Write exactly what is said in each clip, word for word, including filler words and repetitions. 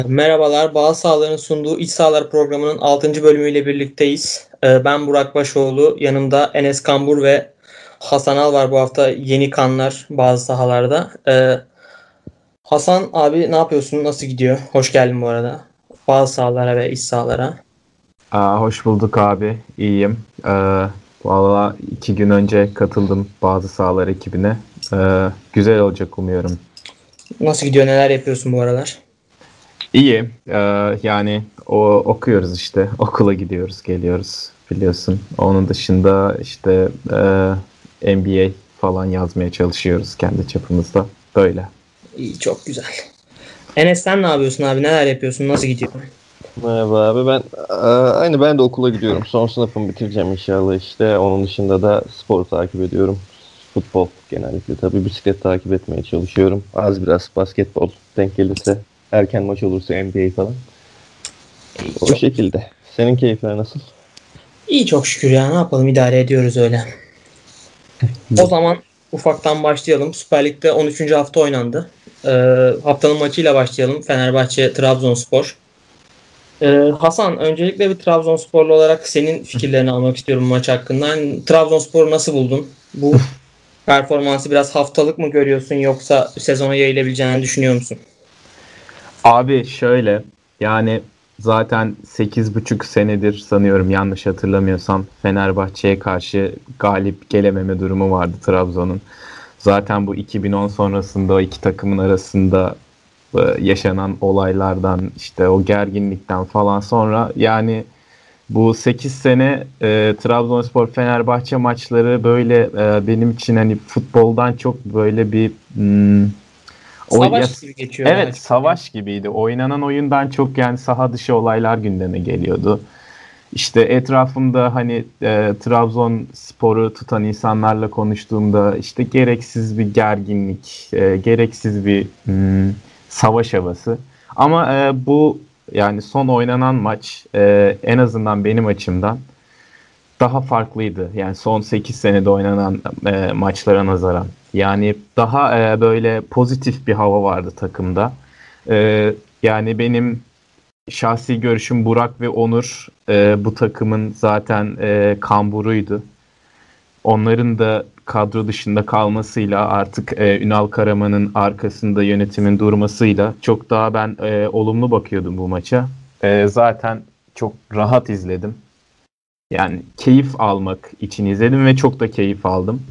Merhabalar, Bağ Sağlar'ın sunduğu İç Sahalar programının altıncı bölümüyle birlikteyiz. Ee, Ben Burak Başoğlu, yanımda Enes Kambur ve Hasan Al var bu hafta yeni kanlar bazı sahalarda. Ee, Hasan abi ne yapıyorsun? Nasıl gidiyor? Hoş geldin bu arada. Bazı sahalara ve iç sahalara. Aa, hoş bulduk abi. İyiyim. Ee, Valla iki gün önce katıldım bazı sahalar ekibine. Ee, güzel olacak umuyorum. Nasıl gidiyor? Neler yapıyorsun bu aralar? İyi. Ee, yani o okuyoruz işte. Okula gidiyoruz, geliyoruz biliyorsun. Onun dışında işte e, N B A falan yazmaya çalışıyoruz kendi çapımızda. Böyle. İyi, çok güzel. Enes sen ne yapıyorsun abi? Neler yapıyorsun? Nasıl gidiyor? Merhaba abi ben Aa, aynı ben de okula gidiyorum. Son sınıfımı bitireceğim inşallah işte. Onun dışında da spor takip ediyorum. Futbol genellikle tabii bisiklet takip etmeye çalışıyorum. Az biraz basketbol denk gelirse. Erken maç olursa N B A falan. İyi, O çok, şekilde. Senin keyifler nasıl? iyi çok şükür ya. Ne yapalım? İdare ediyoruz öyle. O zaman ufaktan başlayalım. Süper Lig'de on üçüncü hafta oynandı. Ee, haftanın maçıyla başlayalım. Fenerbahçe Trabzonspor. Ee, Hasan, öncelikle bir Trabzonsporlu olarak senin fikirlerini almak istiyorum maç hakkında. Hani, Trabzonspor'u nasıl buldun? Bu performansı biraz haftalık mı görüyorsun yoksa sezona yayılabileceğini düşünüyor musun? Abi şöyle yani zaten sekiz buçuk senedir sanıyorum yanlış hatırlamıyorsam Fenerbahçe'ye karşı galip gelememe durumu vardı Trabzon'un. Zaten bu iki bin on sonrasında o iki takımın arasında e, yaşanan olaylardan işte o gerginlikten falan sonra yani bu sekiz sene e, Trabzonspor Fenerbahçe maçları böyle e, benim için hani futboldan çok böyle bir hmm, o ya, Savaş gibi geçiyor daha evet çok. savaş gibiydi. Oynanan oyundan çok yani saha dışı olaylar gündeme geliyordu. İşte etrafımda hani e, Trabzonspor'u tutan insanlarla konuştuğumda işte gereksiz bir gerginlik, e, gereksiz bir hmm, savaş havası. Ama e, bu yani son oynanan maç e, en azından benim açımdan daha farklıydı. Yani son sekiz senede oynanan e, maçlara nazaran. Yani daha e, böyle pozitif bir hava vardı takımda. E, Yani benim şahsi görüşüm Burak ve Onur e, bu takımın zaten e, kamburuydu. Onların da kadro dışında kalmasıyla artık e, Ünal Karaman'ın arkasında yönetimin durmasıyla çok daha ben e, olumlu bakıyordum bu maça. E, zaten çok rahat izledim. Yani keyif almak için izledim ve çok da keyif aldım.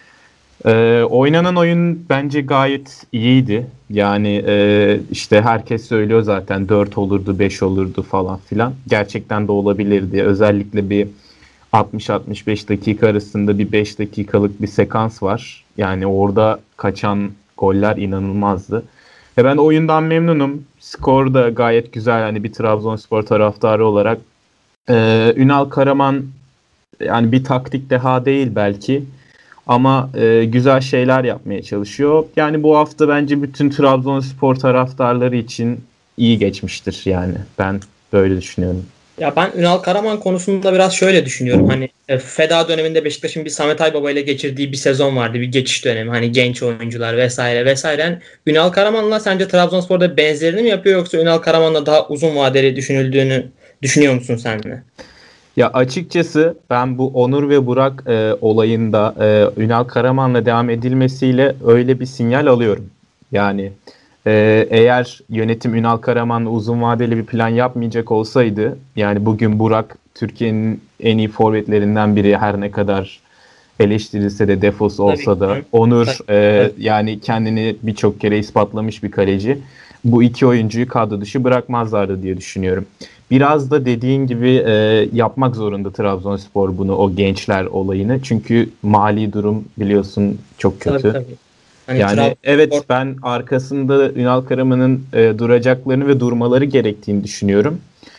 Ee, oynanan oyun bence gayet iyiydi. Yani e, işte herkes söylüyor zaten dört olurdu, beş olurdu falan filan. Gerçekten de olabilirdi. Özellikle bir altmış altmış beş dakika arasında bir beş dakikalık bir sekans var. Yani orada kaçan goller inanılmazdı. Ve ben oyundan memnunum. Skor da gayet güzel. Hani bir Trabzonspor taraftarı olarak. Ee, Ünal Karaman yani bir taktik deha değil belki ama e, güzel şeyler yapmaya çalışıyor. Yani bu hafta bence bütün Trabzonspor taraftarları için iyi geçmiştir yani. Ben böyle düşünüyorum. Ya ben Ünal Karaman konusunda biraz şöyle düşünüyorum. Hani e, Feda döneminde Beşiktaş'ın bir Samet Aybaba ile geçirdiği bir sezon vardı. Bir geçiş dönemi. Hani genç oyuncular vesaire vesaire. Yani Ünal Karaman'la sence Trabzonspor'da benzerini mi yapıyor yoksa Ünal Karaman'la daha uzun vadeli düşünüldüğünü düşünüyor musun sen de? Ya açıkçası ben bu Onur ve Burak e, olayında e, Ünal Karaman'la devam edilmesiyle öyle bir sinyal alıyorum. Yani e, eğer yönetim Ünal Karaman'la uzun vadeli bir plan yapmayacak olsaydı yani bugün Burak Türkiye'nin en iyi forvetlerinden biri her ne kadar eleştirilse de defos Tabii olsa da ki. Onur Tabii, e, tabii. yani kendini birçok kere ispatlamış bir kaleci. Bu iki oyuncuyu kadro dışı bırakmazlardı diye düşünüyorum. Biraz da dediğin gibi e, yapmak zorunda Trabzonspor bunu o gençler olayını. Çünkü mali durum biliyorsun çok Tabii kötü. tabii. Hani Yani Trabzonspor. evet ben arkasında Ünal Karaman'ın e, duracaklarını ve durmaları gerektiğini düşünüyorum.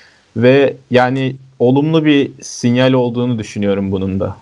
Ve yani olumlu bir sinyal olduğunu düşünüyorum bunun da.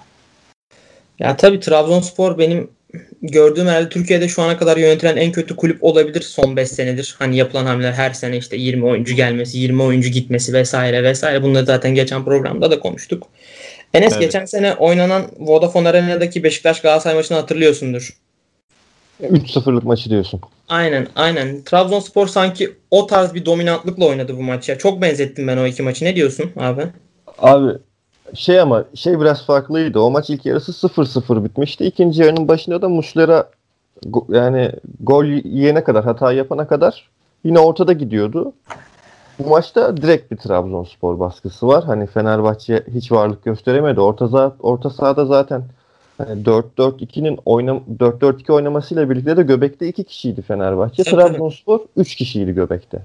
Ya tabii Trabzonspor benim gördüğüm herhalde Türkiye'de şu ana kadar yönetilen en kötü kulüp olabilir son beş senedir. Hani yapılan hamleler her sene işte yirmi oyuncu gelmesi, yirmi oyuncu gitmesi vesaire vesaire. Bunları zaten geçen programda da konuştuk. Enes Evet. geçen sene oynanan Vodafone Arena'daki Beşiktaş Galatasaray maçını hatırlıyorsundur. üç sıfırlık maçı diyorsun. Aynen aynen. Trabzonspor sanki o tarz bir dominantlıkla oynadı bu maçı. Ya. Çok benzettim ben o iki maçı. Ne diyorsun abi? Abi şey ama şey biraz farklıydı. O maç ilk yarısı sıfır sıfır bitmişti. İkinci yarının başında da Muslera go- yani gol yiyene kadar, hata yapana kadar yine ortada gidiyordu. Bu maçta direkt bir Trabzonspor baskısı var. Hani Fenerbahçe hiç varlık gösteremedi. Orta, za- orta sahada zaten hani dört dört ikinin oynam dört dört iki oynamasıyla birlikte de göbekte iki kişiydi Fenerbahçe. Tabii tabii. Trabzonspor üç kişiydi göbekte.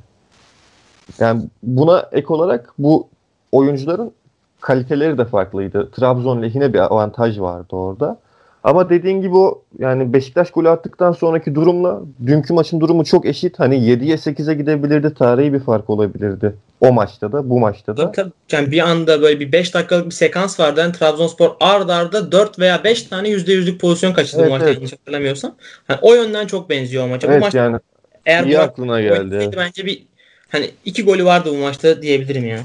Yani buna ek olarak bu oyuncuların kaliteleri de farklıydı. Trabzon lehine bir avantaj vardı orada. Ama dediğin gibi o yani Beşiktaş golü attıktan sonraki durumla dünkü maçın durumu çok eşit. Hani yediye sekize gidebilirdi. Tarihi bir fark olabilirdi. O maçta da, bu maçta Tabii, da. tabii. Yani bir anda böyle bir beş dakikalık bir sekans vardı. Yani Trabzonspor ard arda dört veya beş tane yüzde yüzlük pozisyon kaçırdı bu Evet, maçta evet. yanlış hatırlamıyorsam. Yani o yönden çok benziyor o maça. Bu Evet maç yani eğer iyi Burak aklına geldi. oynasaydı bence bir hani iki golü vardı bu maçta diyebilirim ya.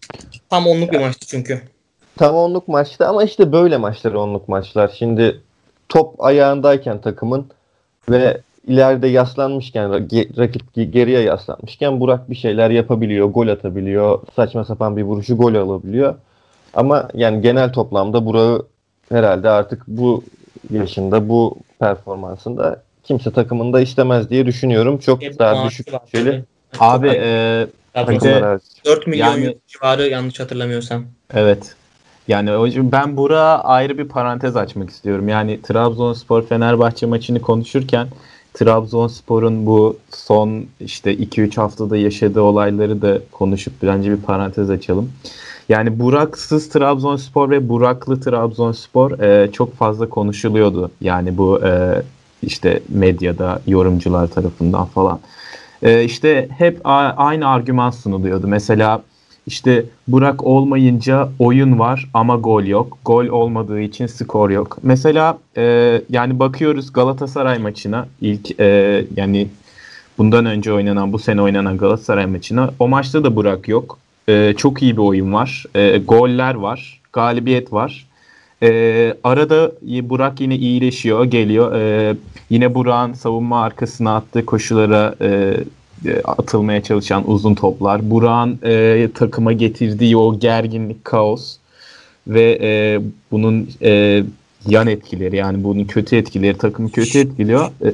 Tam onluk bir Ya, maçtı çünkü. tam onluk maçta ama işte böyle maçlar onluk maçlar. Şimdi top ayağındayken takımın ve ileride yaslanmışken ge- rakip ge- geriye yaslanmışken Burak bir şeyler yapabiliyor, gol atabiliyor, saçma sapan bir vuruşu gol alabiliyor. Ama yani genel toplamda Burak'ı herhalde artık bu yaşında, bu performansında kimse takımında istemez diye düşünüyorum. Bir Çok daha düşük maaşı var bütçeli tabii. Yani çok Abi iyi. e, bir Trabzonspor takımlar de hariç. dört milyon euro yani civarı yanlış hatırlamıyorsam. evet. Yani o yüzden ben Burak'a ayrı bir parantez açmak istiyorum. Yani Trabzonspor Fenerbahçe maçını konuşurken Trabzonspor'un bu son işte iki üç haftada yaşadığı olayları da konuşup bence bir parantez açalım. Yani Buraksız Trabzonspor ve Buraklı Trabzonspor e, çok fazla konuşuluyordu. Yani bu e, işte medyada, yorumcular tarafından falan. E, işte hep a- aynı argüman sunuluyordu. Mesela işte Burak olmayınca oyun var ama gol yok. Gol olmadığı için skor yok. Mesela e, yani bakıyoruz Galatasaray maçına ilk e, yani bundan önce oynanan bu sene oynanan Galatasaray maçına o maçta da Burak yok. E, çok iyi bir oyun var. E, goller var. Galibiyet var. E, arada Burak yine iyileşiyor, geliyor. E, yine Burak'ın savunma arkasına attığı koşulara e, e, atılmaya çalışan uzun toplar. Burak'ın e, takıma getirdiği o gerginlik, kaos ve e, bunun e, yan etkileri yani bunun kötü etkileri takımı kötü etkiliyor. E,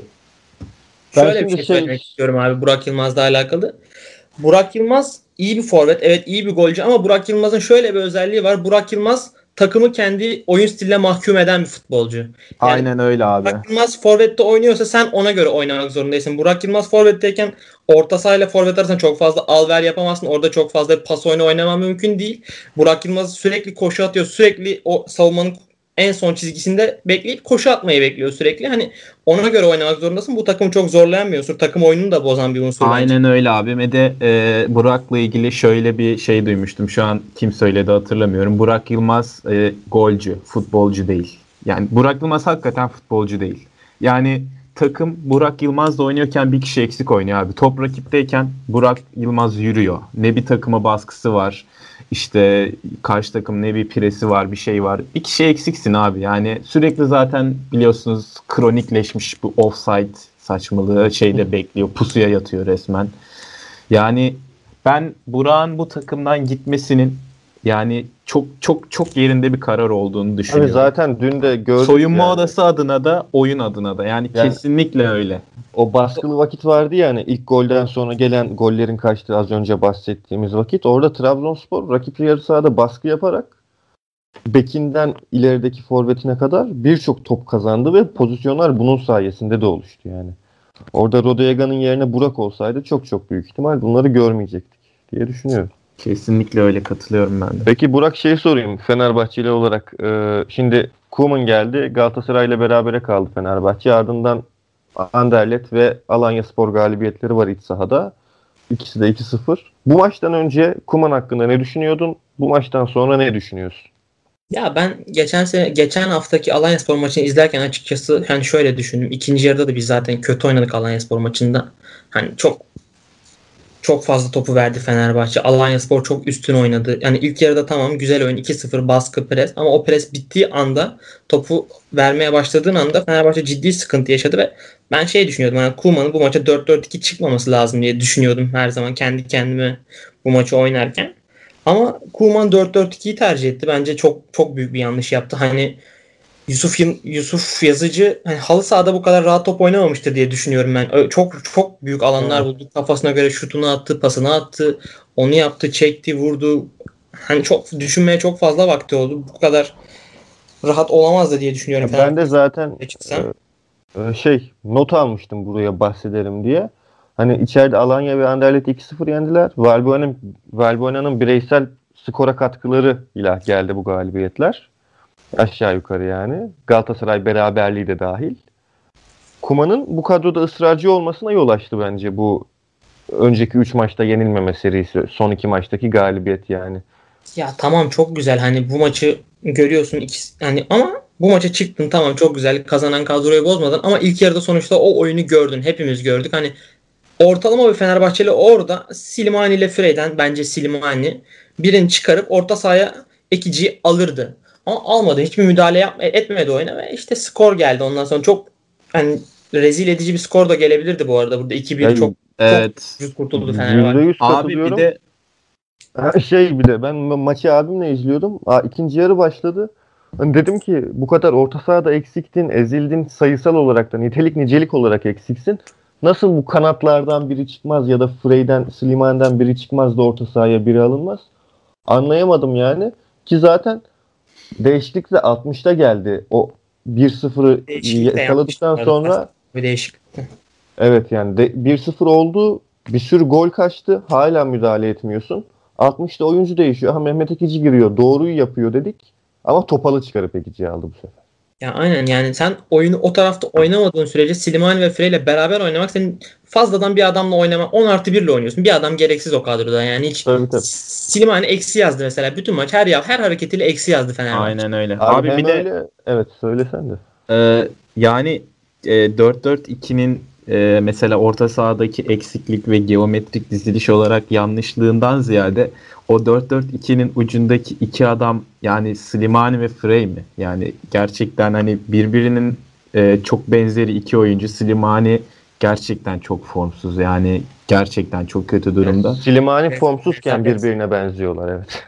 Ben Şöyle bir şimdi şey şey söylemek istiyorum abi Burak Yılmaz'la alakalı. Burak Yılmaz iyi bir forvet. Evet iyi bir golcü ama Burak Yılmaz'ın şöyle bir özelliği var. Burak Yılmaz takımı kendi oyun stiline mahkum eden bir futbolcu. Yani aynen öyle abi. Burak Yılmaz forvette oynuyorsa sen ona göre oynamak zorundaysın. Burak Yılmaz forvetteyken orta sahayla forvet arasında çok fazla al ver yapamazsın. Orada çok fazla pas oyunu oynaman mümkün değil. Burak Yılmaz sürekli koşu atıyor. Sürekli o savunmanın en son çizgisinde bekleyip koşu atmayı bekliyor sürekli. Hani ona göre oynamak zorundasın. Bu takımı çok zorlayan bir unsur. Takım oyununu da bozan bir unsur bence. Aynen öyle abi. Ve de e, Burak'la ilgili şöyle bir şey duymuştum. Şu an kim söyledi hatırlamıyorum. Burak Yılmaz e, golcü, futbolcu değil. Yani Burak Yılmaz hakikaten futbolcu değil. Yani takım Burak Yılmaz'la oynuyorken bir kişi eksik oynuyor abi. Top rakipteyken Burak Yılmaz yürüyor. Ne bir takıma baskısı var. İşte karşı takım ne bir presi var, bir şey var. Bir kişi eksiksin abi. Yani sürekli zaten biliyorsunuz kronikleşmiş bu offside saçmalığı şeyde bekliyor. Pusuya yatıyor resmen. Yani ben Burak'ın bu takımdan gitmesinin yani çok çok çok yerinde bir karar olduğunu abi düşünüyorum. zaten dün de gördük Soyunma yani. odası adına da oyun adına da yani, Yani kesinlikle öyle. o baskılı vakit vardı ya hani ilk golden sonra gelen gollerin kaçtığı az önce bahsettiğimiz vakit. Orada Trabzonspor rakip yarı sahada baskı yaparak bekinden ilerideki forvetine kadar birçok top kazandı ve pozisyonlar bunun sayesinde de oluştu yani. Orada Rodega'nın yerine Burak olsaydı çok çok büyük ihtimal bunları görmeyecektik diye düşünüyorum. Kesinlikle öyle, katılıyorum ben de. Peki Burak şey sorayım Fenerbahçeli olarak. E, şimdi Koeman geldi. Galatasaray ile berabere kaldı Fenerbahçe. Ardından Anderlecht ve Alanyaspor galibiyetleri var iç sahada. İkisi de iki sıfır. Bu maçtan önce Koeman hakkında ne düşünüyordun? Bu maçtan sonra ne düşünüyorsun? Ya ben geçen sene geçen haftaki Alanyaspor maçını izlerken açıkçası hani şöyle düşündüm. İkinci yarıda da biz zaten kötü oynadık Alanyaspor maçında. Hani çok çok fazla topu verdi Fenerbahçe. Alanyaspor çok üstün oynadı. Yani ilk yarıda tamam güzel oyun, iki sıfır baskı pres, ama o pres bittiği anda, topu vermeye başladığın anda Fenerbahçe ciddi sıkıntı yaşadı ve ben şey düşünüyordum. Yani Koeman'ın bu maça dört dört iki çıkmaması lazım diye düşünüyordum her zaman kendi kendime bu maçı oynarken. Ama Koeman dört dört ikiyi tercih etti. Bence çok çok büyük bir yanlış yaptı. Hani Yusuf Yusuf Yazıcı hani halı sahada bu kadar rahat top oynamamıştır diye düşünüyorum ben. Ö- Çok çok büyük alanlar buldu. Kafasına göre şutunu attı, pasını attı, onu yaptı, çekti, vurdu. Hani çok düşünmeye çok fazla vakti oldu. Bu kadar rahat olamazdı diye düşünüyorum Ya ben de zaten Fenerbahçe çıksa. e, e, şey not almıştım buraya bahsedelim diye. Hani içeride Alanya ve Anderlecht iki sıfır yendiler. Valbuena'nın Valbuena'nın bireysel skora katkıları ile geldi bu galibiyetler. Aşağı yukarı yani. Galatasaray beraberliği de dahil. Kuman'ın bu kadroda ısrarcı olmasına yol açtı bence bu önceki üç maçta yenilmeme serisi. Son iki maçtaki galibiyet yani. Ya tamam, çok güzel. Hani bu maçı görüyorsun ikisi, hani ama bu maça çıktın, tamam çok güzel, kazanan kadroyu bozmadan, ama ilk yarıda sonuçta o oyunu gördün. Hepimiz gördük. Hani ortalama bir Fenerbahçeli orada Slimani ile Frey'den, bence Slimani birini çıkarıp orta sahaya Ekici'yi alırdı. Ama almadı. Hiçbir müdahale yapma, etmedi oyuna ve işte skor geldi. Ondan sonra çok hani rezil edici bir skor da gelebilirdi bu arada. Burada iki bir Ya, çok çok Evet. ucuz kurtuldu yüzde Fenerbahçe. yüz Abi bir katılıyorum. de Ha, Şey bir de ben ma- maçı abimle izliyordum. Aa, ikinci yarı başladı. Hani dedim ki bu kadar orta sahada eksiktin, ezildin, sayısal olarak da nitelik nicelik olarak eksiksin. Nasıl bu kanatlardan biri çıkmaz ya da Frey'den, Slimani'den biri çıkmaz da orta sahaya biri alınmaz? Anlayamadım yani. Ki zaten değişiklik de altmışta geldi. O bir sıfırı Değişiklik de yapmıştı yakaladıktan bu arada. sonra Bir değişiklik. evet yani de, bir sıfır oldu. Bir sürü gol kaçtı. Hala müdahale etmiyorsun. altmışta oyuncu değişiyor. Ha Mehmet Ekici giriyor. Doğruyu yapıyor dedik. Ama Topal'ı çıkarıp Ekici'yi aldı bu sefer. Ya aynen, yani sen oyunu o tarafta oynamadığın sürece Slimani ve Frey ile beraber oynamak, senin fazladan bir adamla oynama, on artı bir ile oynuyorsun. Bir adam gereksiz o kadroda, yani hiç. Tabii tabii. Slimani eksi yazdı mesela. Bütün maç her ya her hareketiyle eksi yazdı Fenerbahçe. aynen öyle. Abi, Abi hem bir de öyle evet söylesen de. Ee, yani e, dört dört ikinin e, mesela orta sahadaki eksiklik ve geometrik diziliş olarak yanlışlığından ziyade o dört dört ikinin ucundaki iki adam, yani Slimani ve Frey mi? Yani gerçekten hani birbirinin e, çok benzeri iki oyuncu. Slimani gerçekten çok formsuz, yani gerçekten çok kötü durumda. Slimani Evet, formsuzken evet. birbirine benziyorlar evet.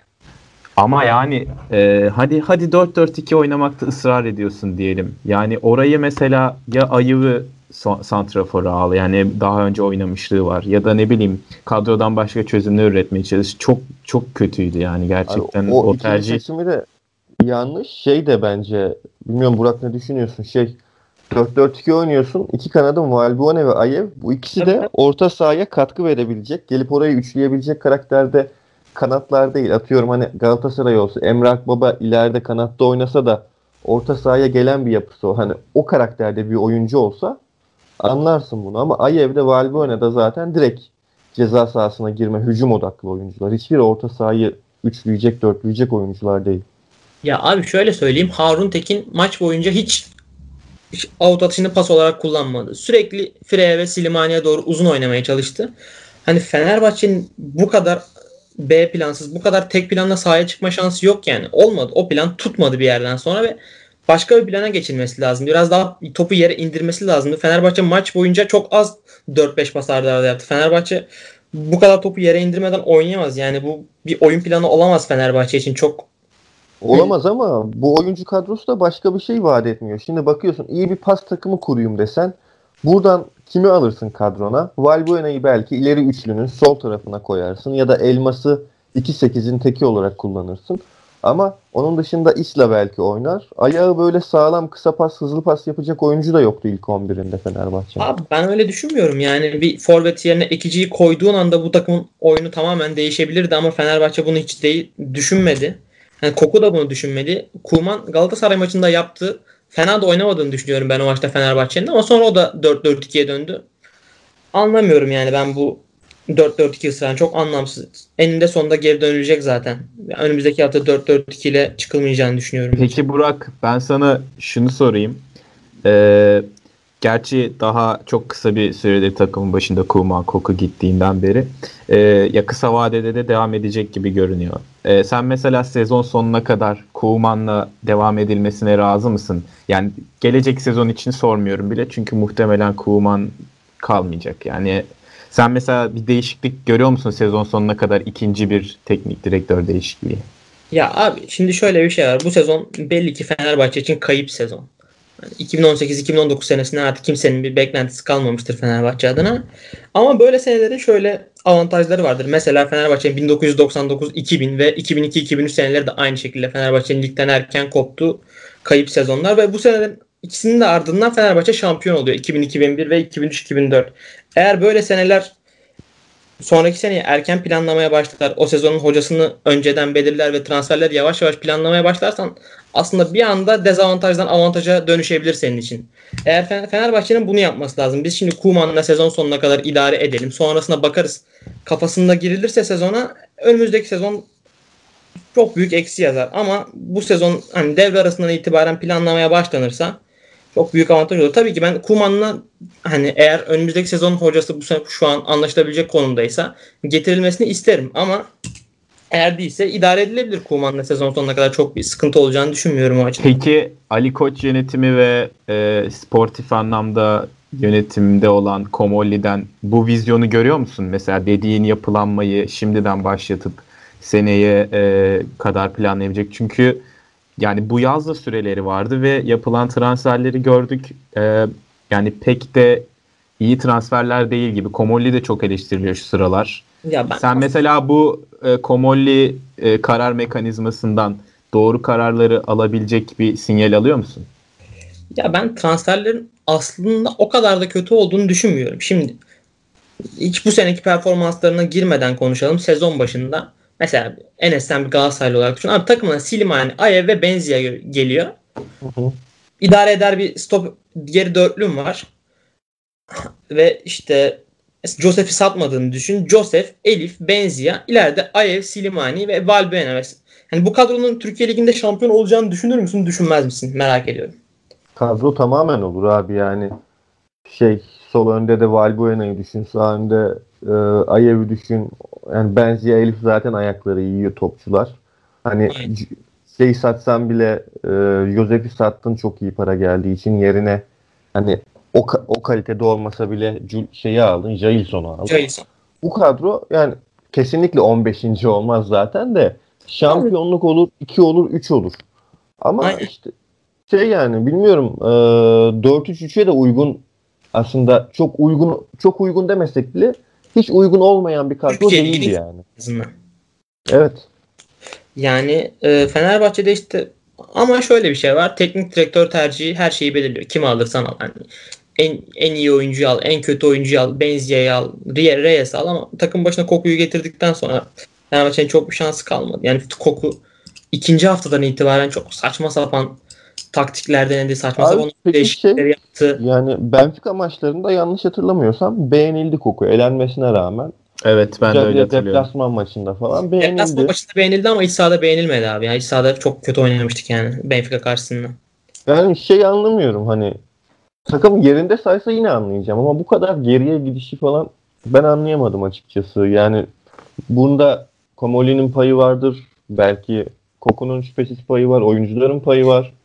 Ama yani e, hadi hadi dört dört iki oynamakta ısrar ediyorsun diyelim. Yani orayı mesela ya Ayıv'ı so- santrafora al. Yani daha önce oynamışlığı var. Ya da ne bileyim, kadrodan başka çözümler üretmeye çalış. Çok çok kötüydü yani Abi, gerçekten o o ikili tercih. seçimi de yanlış. Şey de bence bilmiyorum Burak ne düşünüyorsun? Şey dört dört iki oynuyorsun. İki kanadım Valbuena ve Ayev. Bu ikisi de orta sahaya katkı verebilecek. Gelip orayı üçleyebilecek karakterde kanatlar değil. Atıyorum hani Galatasaray olsa Emre Akbaba ileride kanatta oynasa da orta sahaya gelen bir yapısı o. Hani o karakterde bir oyuncu olsa anlarsın bunu. Ama Ayev de Valbuena da zaten direkt ceza sahasına girme, hücum odaklı oyuncular. Hiçbir orta sahayı üçleyecek, dörtleyecek oyuncular değil. Ya abi şöyle söyleyeyim. Harun Tekin maç boyunca hiç hiç out atışını pas olarak kullanmadı. Sürekli Frey'e ve Slimani'ye doğru uzun oynamaya çalıştı. Hani Fenerbahçe'nin bu kadar B plansız, bu kadar tek planla sahaya çıkma şansı yok yani. Olmadı. O plan tutmadı bir yerden sonra ve başka bir plana geçilmesi lazım. Biraz daha topu yere indirmesi lazımdı. Fenerbahçe maç boyunca çok az dört beş pas arda arda yaptı. Fenerbahçe bu kadar topu yere indirmeden oynayamaz. Yani bu bir oyun planı olamaz Fenerbahçe için. Çok Olamaz ama bu oyuncu kadrosu da başka bir şey vaat etmiyor. Şimdi bakıyorsun iyi bir pas takımı kurayım desen buradan kimi alırsın kadrona? Valbuena'yı belki ileri üçlünün sol tarafına koyarsın ya da Elmas'ı iki sekizin teki olarak kullanırsın. Ama onun dışında Isla belki oynar. Ayağı böyle sağlam kısa pas, hızlı pas yapacak oyuncu da yoktu ilk on birinde Fenerbahçe'nin. Abi ben öyle düşünmüyorum. Yani bir forvet yerine ekiciyi koyduğun anda bu takımın oyunu tamamen değişebilirdi ama Fenerbahçe bunu hiç değil, düşünmedi. Yani Koku da bunu düşünmedi. Koeman Galatasaray maçında yaptı. Fena da oynamadığını düşünüyorum ben o maçta Fenerbahçe'nin, ama sonra o da dört dört ikiye döndü. Anlamıyorum yani ben bu dört dört iki ısrarını, çok anlamsız. Eninde sonunda geri dönülecek zaten. Yani önümüzdeki hafta dört dört iki ile çıkılmayacağını düşünüyorum. Peki Burak, ben sana şunu sorayım. Ee, Gerçi daha çok kısa bir süredir takımın başında Koeman, Koku gittiğinden beri e, ya kısa vadede de devam edecek gibi görünüyor. E, sen mesela sezon sonuna kadar Koeman'la devam edilmesine razı mısın? Yani gelecek sezon için sormuyorum bile çünkü muhtemelen Koeman kalmayacak. Yani sen mesela bir değişiklik görüyor musun sezon sonuna kadar ikinci bir teknik direktör değişikliği? Ya abi şimdi şöyle bir şey var. Bu sezon belli ki Fenerbahçe için kayıp sezon. Yani iki bin on sekiz iki bin on dokuz senesinden artık kimsenin bir beklentisi kalmamıştır Fenerbahçe adına. Ama böyle senelerin şöyle avantajları vardır. Mesela Fenerbahçe'nin bin dokuz yüz doksan dokuz iki bin ve iki bin iki iki bin üç seneleri de aynı şekilde Fenerbahçe'nin ligden erken koptu kayıp sezonlar ve bu senelerin ikisinin de ardından Fenerbahçe şampiyon oluyor. iki bin iki bin bir ve iki bin üç iki bin dört. Eğer böyle seneler sonraki seneye erken planlamaya başlar, o sezonun hocasını önceden belirler ve transferleri yavaş yavaş planlamaya başlarsan aslında bir anda dezavantajdan avantaja dönüşebilir senin için. Eğer Fenerbahçe'nin bunu yapması lazım. Biz şimdi Koeman'la sezon sonuna kadar idare edelim. Sonrasına bakarız. Kafasında girilirse sezona önümüzdeki sezon çok büyük eksi yazar. Ama bu sezon hani devre arasından itibaren planlamaya başlanırsa çok büyük avantaj olur. Tabii ki ben Koeman'la hani eğer önümüzdeki sezon hocası bu sene şu an anlaşılabilecek konumdaysa getirilmesini isterim ama eğer değilse idare edilebilir Koeman'la sezon sonuna kadar çok bir sıkıntı olacağını düşünmüyorum o açıdan. Peki Ali Koç yönetimi ve e, sportif anlamda yönetimde olan Komolli'den bu vizyonu görüyor musun? Mesela dediğin yapılanmayı şimdiden başlatıp seneye e, kadar planlayabilecek. Çünkü yani bu yaz da süreleri vardı ve yapılan transferleri gördük. E, yani pek de iyi transferler değil gibi. Komolli de çok eleştiriliyor şu sıralar. Ya ben Sen mesela bu e, Komolli e, karar mekanizmasından doğru kararları alabilecek bir sinyal alıyor musun? Ya ben transferlerin aslında o kadar da kötü olduğunu düşünmüyorum. Şimdi hiç bu seneki performanslarına girmeden konuşalım. Sezon başında mesela Enes'ten bir Galatasaraylı olarak düşün. Abi takımına Slimani, Ayew ve Benzia geliyor. Hı hı. İdare eder bir stop geri dörtlüm var. Ve işte Josef'i satmadığını düşün. Josef, Elif, Benzia, ileride Ayew, Slimani ve Valbuena. Yani bu kadronun Türkiye Ligi'nde şampiyon olacağını düşünür müsün, düşünmez misin? Merak ediyorum. Kadro tamamen olur abi yani. Şey sol önde de Valbuena'yı düşün. Sağ önde e, Ayev'i düşün. Yani Benzia, Elif zaten ayakları yiyor topçular. Hani Evet. c- şey satsan bile e, Josef'i sattın çok iyi para geldiği için yerine hani o ka- o kalitede olmasa bile Jul- şeyi aldın, Jailson'u aldın. Jailson. Bu kadro yani kesinlikle on beşinci olmaz zaten de şampiyonluk olur, iki olur, üç olur. Ama Aynen. işte şey yani bilmiyorum e, dört üç üçe de uygun aslında çok uygun çok uygun demesek bile hiç uygun olmayan bir kadro Türkiye değildi Ligi'nin yani. azından. Evet. Yani e, Fenerbahçe'de işte ama şöyle bir şey var. Teknik direktör tercihi her şeyi belirliyor. Kimi alırsan al. Yani en, en iyi oyuncuyu al, en kötü oyuncuyu al, Benzia'yı al, Rie- Reyes'i al ama takım başına Koku'yu getirdikten sonra Fenerbahçe'nin çok bir şansı kalmadı. Yani Koku ikinci haftadan itibaren çok saçma sapan taktikler denedi, saçma Abi sapan peki şey değişiklikleri yaptı. yani Benfica maçlarında yanlış hatırlamıyorsam beğenildi Koku elenmesine rağmen. Evet, ben de Güzel bir öyle de hatırlıyorum. deplasman maçında falan Deplasman beğenildi. maçında beğenildi ama iç sahada beğenilmedi abi. Yani iç sahada çok kötü oynamıştık yani Benfica karşısında. Yani şey anlamıyorum hani takım yerinde saysa yine anlayacağım ama bu kadar geriye gidişi falan ben anlayamadım açıkçası. Yani bunda Komoli'nin payı vardır. Belki Koku'nun şüphesiz payı var. Oyuncuların payı var.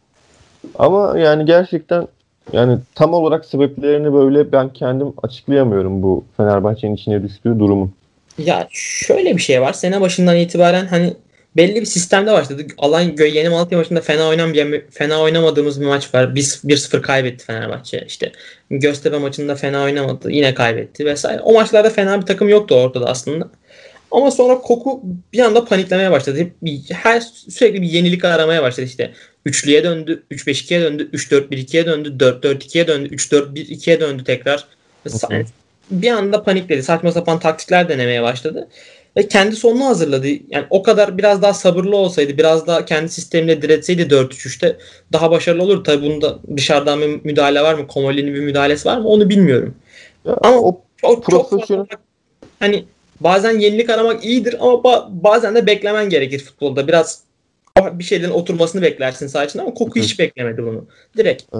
Ama yani gerçekten yani tam olarak sebeplerini böyle ben kendim açıklayamıyorum bu Fenerbahçe'nin içine düştüğü durumun. Ya şöyle bir şey var. Sene başından itibaren hani belli bir sistemde başladı. Alanya Gö- Yeni Malatya maçında fena oynamayan bir- fena oynamadığımız bir maç var. bir bir sıfır kaybetti Fenerbahçe. İşte Göztepe maçında fena oynamadı. Yine kaybetti vesaire. O maçlarda fena bir takım yoktu ortada aslında. Ama sonra Koku bir anda paniklemeye başladı. Bir- Her sürekli bir yenilik aramaya başladı işte. Üçlüye döndü, üç beş ikiye döndü, üç dört bir ikiye döndü, dört dört ikiye döndü, üç dört bir ikiye döndü tekrar. Hı hı. Bir anda panikledi. Saçma sapan taktikler denemeye başladı. Ve kendi sonunu hazırladı. Yani o kadar biraz daha sabırlı olsaydı, biraz daha kendi sistemine diretseydi dört üç üçte daha başarılı olur. Tabii bunda dışarıdan bir müdahale var mı? Komoli'nin bir müdahalesi var mı? Onu bilmiyorum. Ya Ama o çok, çok fazla profesyonel hani bazen yenilik aramak iyidir ama ba- bazen de beklemen gerekir futbolda. Biraz bir şeylerin oturmasını beklersin saha içinde ama Koku hiç beklemedi bunu. Direkt. evet.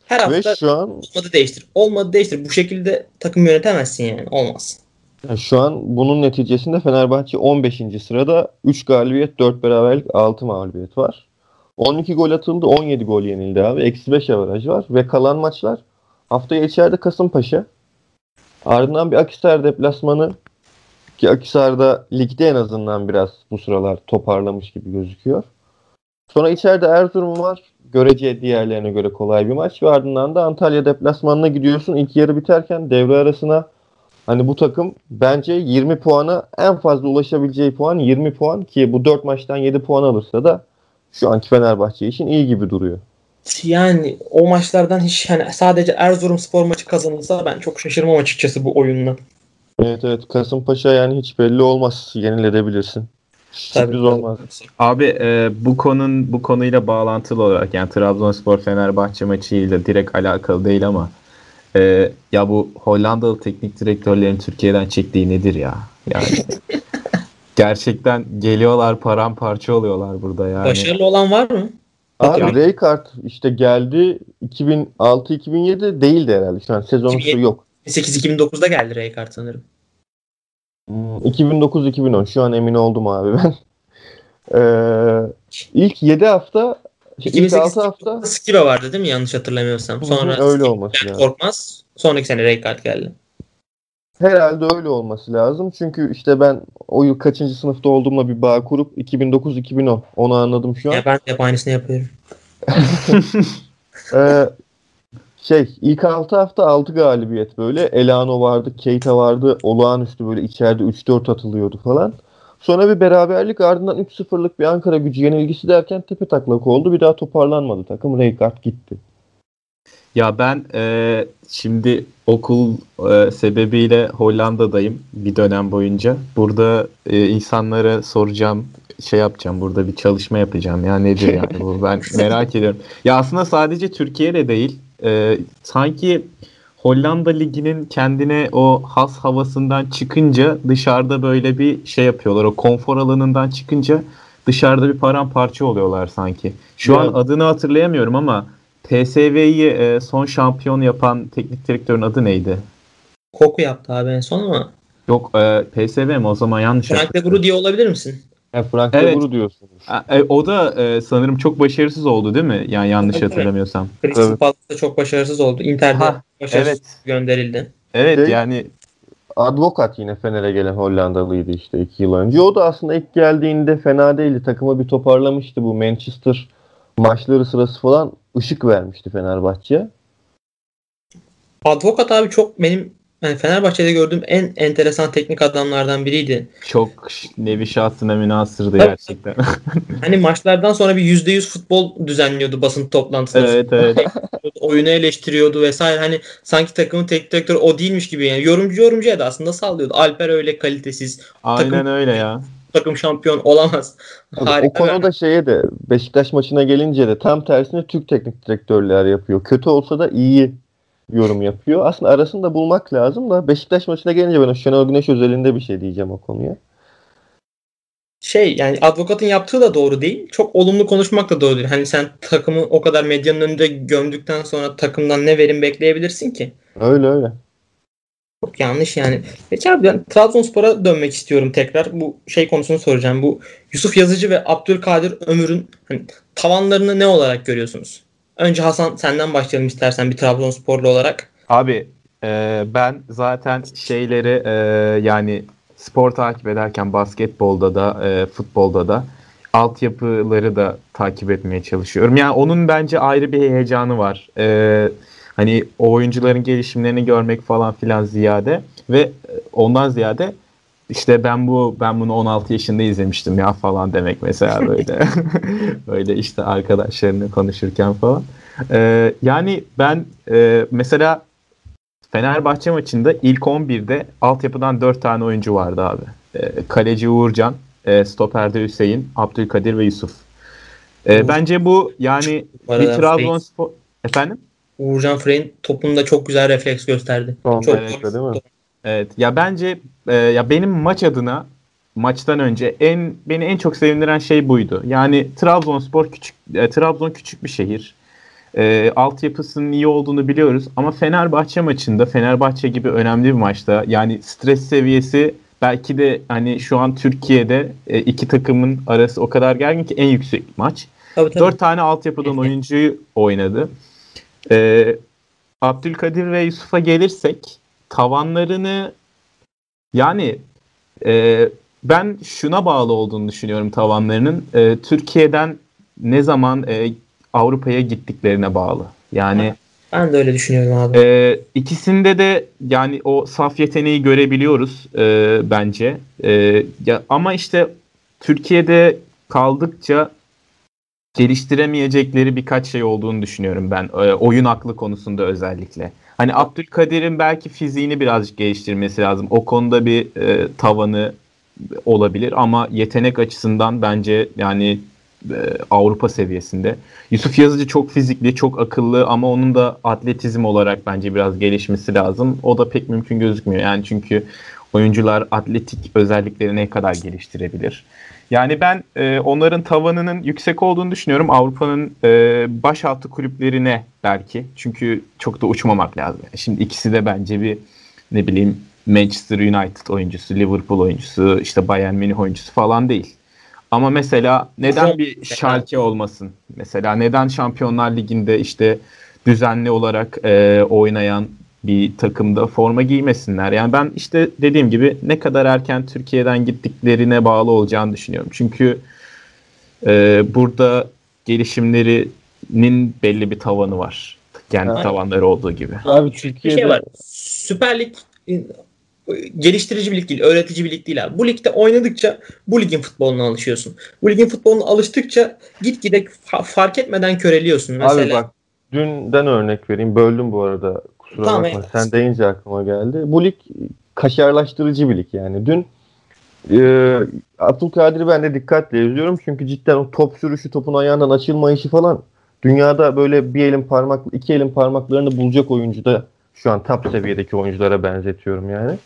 Her Ve hafta şu an olmadı değiştir. Olmadı değiştir. Bu şekilde takım yönetemezsin yani. Olmaz. yani şu an bunun neticesinde Fenerbahçe on beşinci sırada üç galibiyet, dört beraberlik, altı mağlubiyet var. on iki gol atıldı, on yedi gol yenildi abi. Eksi beş averaj var ve kalan maçlar haftaya içeride Kasımpaşa. Ardından bir Akhisar deplasmanı ki Akhisar'da ligde en azından biraz bu sıralar toparlamış gibi gözüküyor. Sonra içeride Erzurum var. Görece diğerlerine göre kolay bir maç ve ardından da Antalya deplasmanına gidiyorsun. İlk yarı biterken devre arasına hani bu takım bence yirmi puana en fazla ulaşabileceği puan yirmi puan ki bu dört maçtan yedi puan alırsa da şu anki Fenerbahçe için iyi gibi duruyor. Yani o maçlardan hiç hani sadece Erzurumspor maçı kazanılsa ben çok şaşırmam açıkçası bu oyunla. Evet evet Kasımpaşa yani hiç belli olmaz. Yenilebilirsin. Sürpriz olmaz. Abi e, bu konun bu konuyla bağlantılı olarak yani Trabzonspor Fenerbahçe maçıyla direkt alakalı değil ama e, ya bu Hollandalı teknik direktörlerin Türkiye'den çektiği nedir ya? Yani gerçekten geliyorlar paramparça oluyorlar burada yani. Başarılı olan var mı? Abi Rijkaard işte geldi iki bin altı iki bin yedi değildi herhalde. Şu an sezonu su yok. iki bin sekiz iki bin dokuzda geldi Rijkaard sanırım. Hmm, iki bin dokuz iki bin on şu an emin oldum abi ben. Ee, ilk yedi hafta ilk altı hafta Skiba vardı değil mi yanlış hatırlamıyorsam. Sonra öyle olması lazım. Korkmaz. Sonraki sene Rijkaard geldi. Herhalde öyle olması lazım. Çünkü işte ben o yıl kaçıncı sınıfta olduğumla bir bağ kurup iki bin dokuz iki bin on onu anladım şu an. Ya ben de hep aynısını yapıyorum. ee, şey ilk altı hafta altı galibiyet böyle. Elano vardı, Keita vardı. Olağanüstü böyle içeride üç dört atılıyordu falan. Sonra bir beraberlik ardından üç sıfırlık bir Ankara Gücü yenilgisi derken tepe taklak oldu. Bir daha toparlanmadı takım. Rijkaard gitti. Ya ben e, şimdi okul e, sebebiyle Hollanda'dayım bir dönem boyunca. Burada e, insanlara soracağım, şey yapacağım, burada bir çalışma yapacağım. Ya nedir yani bu ben merak ediyorum. Ya aslında sadece Türkiye'de değil, e, sanki Hollanda Ligi'nin kendine o has havasından çıkınca dışarıda böyle bir şey yapıyorlar. O konfor alanından çıkınca dışarıda bir paramparça oluyorlar sanki. Şu Ya. an adını hatırlayamıyorum ama P S V'yi e, son şampiyon yapan teknik direktörün adı neydi? Koku yaptı abi en son ama. Yok e, P S V mi o zaman yanlış Frank de hatırlıyorum. Boer diye olabilir misin? Ya Frank Evet. de Boer'u diyorsunuz. E, o da e, sanırım çok başarısız oldu değil mi? Yani yanlış Evet. hatırlamıyorsam. Crystal Evet. Palace'da çok başarısız oldu. Inter'de Ha, başarısız evet. gönderildi. Evet Şey- yani Advokat yine Fener'e gelen Hollandalıydı işte iki yıl önce. O da aslında ilk geldiğinde fena değildi. Takımı bir toparlamıştı bu Manchester maçları sırası falan ışık vermişti Fenerbahçe'ye. Advokat abi çok benim yani Fenerbahçe'de gördüğüm en enteresan teknik adamlardan biriydi. çok nevi şahsına münhasırdı Evet. gerçekten. Hani maçlardan sonra bir yüzde yüz futbol düzenliyordu basın toplantıları. Evet evet. Oyunu eleştiriyordu vesaire. Hani sanki takımın teknik direktörü o değilmiş gibi yani. Yorumcu yorumcuya da aslında sallıyordu. Alper öyle kalitesiz. Aynen Takım, öyle ya. takım şampiyon olamaz. Abi Harika. o konuda şeye de Beşiktaş maçına gelince de tam tersine Türk teknik direktörler yapıyor. Kötü olsa da iyi yorum yapıyor. Aslında arasını da bulmak lazım da Beşiktaş maçına gelince ben o Şenol Güneş özelinde bir şey diyeceğim o konuya. Şey yani advokatın yaptığı da doğru değil. Çok olumlu konuşmak da doğru değil. Hani sen takımı o kadar medyanın önünde gömdükten sonra takımdan ne verim bekleyebilirsin ki? Öyle öyle. Çok yanlış yani. Peki abi ben Trabzonspor'a dönmek istiyorum tekrar. Bu şey konusunu soracağım. Bu Yusuf Yazıcı ve Abdülkadir Ömür'ün hani tavanlarını ne olarak görüyorsunuz? Önce Hasan senden başlayalım istersen bir Trabzonsporlu olarak. Abi e, ben zaten şeyleri e, yani spor takip ederken basketbolda da e, futbolda da altyapıları da takip etmeye çalışıyorum. Yani onun bence ayrı bir heyecanı var. E, hani o oyuncuların gelişimlerini görmek falan filan ziyade ve ondan ziyade işte ben bu ben bunu on altı yaşında izlemiştim ya falan demek mesela böyle. Böyle işte arkadaşlarımla konuşurken falan. E, yani ben e, mesela Fenerbahçe maçında ilk on birde altyapıdan dört tane oyuncu vardı abi. E, kaleci Uğurcan, e, stoperde Hüseyin, Abdülkadir ve Yusuf. E, Uğur- bence bu yani Bu bir arada Trabzonspor... Efendim? Uğurcan Frey'in topunda çok güzel refleks gösterdi. Son Çok dakika değil mi? Evet. Ya bence e, ya benim maç adına maçtan önce en beni en çok sevindiren şey buydu. Yani Trabzonspor küçük e, Trabzon küçük bir şehir. E, altyapısının iyi olduğunu biliyoruz ama Fenerbahçe maçında, Fenerbahçe gibi önemli bir maçta, yani stres seviyesi belki de hani şu an Türkiye'de e, iki takımın arası o kadar gergin ki en yüksek maç. Tabii, tabii. Dört tane altyapıdan oyuncuyu oynadı. E, Abdülkadir ve Yusuf'a gelirsek tavanlarını, yani e, ben şuna bağlı olduğunu düşünüyorum tavanlarının. E, Türkiye'den ne zaman e, Avrupa'ya gittiklerine bağlı. Yani Ben de öyle düşünüyorum abi. e, ikisinde de yani o saf yeteneği görebiliyoruz e, bence. E, ya, ama işte Türkiye'de kaldıkça geliştiremeyecekleri birkaç şey olduğunu düşünüyorum ben. E, oyun aklı konusunda özellikle. Hani Abdülkadir'in belki fiziğini birazcık geliştirmesi lazım. O konuda bir e, tavanı olabilir ama yetenek açısından bence yani e, Avrupa seviyesinde. Yusuf Yazıcı çok fizikli, çok akıllı ama onun da atletizm olarak bence biraz gelişmesi lazım. O da pek mümkün gözükmüyor. Yani çünkü oyuncular atletik özellikleri ne kadar geliştirebilir? Yani ben e, onların tavanının yüksek olduğunu düşünüyorum. Avrupa'nın e, başaltı kulüplerine belki. Çünkü çok da uçmamak lazım. Şimdi ikisi de bence bir ne bileyim Manchester United oyuncusu, Liverpool oyuncusu, işte Bayern Münih oyuncusu falan değil. Ama mesela neden bir Schalke olmasın? Mesela neden Şampiyonlar Ligi'nde işte düzenli olarak e, oynayan bir takımda forma giymesinler? Yani ben işte dediğim gibi ne kadar erken Türkiye'den gittiklerine bağlı olacağını düşünüyorum. Çünkü e, burada gelişimlerinin belli bir tavanı var. Kendi Aynen. tavanları olduğu gibi. Abi Bir Türkiye'de şey var. Süper Lig e, geliştirici bir lig değil, öğretici bir lig değil abi. Bu ligde oynadıkça bu ligin futboluna alışıyorsun. Bu ligin futboluna alıştıkça gitgide fa- fark etmeden köreliyorsun. Mesela Abi bak, dünden örnek vereyim. Böldüm bu arada. Kusura Tamam, bakma. evet. Sen deyince aklıma geldi. Bu lig kaşarlaştırıcı bir lig yani. Dün e, Abdülkadir'i ben de dikkatle izliyorum. Çünkü cidden o top sürüşü, topun ayağından açılmayışı falan, dünyada böyle bir elin parmak, iki elin parmaklarını bulacak oyuncu da şu an top seviyedeki oyunculara benzetiyorum yani.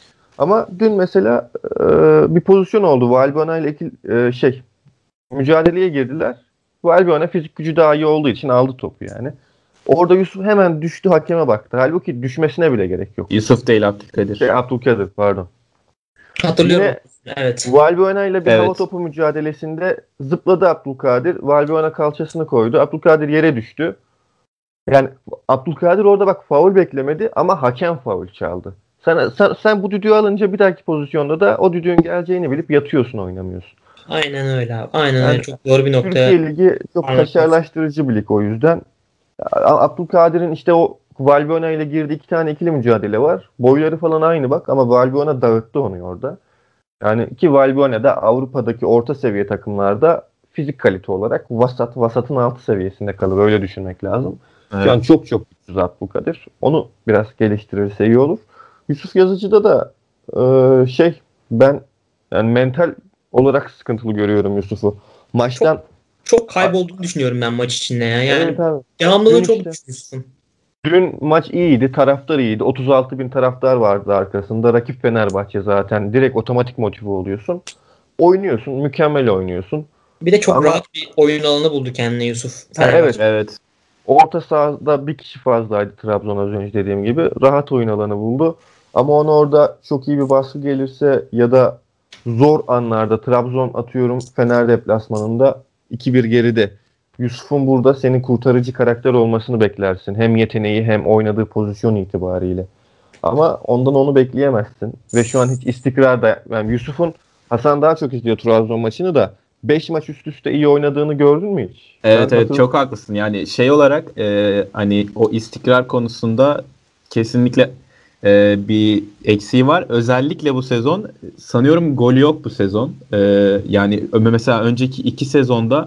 Ama dün mesela e, bir pozisyon oldu. Valbuena ile iki, e, şey mücadeleye girdiler. Valbuena fizik gücü daha iyi olduğu için aldı topu yani. Orada Yusuf hemen düştü, hakeme baktı. Halbuki düşmesine bile gerek yok. Yusuf değil Abdülkadir. Şey, Abdülkadir pardon. hatırlıyorum. Yine Evet. Valbuena ile bir Evet. hava topu mücadelesinde zıpladı Abdülkadir. Valbuena kalçasını koydu. Abdülkadir yere düştü. Yani Abdülkadir orada bak faul beklemedi ama hakem faul çaldı. Sen, sen, sen bu düdüğü alınca bir dahaki pozisyonda da o düdüğün geleceğini bilip yatıyorsun, oynamıyorsun. Aynen öyle abi. Aynen Yani öyle. Çok doğru bir noktaya. Türkiye Ligi çok Aynen. kaşarlaştırıcı bir lig o yüzden. Abdülkadir'in işte o Valbuena ile girdiği iki tane ikili mücadele var. Boyları falan aynı bak ama Valbuena dağıttı onu orada. Yani ki Valbuena da Avrupa'daki orta seviye takımlarda fizik kalite olarak vasat, vasatın altı seviyesinde kalır. Öyle düşünmek lazım. Evet. Şu an çok çok güçsüz Abdülkadir. Onu biraz geliştirirse iyi olur. Yusuf Yazıcı'da da e, şey ben yani mental olarak sıkıntılı görüyorum Yusuf'u. Maçtan Çok kaybolduğunu düşünüyorum ben maç içinde ya. Yani evet abi. devamlılığı Dün çok işte- düşmüşsün. Dün maç iyiydi, taraftar iyiydi. otuz altı bin taraftar vardı arkasında. Rakip Fenerbahçe zaten. Direkt otomatik motive oluyorsun. Oynuyorsun, mükemmel oynuyorsun. Bir de çok Ama- rahat bir oyun alanı buldu kendine Yusuf. Ha, Fenerbahçe. evet. Evet. Orta sahada bir kişi fazlaydı Trabzon, az önce dediğim gibi. Rahat oyun alanı buldu. Ama ona orada çok iyi bir baskı gelirse ya da zor anlarda, Trabzon atıyorum Fener deplasmanında iki bir geride, Yusuf'un burada senin kurtarıcı karakter olmasını beklersin. Hem yeteneği hem oynadığı pozisyon itibariyle. Ama ondan onu bekleyemezsin. Ve şu an hiç istikrar da, yani Yusuf'un, Hasan daha çok izliyor Trabzon maçını da, beş maç üst üste iyi oynadığını gördün mü hiç? Evet Ben evet hatırlıyorum. çok haklısın. Yani şey olarak e, hani o istikrar konusunda kesinlikle e, bir eksiği var. Özellikle bu sezon sanıyorum golü yok bu sezon. E, yani mesela önceki iki sezonda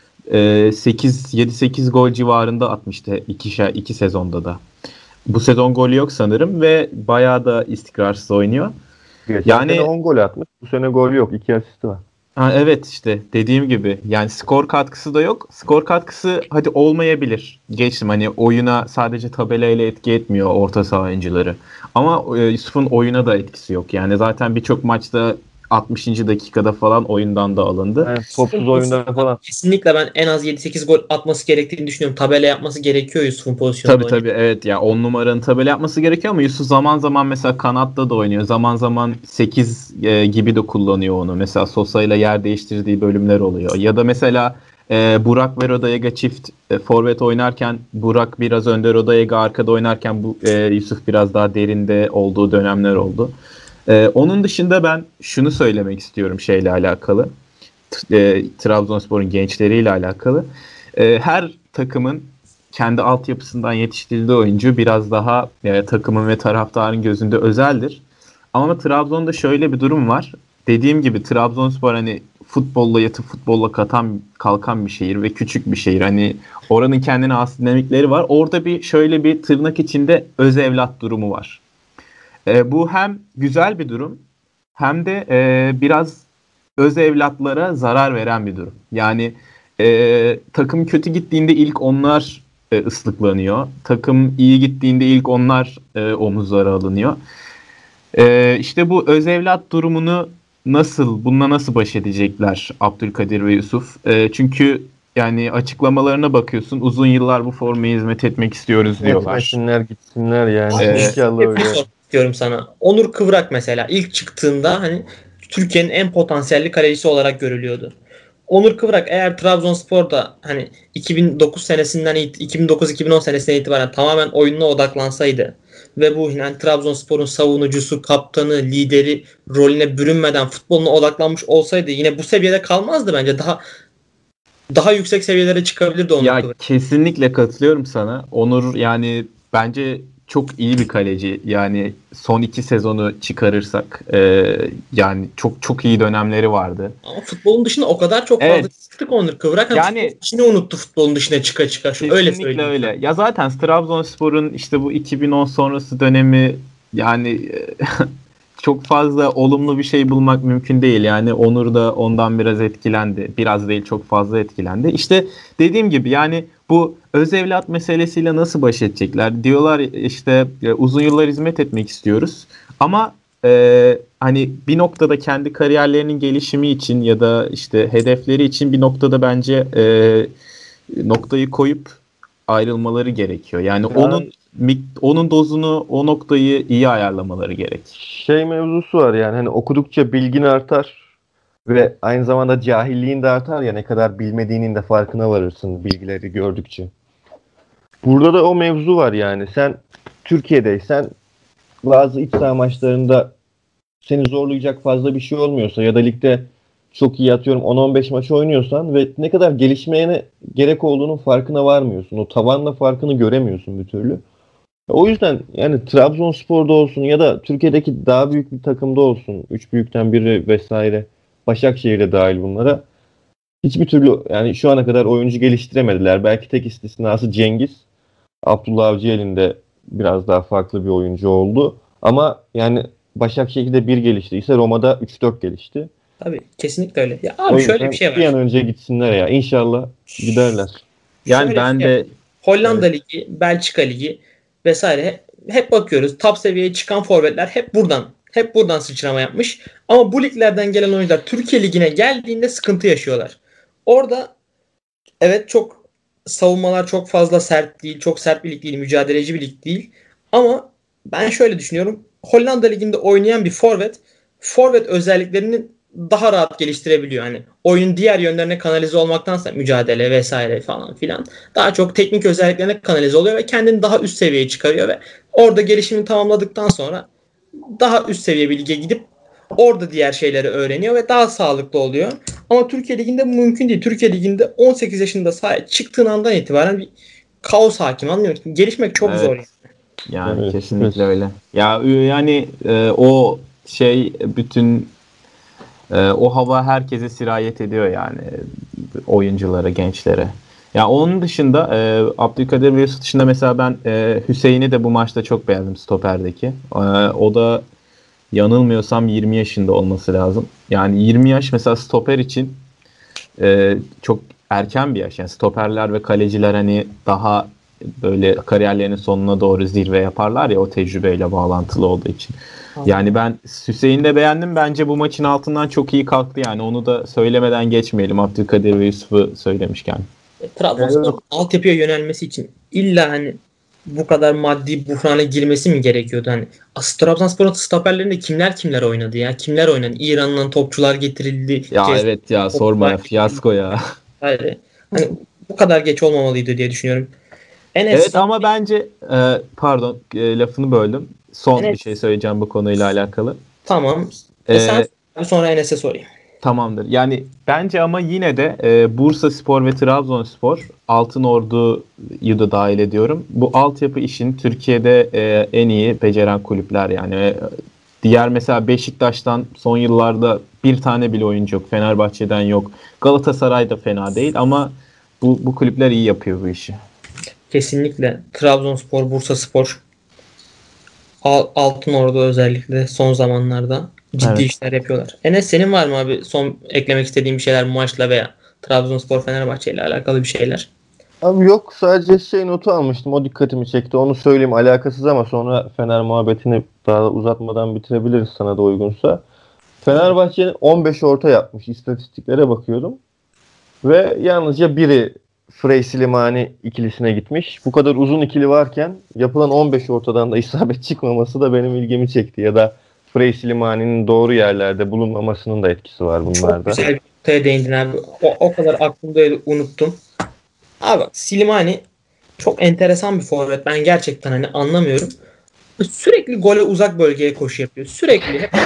e, sekiz yedi sekiz gol civarında atmıştı iki, iki sezonda da. Bu sezon golü yok sanırım ve bayağı da istikrarsız oynuyor. Geçen Yani- sene on gol atmış. Bu sene gol yok. iki asisti var. Ha, evet işte dediğim gibi yani skor katkısı da yok. Skor katkısı hadi olmayabilir. Geçtim hani oyuna sadece tabelayla etki etmiyor orta saha oyuncuları. Ama e, Yusuf'un oyuna da etkisi yok. Yani zaten birçok maçta altmışıncı dakikada falan oyundan da alındı. Yani topsuz oyunda falan. Kesinlikle ben en az yedi sekiz gol atması gerektiğini düşünüyorum. Tabela yapması gerekiyor Yusuf'un pozisyonda. Tabii tabii evet ya on numaranın tabela yapması gerekiyor ama Yusuf zaman zaman mesela kanatta da oynuyor. Zaman zaman sekiz e, gibi de kullanıyor onu. Mesela Sosa ile yer değiştirdiği bölümler oluyor. Ya da mesela e, Burak ve Rodallega çift e, forvet oynarken Burak biraz önde, Rodallega arkada oynarken bu e, Yusuf biraz daha derinde olduğu dönemler oldu. E, onun dışında ben şunu söylemek istiyorum şeyle alakalı. T- e, Trabzonspor'un gençleriyle alakalı. E, her takımın kendi altyapısından yetiştirdiği oyuncu biraz daha e, takımın ve taraftarın gözünde özeldir. Ama Trabzon'da şöyle bir durum var. Dediğim gibi Trabzonspor hani futbolla yatıp futbolla katan kalkan bir şehir ve küçük bir şehir. Hani oranın kendine has dinamikleri var. Orada bir şöyle bir tırnak içinde öz evlat durumu var. E, bu hem güzel bir durum hem de e, biraz öz evlatlara zarar veren bir durum. Yani e, takım kötü gittiğinde ilk onlar e, ıslıklanıyor. Takım iyi gittiğinde ilk onlar e, omuzlara alınıyor. E, işte bu öz evlat durumunu nasıl, bununla nasıl baş edecekler Abdülkadir ve Yusuf? E, çünkü yani açıklamalarına bakıyorsun uzun yıllar bu formaya hizmet etmek istiyoruz diyorlar. Etmesinler gitsinler yani. Ee, İnşallah Hep öyle. sormak istiyorum sana. Onur Kıvrak mesela ilk çıktığında hani Türkiye'nin en potansiyelli kalecisi olarak görülüyordu. Onur Kıvrak eğer Trabzonspor'da hani iki bin dokuz senesinden it- iki bin dokuz iki bin on senesinden itibaren tamamen oyununa odaklansaydı ve bu yani Trabzonspor'un savunucusu, kaptanı, lideri rolüne bürünmeden futboluna odaklanmış olsaydı yine bu seviyede kalmazdı bence. Daha daha yüksek seviyelere çıkabilirdi Onur Ya Kıvrak. kesinlikle katılıyorum sana. Onur yani bence çok iyi bir kaleci. Yani son iki sezonu çıkarırsak e, yani çok çok iyi dönemleri vardı. Ama futbolun dışında o kadar çok fazla Evet. çıktık Onur Kıvrak. Hani Yani futbolun içine unuttu futbolun dışına çıka çıka. Şu öyle kesinlikle söyleyeyim. öyle. Ya zaten Trabzonspor'un işte bu iki bin on sonrası dönemi yani e, çok fazla olumlu bir şey bulmak mümkün değil. Yani Onur da ondan biraz etkilendi. Biraz değil çok fazla etkilendi. İşte dediğim gibi yani bu öz evlat meselesiyle nasıl baş edecekler? Diyorlar işte e, uzun yıllar hizmet etmek istiyoruz. Ama e, hani bir noktada kendi kariyerlerinin gelişimi için ya da işte hedefleri için bir noktada bence e, noktayı koyup ayrılmaları gerekiyor. Yani Ya, onun onun dozunu, o noktayı iyi ayarlamaları gerek. şey mevzusu var yani hani okudukça bilgin artar ve aynı zamanda cahilliğin de artar ya ne kadar bilmediğinin de farkına varırsın bilgileri gördükçe. Burada da o mevzu var yani sen Türkiye'deysen bazı iç saha maçlarında seni zorlayacak fazla bir şey olmuyorsa ya da ligde çok iyi atıyorum on on beş maç oynuyorsan ve ne kadar gelişmeye gerek olduğunun farkına varmıyorsun. O tavanla farkını göremiyorsun bir türlü. O yüzden yani Trabzonspor'da olsun ya da Türkiye'deki daha büyük bir takımda olsun. Üç büyükten biri vesaire. Başakşehir'de dahil bunlara. Hiçbir türlü yani şu ana kadar oyuncu geliştiremediler. Belki tek istisnası Cengiz. Abdullah Avcıel'in de biraz daha farklı bir oyuncu oldu. Ama yani Başakşehir'de bir geliştiyse Roma'da üç dört gelişti. Tabii kesinlikle öyle. Ya O abi şöyle bir yüzden şey bir an var. önce gitsinler ya. İnşallah giderler. Yani Şöyle bir ben şey var. de Hollanda evet, Ligi, Belçika Ligi vesaire hep, hep bakıyoruz. Top seviyeye çıkan forvetler hep buradan. Hep buradan sıçrama yapmış. Ama bu liglerden gelen oyuncular Türkiye Ligi'ne geldiğinde sıkıntı yaşıyorlar. Orada evet çok savunmalar çok fazla sert değil. Çok sert bir lig değil. Mücadeleci bir lig değil. Ama ben şöyle düşünüyorum. Hollanda Ligi'nde oynayan bir forvet forvet özelliklerini daha rahat geliştirebiliyor. Hani oyunun diğer yönlerine kanalize olmaktansa mücadele vesaire falan filan daha çok teknik özelliklerine kanalize oluyor ve kendini daha üst seviyeye çıkarıyor ve orada gelişimini tamamladıktan sonra daha üst seviye bir lige gidip orada diğer şeyleri öğreniyor ve daha sağlıklı oluyor. Ama Türkiye Ligi'nde bu mümkün değil. Türkiye Ligi'nde on sekiz yaşında sahaya çıktığın andan itibaren bir kaos hakim, anlıyor musun? Gelişmek çok zor. evet. Yani Evet, kesinlikle evet. öyle. Ya yani e, o şey bütün e, o hava herkese sirayet ediyor yani oyunculara, gençlere. Ya onun dışında e, Abdülkadir ve Yusuf dışında mesela ben e, Hüseyin'i de bu maçta çok beğendim stoperdeki. E, o da yanılmıyorsam yirmi yaşında olması lazım. Yani yirmi yaş mesela stoper için e, çok erken bir yaş. Yani stoperler ve kaleciler hani daha böyle kariyerlerinin sonuna doğru zirve yaparlar ya, o tecrübeyle bağlantılı olduğu için. Yani ben Hüseyin'i de beğendim. Bence bu maçın altından çok iyi kalktı yani. Onu da söylemeden geçmeyelim, Abdülkadir ve Yusuf'u söylemişken. E, Trabzonspor'un altyapıya yönelmesi için illa hani bu kadar maddi buhrana girmesi mi gerekiyordu? Hani aslında Trabzonspor'un stoperlerinde kimler kimler oynadı ya? Kimler oynadı? İran'dan topçular getirildi. Ya Cez- evet ya, sorma ya, fiyasko ya. Hayır. Hani bu kadar geç olmamalıydı diye düşünüyorum. Enes, Evet ama bence e, pardon e, lafını böldüm. Son Enes, bir şey söyleyeceğim bu konuyla alakalı. tamam. E E, sen sonra Enes'e sorayım. Tamamdır. Yani bence ama yine de e, Bursaspor ve Trabzonspor, Altınordu'yu da dahil ediyorum. Bu altyapı işini Türkiye'de e, en iyi beceren kulüpler yani. E, diğer mesela Beşiktaş'tan son yıllarda bir tane bile oyuncu yok. Fenerbahçe'den yok. Galatasaray da fena değil ama bu, bu kulüpler iyi yapıyor bu işi. Kesinlikle Trabzonspor, Bursaspor, Al- Altınordu özellikle son zamanlarda ciddi Evet. işler yapıyorlar. Enes, senin var mı abi son eklemek istediğin bir şeyler bu maçla veya Trabzonspor Fenerbahçe ile alakalı bir şeyler? Abi yok, sadece şey notu almıştım, o dikkatimi çekti, onu söyleyeyim, alakasız ama sonra Fener muhabbetini daha da uzatmadan bitirebiliriz sana da uygunsa. Fenerbahçe'nin on beş orta yapmış, istatistiklere bakıyordum ve yalnızca biri Frey Slimani ikilisine gitmiş. Bu kadar uzun ikili varken yapılan on beş ortadan da isabet çıkmaması da benim ilgimi çekti, ya da Frey Slimani'nin doğru yerlerde bulunmamasının da etkisi var Çok bunlarda. güzel bir noktaya değindin abi. O, o kadar aklımdaydı, unuttum. Abi bak, Slimani çok enteresan bir forvet. Ben gerçekten hani anlamıyorum. Sürekli gole uzak bölgeye koşu yapıyor. Sürekli hep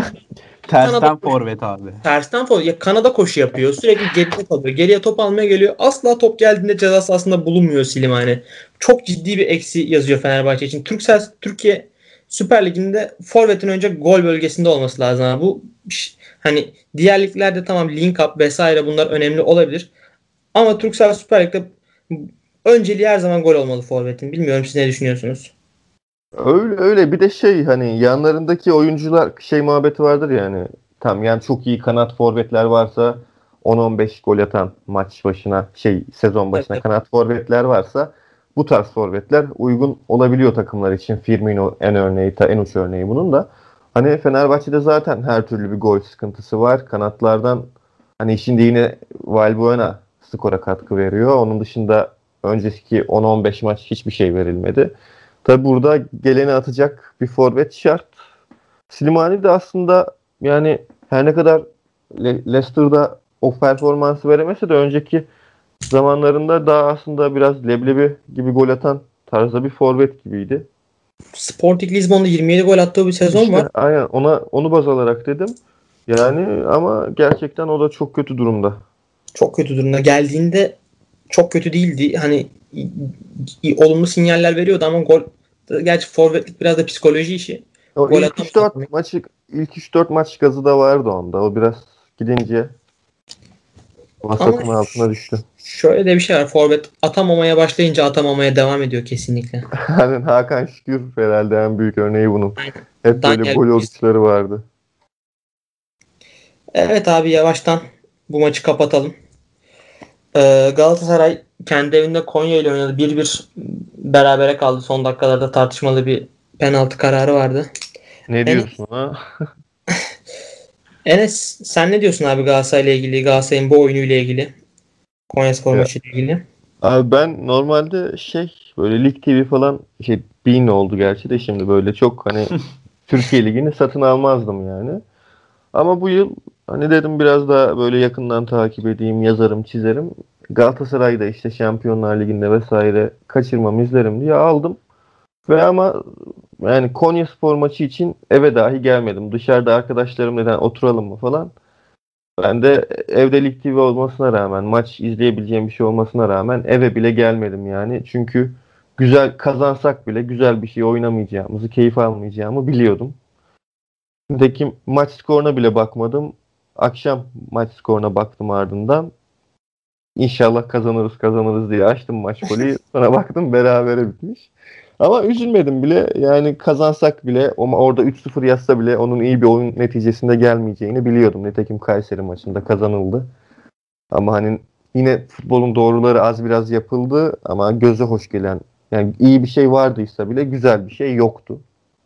kanada Tersten koşu, forvet abi. tersten forvet, ya kanada koşu yapıyor. Sürekli geride kalıyor. Geriye top almaya geliyor. Asla top geldiğinde ceza sahasında bulunmuyor Slimani. Çok ciddi bir eksi yazıyor Fenerbahçe için. Türksel, Türkiye Süper Ligi'nde forvetin önce gol bölgesinde olması lazım. Abi. Bu hani diğer liglerde tamam, link up vesaire bunlar önemli olabilir. Ama Türksel Süper Lig'de önceliği her zaman gol olmalı forvetin. Bilmiyorum, siz ne düşünüyorsunuz? Öyle öyle, bir de şey, hani yanlarındaki oyuncular şey muhabbeti vardır yani. Tam yani çok iyi kanat forvetler varsa on on beş gol atan maç başına, şey sezon Tabii, başına tabii. kanat forvetler varsa bu tarz forvetler uygun olabiliyor takımlar için. Firmino en örneği, ta en uç örneği bunun da. Hani Fenerbahçe'de zaten her türlü bir gol sıkıntısı var. Kanatlardan hani şimdi yine Valbuena skora katkı veriyor. Onun dışında önceki on on beş maç hiçbir şey verilmedi. Tabi burada geleni atacak bir forvet şart. Slimani de aslında yani her ne kadar Le- Leicester'da o performansı veremese de önceki zamanlarında daha aslında biraz leblebi gibi gol atan tarzda bir forvet gibiydi. Sporting Lisbon'da yirmi yedi gol attığı bir sezon var. İşte aynen ona onu baz alarak dedim. Yani ama gerçekten o da çok kötü durumda. Çok kötü durumda. Geldiğinde çok kötü değildi. Hani i- i- olumlu sinyaller veriyordu ama gol, gerçi forvetlik biraz da psikoloji işi. O Gol ilk üç dört atamıyor. maçı ilk üç dört maç gazı da vardı onda. O biraz gidince Ama vasatın altına düştü. şöyle de bir şey var. Forvet atamamaya başlayınca atamamaya devam ediyor kesinlikle. Hani Hakan Şükür herhalde en büyük örneği bunun. Aynen. Hep böyle Daniel gol Luiz. oruçları vardı. Evet abi, yavaştan bu maçı kapatalım. Ee, Galatasaray kendi evinde Konya ile oynadı. bir bir berabere kaldı. Son dakikalarda tartışmalı bir penaltı kararı vardı. Ne Enes, diyorsun ha? Enes sen ne diyorsun abi Galatasaray ile ilgili, Galatasaray'ın bu oyunu ile ilgili, Konyaspor Ya, maçı ile ilgili? abi ben normalde şey böyle Lig T V falan şey bin oldu gerçi de şimdi böyle çok hani Türkiye Ligi'ni satın almazdım yani. Ama bu yıl hani dedim biraz daha böyle yakından takip edeyim, yazarım, çizerim. Galatasaray'da işte Şampiyonlar Ligi'nde vesaire kaçırmam, izlerim diye aldım. Ve ama yani Konyaspor maçı için eve dahi gelmedim. Dışarıda arkadaşlarım neden oturalım mı falan. Ben de evde Lig T V olmasına rağmen, maç izleyebileceğim bir şey olmasına rağmen eve bile gelmedim yani. Çünkü güzel kazansak bile güzel bir şey oynamayacağımızı, keyif almayacağımı biliyordum. Nitekim maç skoruna bile bakmadım. Akşam maç skoruna baktım ardından. İnşallah kazanırız kazanırız diye açtım maç golü. Sonra baktım berabere bitmiş. Ama üzülmedim bile. Yani kazansak bile, ama orada üç sıfır yazsa bile onun iyi bir oyun neticesinde gelmeyeceğini biliyordum. Nitekim Kayseri maçında kazanıldı. Ama hani yine futbolun doğruları az biraz yapıldı ama göze hoş gelen, yani iyi bir şey vardıysa bile güzel bir şey yoktu.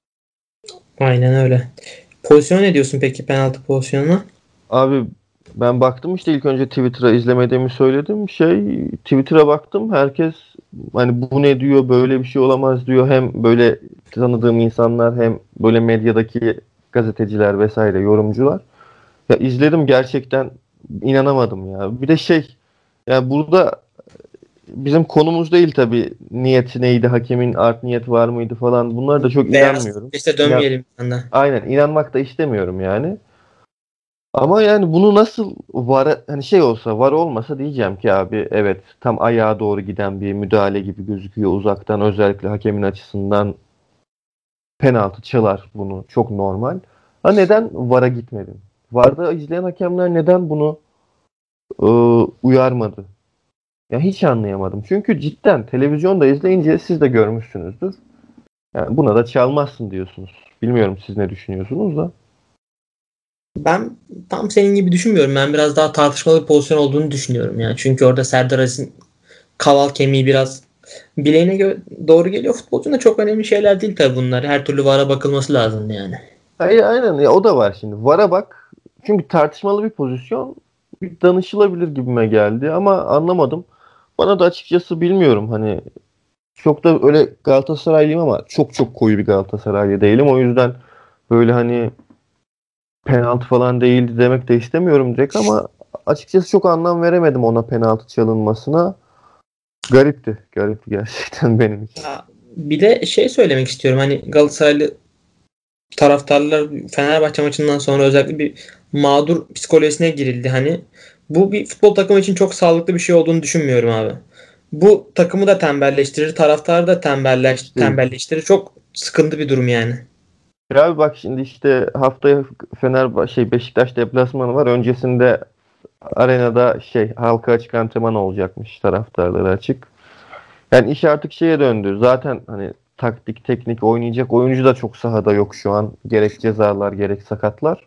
Aynen öyle. Pozisyon ne diyorsun peki penaltı pozisyonuna? Abi ben baktım işte ilk önce Twitter'a izlemediğimi söyledim. Şey Twitter'a baktım, herkes hani bu ne diyor, böyle bir şey olamaz diyor. Hem böyle tanıdığım insanlar hem böyle medyadaki gazeteciler vesaire yorumcular. Ya izledim, gerçekten inanamadım ya. Bir de şey, yani burada bizim konumuz değil tabii, niyet neydi, hakemin art niyet var mıydı falan, bunlar da çok Beyaz inanmıyorum. işte İnan, dönmeyelim senden. aynen inanmak da istemiyorum yani. Ama yani bunu nasıl var, hani şey olsa, var olmasa diyeceğim ki abi evet tam ayağa doğru giden bir müdahale gibi gözüküyor uzaktan, özellikle hakemin açısından penaltı çalar, bunu çok normal. Ha neden vara gitmedin? Varda izleyen hakemler neden bunu e, uyarmadı? Ya hiç anlayamadım. Çünkü cidden televizyonda izleyince siz de görmüşsünüzdür. Yani buna da çalmazsın diyorsunuz. Bilmiyorum siz ne düşünüyorsunuz da. Ben tam senin gibi düşünmüyorum. Ben biraz daha tartışmalı bir pozisyon olduğunu düşünüyorum yani. Çünkü orada Serdar Aziz'in kaval kemiği biraz bileğine gö- doğru geliyor. Futbolcunun da çok önemli şeyler değil tabii bunlar. Her türlü vara bakılması lazım yani. Hayır, aynen ya, o da var şimdi. Vara bak. Çünkü tartışmalı bir pozisyon. Bir danışılabilir gibime geldi ama anlamadım. Bana da açıkçası bilmiyorum, hani çok da öyle Galatasaraylıyım ama çok çok koyu bir Galatasaraylı değilim. O yüzden böyle hani penaltı falan değildi demek de istemiyorum direkt ama açıkçası çok anlam veremedim ona penaltı çalınmasına. Garipti. Garipti gerçekten benim için. Ya, bir de şey söylemek istiyorum. Hani Galatasaraylı taraftarlar Fenerbahçe maçından sonra özellikle bir mağdur psikolojisine girildi. Hani bu bir futbol takımı için çok sağlıklı bir şey olduğunu düşünmüyorum abi. Bu takımı da tembelleştirir, taraftarı da tembelleş, Değil. tembelleştirir. Çok sıkıntı bir durum yani. Ya abi bak şimdi işte haftaya Fenerbahçe şey Beşiktaş deplasmanı var. Öncesinde arenada şey halka açık antrenman olacakmış, taraftarlara açık. Yani iş artık şeye döndü. Zaten hani taktik, teknik oynayacak oyuncu da çok sahada yok şu an. Gerek cezalar gerek sakatlar.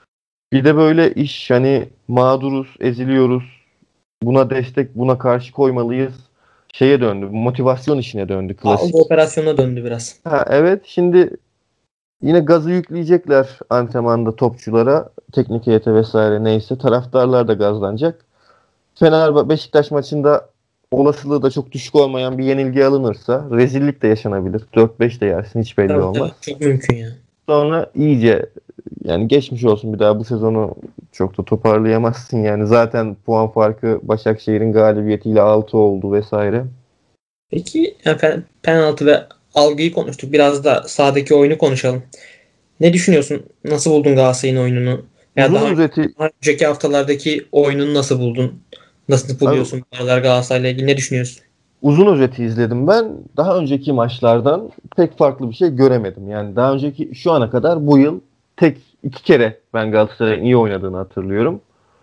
Bir de böyle iş hani mağduruz, eziliyoruz. Buna destek, buna karşı koymalıyız. Şeye döndü. Motivasyon işine döndü, Algı klasik. operasyonuna döndü biraz. Ha, evet, şimdi yine gazı yükleyecekler antrenmanda topçulara, teknik heyete vesaire, neyse taraftarlar da gazlanacak. Fenerbahçe Beşiktaş maçında olasılığı da çok düşük olmayan bir yenilgi alınırsa rezillik de yaşanabilir. dört beş de yersin, hiç belli Tabii olmaz. tabii. Çok mümkün ya. Sonra iyice yani geçmiş olsun, bir daha bu sezonu çok da toparlayamazsın yani. Zaten puan farkı Başakşehir'in galibiyetiyle altı oldu vesaire. Peki yani pen- penaltı ve algıyı konuştuk. Biraz da sahadaki oyunu konuşalım. Ne düşünüyorsun? Nasıl buldun Galatasaray'ın oyununu? Veya Uzun daha, özeti daha önceki haftalardaki oyununu nasıl buldun? Nasıl abi, buluyorsun bu aralar Galatasaray'la ilgili? Ne düşünüyorsun? uzun özeti izledim ben. Daha önceki maçlardan pek farklı bir şey göremedim. Yani daha önceki şu ana kadar bu yıl tek iki kere ben Galatasaray'ın iyi oynadığını hatırlıyorum.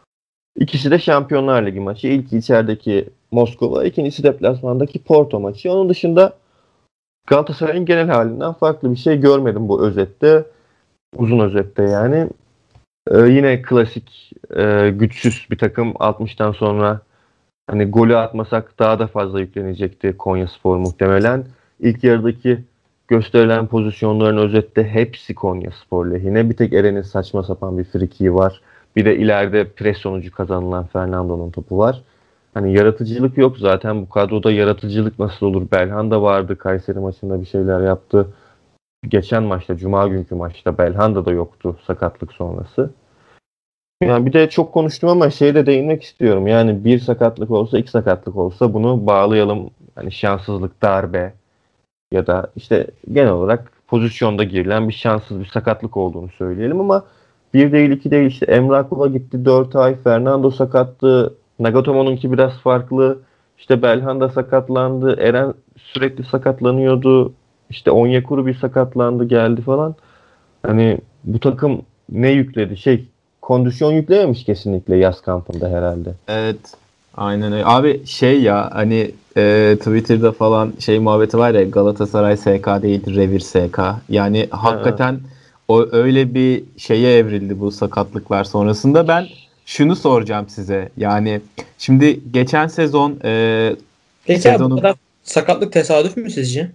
İkisi de Şampiyonlar Ligi maçı. İlki içerideki Moskova, ikincisi deplasmandaki Porto maçı. Onun dışında Galatasaray'ın genel halinden farklı bir şey görmedim bu özette. Uzun özette yani. Ee, yine klasik e, güçsüz bir takım. altmıştan sonra hani golü atmasak daha da fazla yüklenecekti Konyaspor muhtemelen. İlk yarıdaki gösterilen pozisyonların özette hepsi Konyaspor lehine. Bir tek Eren'in saçma sapan bir frikiği var. Bir de ileride pres sonucu kazanılan Fernando'nun topu var. Hani yaratıcılık yok zaten bu kadroda, yaratıcılık nasıl olur? Belhanda vardı, Kayseri maçında bir şeyler yaptı. Geçen maçta, Cuma günkü maçta Belhanda da yoktu sakatlık sonrası. Yani bir de çok konuştum ama şeye de değinmek istiyorum. Yani bir sakatlık olsa, iki sakatlık olsa bunu bağlayalım. Hani şanssızlık, darbe ya da işte genel olarak pozisyonda girilen bir şanssız bir sakatlık olduğunu söyleyelim ama bir değil iki değil, işte Emre Akbaba gitti dört ay, Fernando sakattı, Nagatomo'nunki biraz farklı, işte Belhanda sakatlandı, Eren sürekli sakatlanıyordu, işte Onyekuru bir sakatlandı geldi falan. Hani bu takım ne yükledi? Şey, kondisyon yüklememiş kesinlikle yaz kampında herhalde. Evet. Aynen öyle. Abi şey ya hani e, Twitter'da falan şey muhabbeti var ya, Galatasaray S K değil Revir S K. Yani Ha, hakikaten o öyle bir şeye evrildi bu sakatlıklar sonrasında. Ben şunu soracağım size. Yani şimdi geçen sezon e, Peki sezonu... abi bu kadar sakatlık tesadüf mü sizce?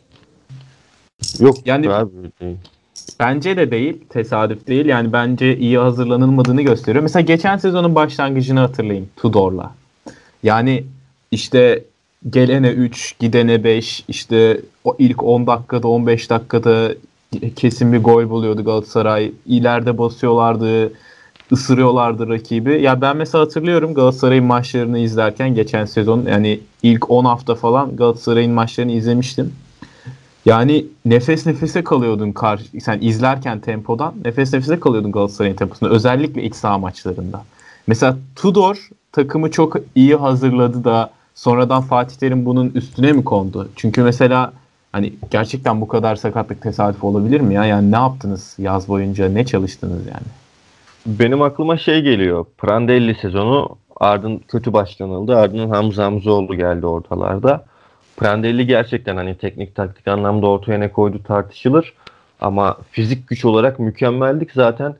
Yok yani abi değil. bence de değil, tesadüf değil. Yani bence iyi hazırlanılmadığını gösteriyor. Mesela geçen sezonun başlangıcını hatırlayın Tudor'la. Yani işte gelene üç, gidene beş, işte o ilk on dakikada, on beş dakikada kesin bir gol buluyordu Galatasaray. İleride basıyorlardı, ısırıyorlardı rakibi. Ya ben mesela hatırlıyorum Galatasaray'ın maçlarını izlerken geçen sezon, yani ilk on hafta falan Galatasaray'ın maçlarını izlemiştim. Yani nefes nefese kalıyordun karşı, sen izlerken tempodan nefes nefese kalıyordun Galatasaray'ın temposunda, özellikle iç saha maçlarında. Mesela Tudor takımı çok iyi hazırladı da sonradan Fatih Terim bunun üstüne mi kondu? Çünkü mesela hani gerçekten bu kadar sakatlık tesadüf olabilir mi ya? Yani ne yaptınız yaz boyunca, ne çalıştınız yani? Benim aklıma şey geliyor. Prandelli sezonu ardın kötü başlanıldı. Ardından Hamza Hamzoğlu geldi ortalarda. Prandelli gerçekten hani teknik taktik anlamda ortaya ne koydu tartışılır. Ama fizik güç olarak mükemmeldik. Zaten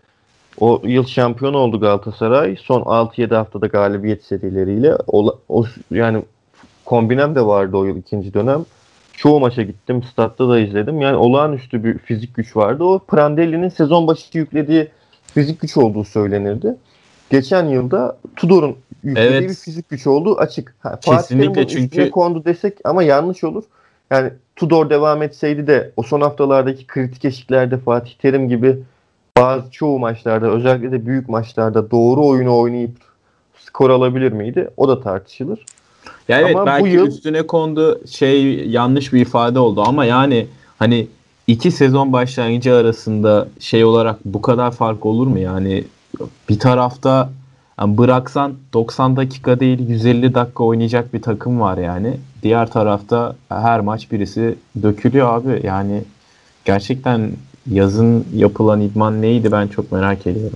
o yıl şampiyon oldu Galatasaray. Son altı yedi haftada galibiyet serileriyle. O, o, yani kombinem de vardı o yıl ikinci dönem. Çoğu maça gittim. Statta da izledim. Yani olağanüstü bir fizik güç vardı. O Prandelli'nin sezon başı yüklediği fizik güç olduğu söylenirdi. Geçen yılda Tudor'un yüklediği bir Evet, fizik güç olduğu açık. Ha, Fatih Terim kesinlikle, bunun üstüne çünkü kondu desek ama yanlış olur. Yani Tudor devam etseydi de o son haftalardaki kritik eşiklerde Fatih Terim gibi bazı çoğu maçlarda, özellikle de büyük maçlarda doğru oyunu oynayıp skor alabilir miydi? O da tartışılır. ya evet, Ama bu belki yıl üstüne kondu şey yanlış bir ifade oldu ama yani hani iki sezon başlangıcı arasında şey olarak bu kadar fark olur mu? Yani bir tarafta yani bıraksan doksan dakika değil yüz elli dakika oynayacak bir takım var yani. Diğer tarafta her maç birisi dökülüyor abi. Yani gerçekten yazın yapılan idman neydi, ben çok merak ediyorum.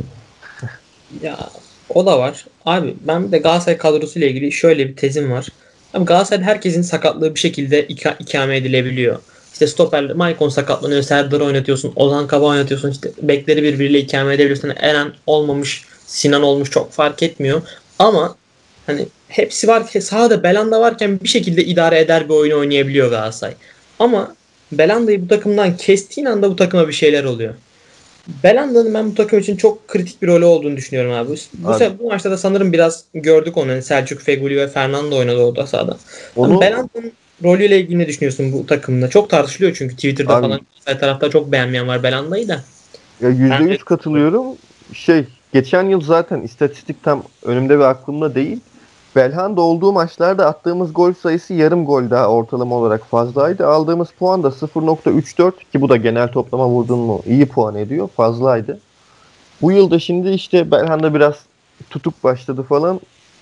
Ya o da var. Abi ben bir de Galatasaray kadrosuyla ilgili şöyle bir tezim var. Abi Galatasaray'da herkesin sakatlığı bir şekilde ika- ikame edilebiliyor. İşte stoperle Maicon sakatlanıyor. Serdar'ı oynatıyorsun. Ozan Kabak oynatıyorsun. İşte bekleri birbiriyle ikame edebiliyorsun. Eren olmamış. Sinan olmuş. Çok fark etmiyor. Ama hani hepsi var. Sahada Belanda varken bir şekilde idare eder bir oyun oynayabiliyor Galatasaray. Ama Belanda'yı bu takımdan kestiğin anda bu takıma bir şeyler oluyor. Belanda'nın ben bu takım için çok kritik bir rolü olduğunu düşünüyorum abi. Bu, abi, se- bu maçta da sanırım biraz gördük onu. Yani Selçuk, Feguli ve Fernando oynadı orada sahada. Ama onu Belanda'nın rolüyle ilgili ne düşünüyorsun bu takımda? Çok tartışılıyor çünkü Twitter'da abi falan tarafta çok beğenmeyen var Belanda'yı da. ya yüzde Bence yüz katılıyorum. Şey, geçen yıl zaten istatistik tam önümde ve aklımda değil. Belhanda olduğu maçlarda attığımız gol sayısı yarım gol daha ortalama olarak fazlaydı. Aldığımız puan da sıfır nokta üç dört ki bu da genel toplama vurdun mu iyi puan ediyor. Fazlaydı. Bu yılda şimdi işte Belhanda biraz tutuk başladı falan.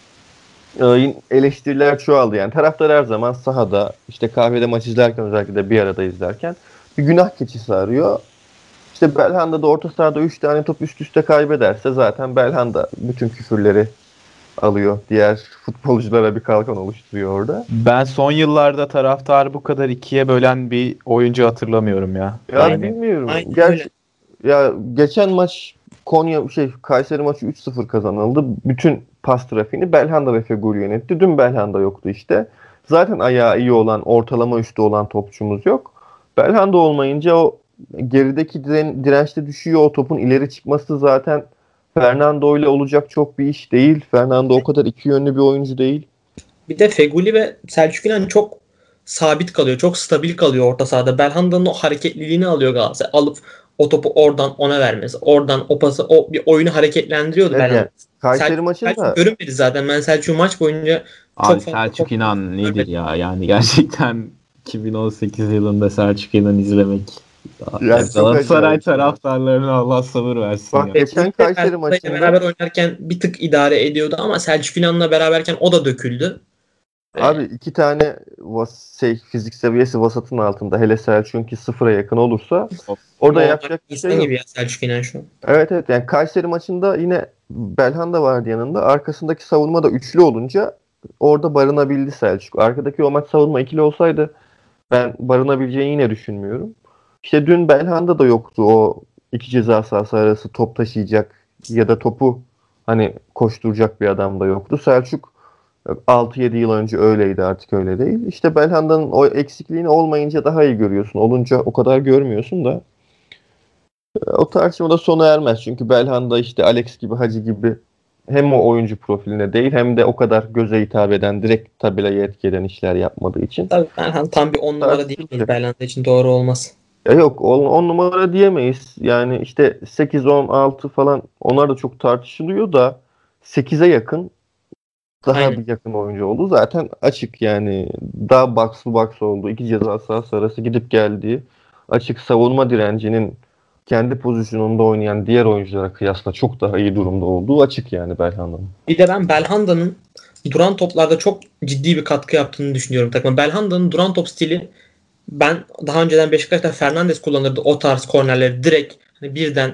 Ee, eleştiriler çoğaldı yani. Taraftar her zaman sahada işte kahvede maç izlerken, özellikle de bir arada izlerken bir günah keçisi arıyor. İşte Belhanda da orta sahada üç tane top üst üste kaybederse zaten Belhanda bütün küfürleri alıyor. Diğer futbolculara bir kalkan oluşturuyor orada. Ben son yıllarda taraftarı bu kadar ikiye bölen bir oyuncu hatırlamıyorum ya. Ya aynen, Yani bilmiyorum. aynen öyle. Gerçi ya geçen maç Konya şey Kayseri maçı üç sıfır kazanıldı. Bütün pas trafiğini Belhanda ve Feguli yönetti. Dün Belhanda yoktu işte. Zaten ayağı iyi olan, ortalama üstü olan topçumuz yok. Belhanda olmayınca o gerideki diren, dirençte düşüyor. O topun ileri çıkması zaten Fernando ile olacak çok bir iş değil. Fernando o kadar iki yönlü bir oyuncu değil. Bir de Feguli ve Selçuk İnan çok sabit kalıyor. Çok stabil kalıyor orta sahada. Belhanda'nın o hareketliliğini alıyor Galatasaray. Alıp o topu oradan ona vermesi. Oradan o pası, o bir oyunu hareketlendiriyordu Evet Belhanda. yani Kayseri Selçuk, Selçuk maçında görünmedi zaten. Ben Selçuk'u maç boyunca çok abi fazla Selçuk top İnan nedir görmedim. ya? Yani gerçekten iki bin on sekiz yılında Selçuk İnan izlemek. Yani yani çok Galatasaray acayip ya. taraftarlarına Allah sabır versin Bak ya. geçen Feguli de Kayseri Belhanda ile maçında beraber oynarken bir tık idare ediyordu ama Selçuk İnan'la beraberken o da döküldü. Ve abi iki tane vas şey fizik seviyesi vasatın altında, hele Selçuk'unki sıfıra yakın olursa Of. orada normal yapacak bir şey insan gibi yok. ya Selçuk İnan şu an. Evet evet, yani Kayseri maçında yine Belhanda vardı yanında. Arkasındaki savunma da üçlü olunca orada barınabildi Selçuk. Arkadaki o maç savunma ikili olsaydı ben barınabileceğini yine düşünmüyorum. İşte dün Belhanda da yoktu, o iki ceza sahası arası top taşıyacak ya da topu Hani koşturacak bir adam da yoktu. Selçuk altı yedi yıl önce öyleydi, artık öyle değil. İşte Belhanda'nın o eksikliğini olmayınca daha iyi görüyorsun. Olunca o kadar görmüyorsun da. O tartışmada sona ermez. Çünkü Belhanda işte Alex gibi, Hacı gibi hem o oyuncu profiline değil hem de o kadar göze hitap eden, direkt tabelaya etki eden işler yapmadığı için. Tabii Belhanda tam bir on numara değil. Belhanda için doğru olmaz. Ya yok, on numara diyemeyiz. Yani işte sekiz on altı falan, onlar da çok tartışılıyor da sekize yakın, daha Aynen. bir yakın oyuncu oldu. Zaten açık yani, daha box to box oldu. İki ceza sahası arası gidip geldiği, açık savunma direncinin kendi pozisyonunda oynayan diğer oyunculara kıyasla çok daha iyi durumda olduğu açık yani Belhanda'nın. Bir de ben Belhanda'nın duran toplarda çok ciddi bir katkı yaptığını düşünüyorum takıma. Belhanda'nın duran top stili, ben daha önceden Beşiktaş'ta Fernandes kullanırdı o tarz kornerleri direkt hani birden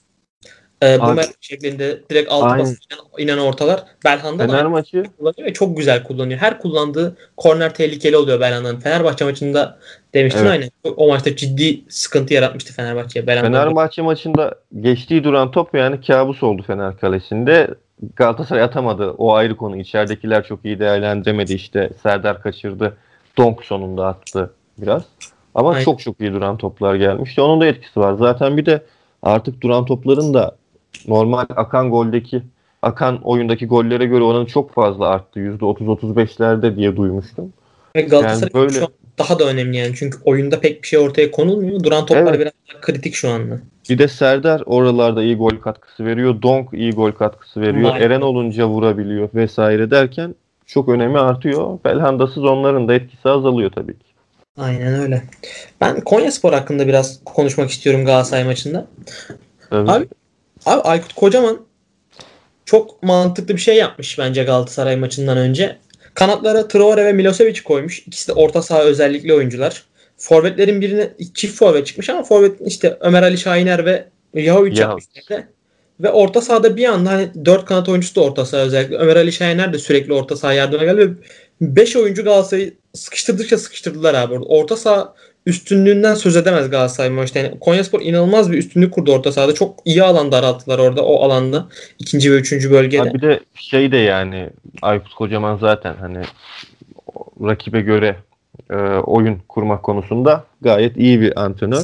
e, bu şeklinde direkt altı basıp inen ortalar. Belhanda da Fener maçı kullanıyor ve çok güzel kullanıyor. Her kullandığı korner tehlikeli oluyor Belhanda'nın. Fenerbahçe maçında demiştin, evet. aynen. O maçta ciddi sıkıntı yaratmıştı Fenerbahçe'ye. Fenerbahçe maçında geçtiği duran top yani kabus oldu Fener kalesinde. Galatasaray atamadı. O ayrı konu. İçeridekiler çok iyi değerlendiremedi. İşte Serdar kaçırdı. Donk sonunda attı biraz. Ama Aynen. çok çok iyi duran toplar gelmişti. Onun da etkisi var. Zaten bir de artık duran topların da normal akan goldeki, akan oyundaki gollere göre oranı çok fazla arttı. yüzde otuz otuz beşlerde diye duymuştum. Ve Galatasaray Yani böyle... şu an daha da önemli yani. Çünkü oyunda pek bir şey ortaya konulmuyor. Duran toplar Evet. biraz daha kritik şu anda. Bir de Serdar oralarda iyi gol katkısı veriyor. Donk iyi gol katkısı veriyor. Maalesef. Eren olunca vurabiliyor vesaire derken çok önemi artıyor. Belhanda'sız onların da etkisi azalıyor tabii ki. Aynen öyle. Ben Konyaspor hakkında biraz konuşmak istiyorum Galatasaray maçında. Tabii. Abi, abi Aykut Kocaman çok mantıklı bir şey yapmış bence Galatasaray maçından önce. Kanatlara Traore ve Milosevic koymuş. İkisi de orta saha özellikli oyuncular. Forvetlerin birine çift forvet çıkmış ama forvet işte Ömer Ali Şahiner ve Yahovic yapmışlar. Ve orta sahada bir anda hani dört kanat oyuncusu da orta saha, özellikle Ömer Ali Şahiner de sürekli orta saha yardıma geldi. beş oyuncu Galatasaray'ı sıkıştırdıkça sıkıştırdılar abi orada. Orta saha üstünlüğünden söz edemez Galatasaray maçta. Yani Konyaspor inanılmaz bir üstünlük kurdu orta sahada. Çok iyi alan daralttılar orada, o alanda. İkinci ve üçüncü bölgede. Abi bir de şey de yani Aykut Kocaman zaten hani rakibe göre e, oyun kurmak konusunda gayet iyi bir antrenör.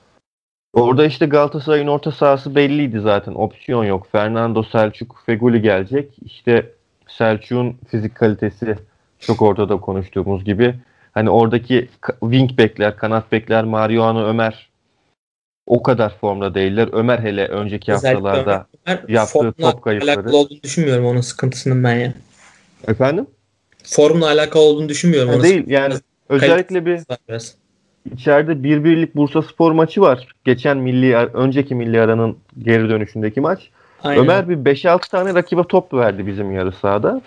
Orada işte Galatasaray'ın orta sahası belliydi zaten. Opsiyon yok. Fernando, Selçuk, Feguli gelecek. İşte Selçuk'un fizik kalitesi çok ortada konuştuğumuz gibi. Hani oradaki wing back'ler, kanat back'ler, Mariano, Ömer o kadar formda değiller. Ömer hele önceki Özellikle haftalarda Ömer, yaptığı top kayıpları. alakalı olduğunu düşünmüyorum onun sıkıntısının ben ya. Efendim? Formla alakalı olduğunu düşünmüyorum. Ha, onun değil yani özellikle bir biraz. içeride bir birlik Bursaspor maçı var. Geçen milli önceki milli aranın geri dönüşündeki maç. Aynen. Ömer bir beş altı tane rakibe top verdi bizim yarı sahada.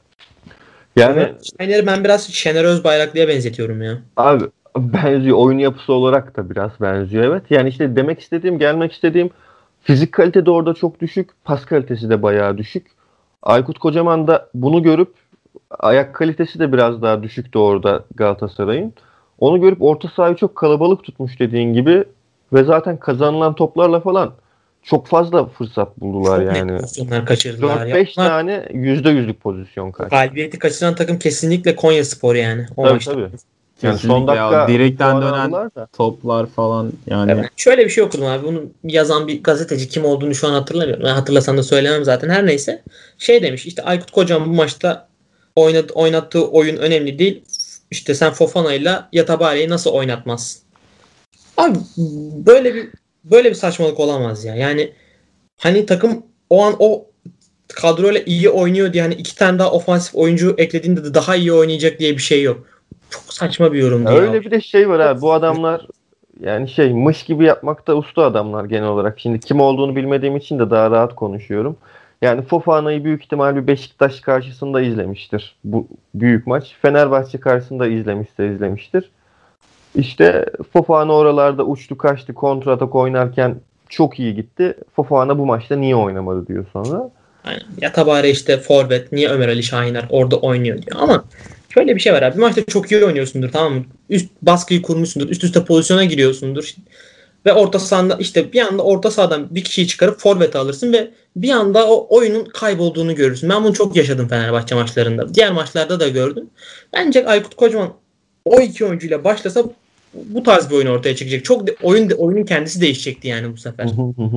Yani Şener'i ben biraz Şener Özbayraklı'ya benzetiyorum ya. Abi benziyor. Oyun yapısı olarak da biraz benziyor, evet. Yani işte demek istediğim, gelmek istediğim, fizik kalite de orada çok düşük. Pas kalitesi de bayağı düşük. Aykut Kocaman da bunu görüp, ayak kalitesi de biraz daha düşüktü orada Galatasaray'ın. Onu görüp orta sahayı çok kalabalık tutmuş dediğin gibi ve zaten kazanılan toplarla falan çok fazla fırsat buldular çok yani. pozisyonlar kaçırdılar. dört beş tane yüzde yüzlük pozisyon kaçtı. Galibiyeti kaçıran takım kesinlikle Konyaspor yani. O tabii maçta. tabii. Yani son dakika ya, direkten dönen da. toplar falan yani. Evet. Şöyle bir şey okudum abi. Bunu yazan bir gazeteci, kim olduğunu şu an hatırlamıyorum. Ben hatırlasam da söylemem zaten. Her neyse. Şey demiş işte, Aykut Kocaman bu maçta oynadı, oynattığı oyun önemli değil. İşte sen Fofana'yla Yatabare'yi nasıl oynatmazsın? Abi böyle bir böyle bir saçmalık olamaz ya. Yani hani takım o an o kadroyla iyi oynuyor diye hani iki tane daha ofansif oyuncu eklediğinde de daha iyi oynayacak diye bir şey yok. Çok saçma bir yorumdu ya. Öyle bir de şey var abi, bu adamlar yani şey mış gibi yapmakta usta adamlar genel olarak. Şimdi kim olduğunu bilmediğim için de daha rahat konuşuyorum. Yani Fofana'yı büyük ihtimal bir Beşiktaş karşısında izlemiştir. Bu büyük maç. Fenerbahçe karşısında izlemişse izlemiştir. İşte Fofana oralarda uçtu kaçtı, kontratak oynarken çok iyi gitti. Fofana bu maçta niye oynamadı diyor sonra. Aynen. Yatabare işte forvet, niye Ömer Ali Şahiner orada oynuyor diyor. Ama şöyle bir şey var abi. Bir maçta çok iyi oynuyorsundur, tamam mı? Üst baskıyı kurmuşsundur. Üst üste pozisyona giriyorsundur. Ve orta sahada işte bir anda orta sahadan bir kişiyi çıkarıp forvete alırsın ve bir anda o oyunun kaybolduğunu görürsün. Ben bunu çok yaşadım Fenerbahçe maçlarında. Diğer maçlarda da gördüm. Bence Aykut Kocaman o iki oyuncuyla başlasa bu tarz bir oyun ortaya çıkacak. Çok de, oyun oyunun kendisi değişecekti yani bu sefer.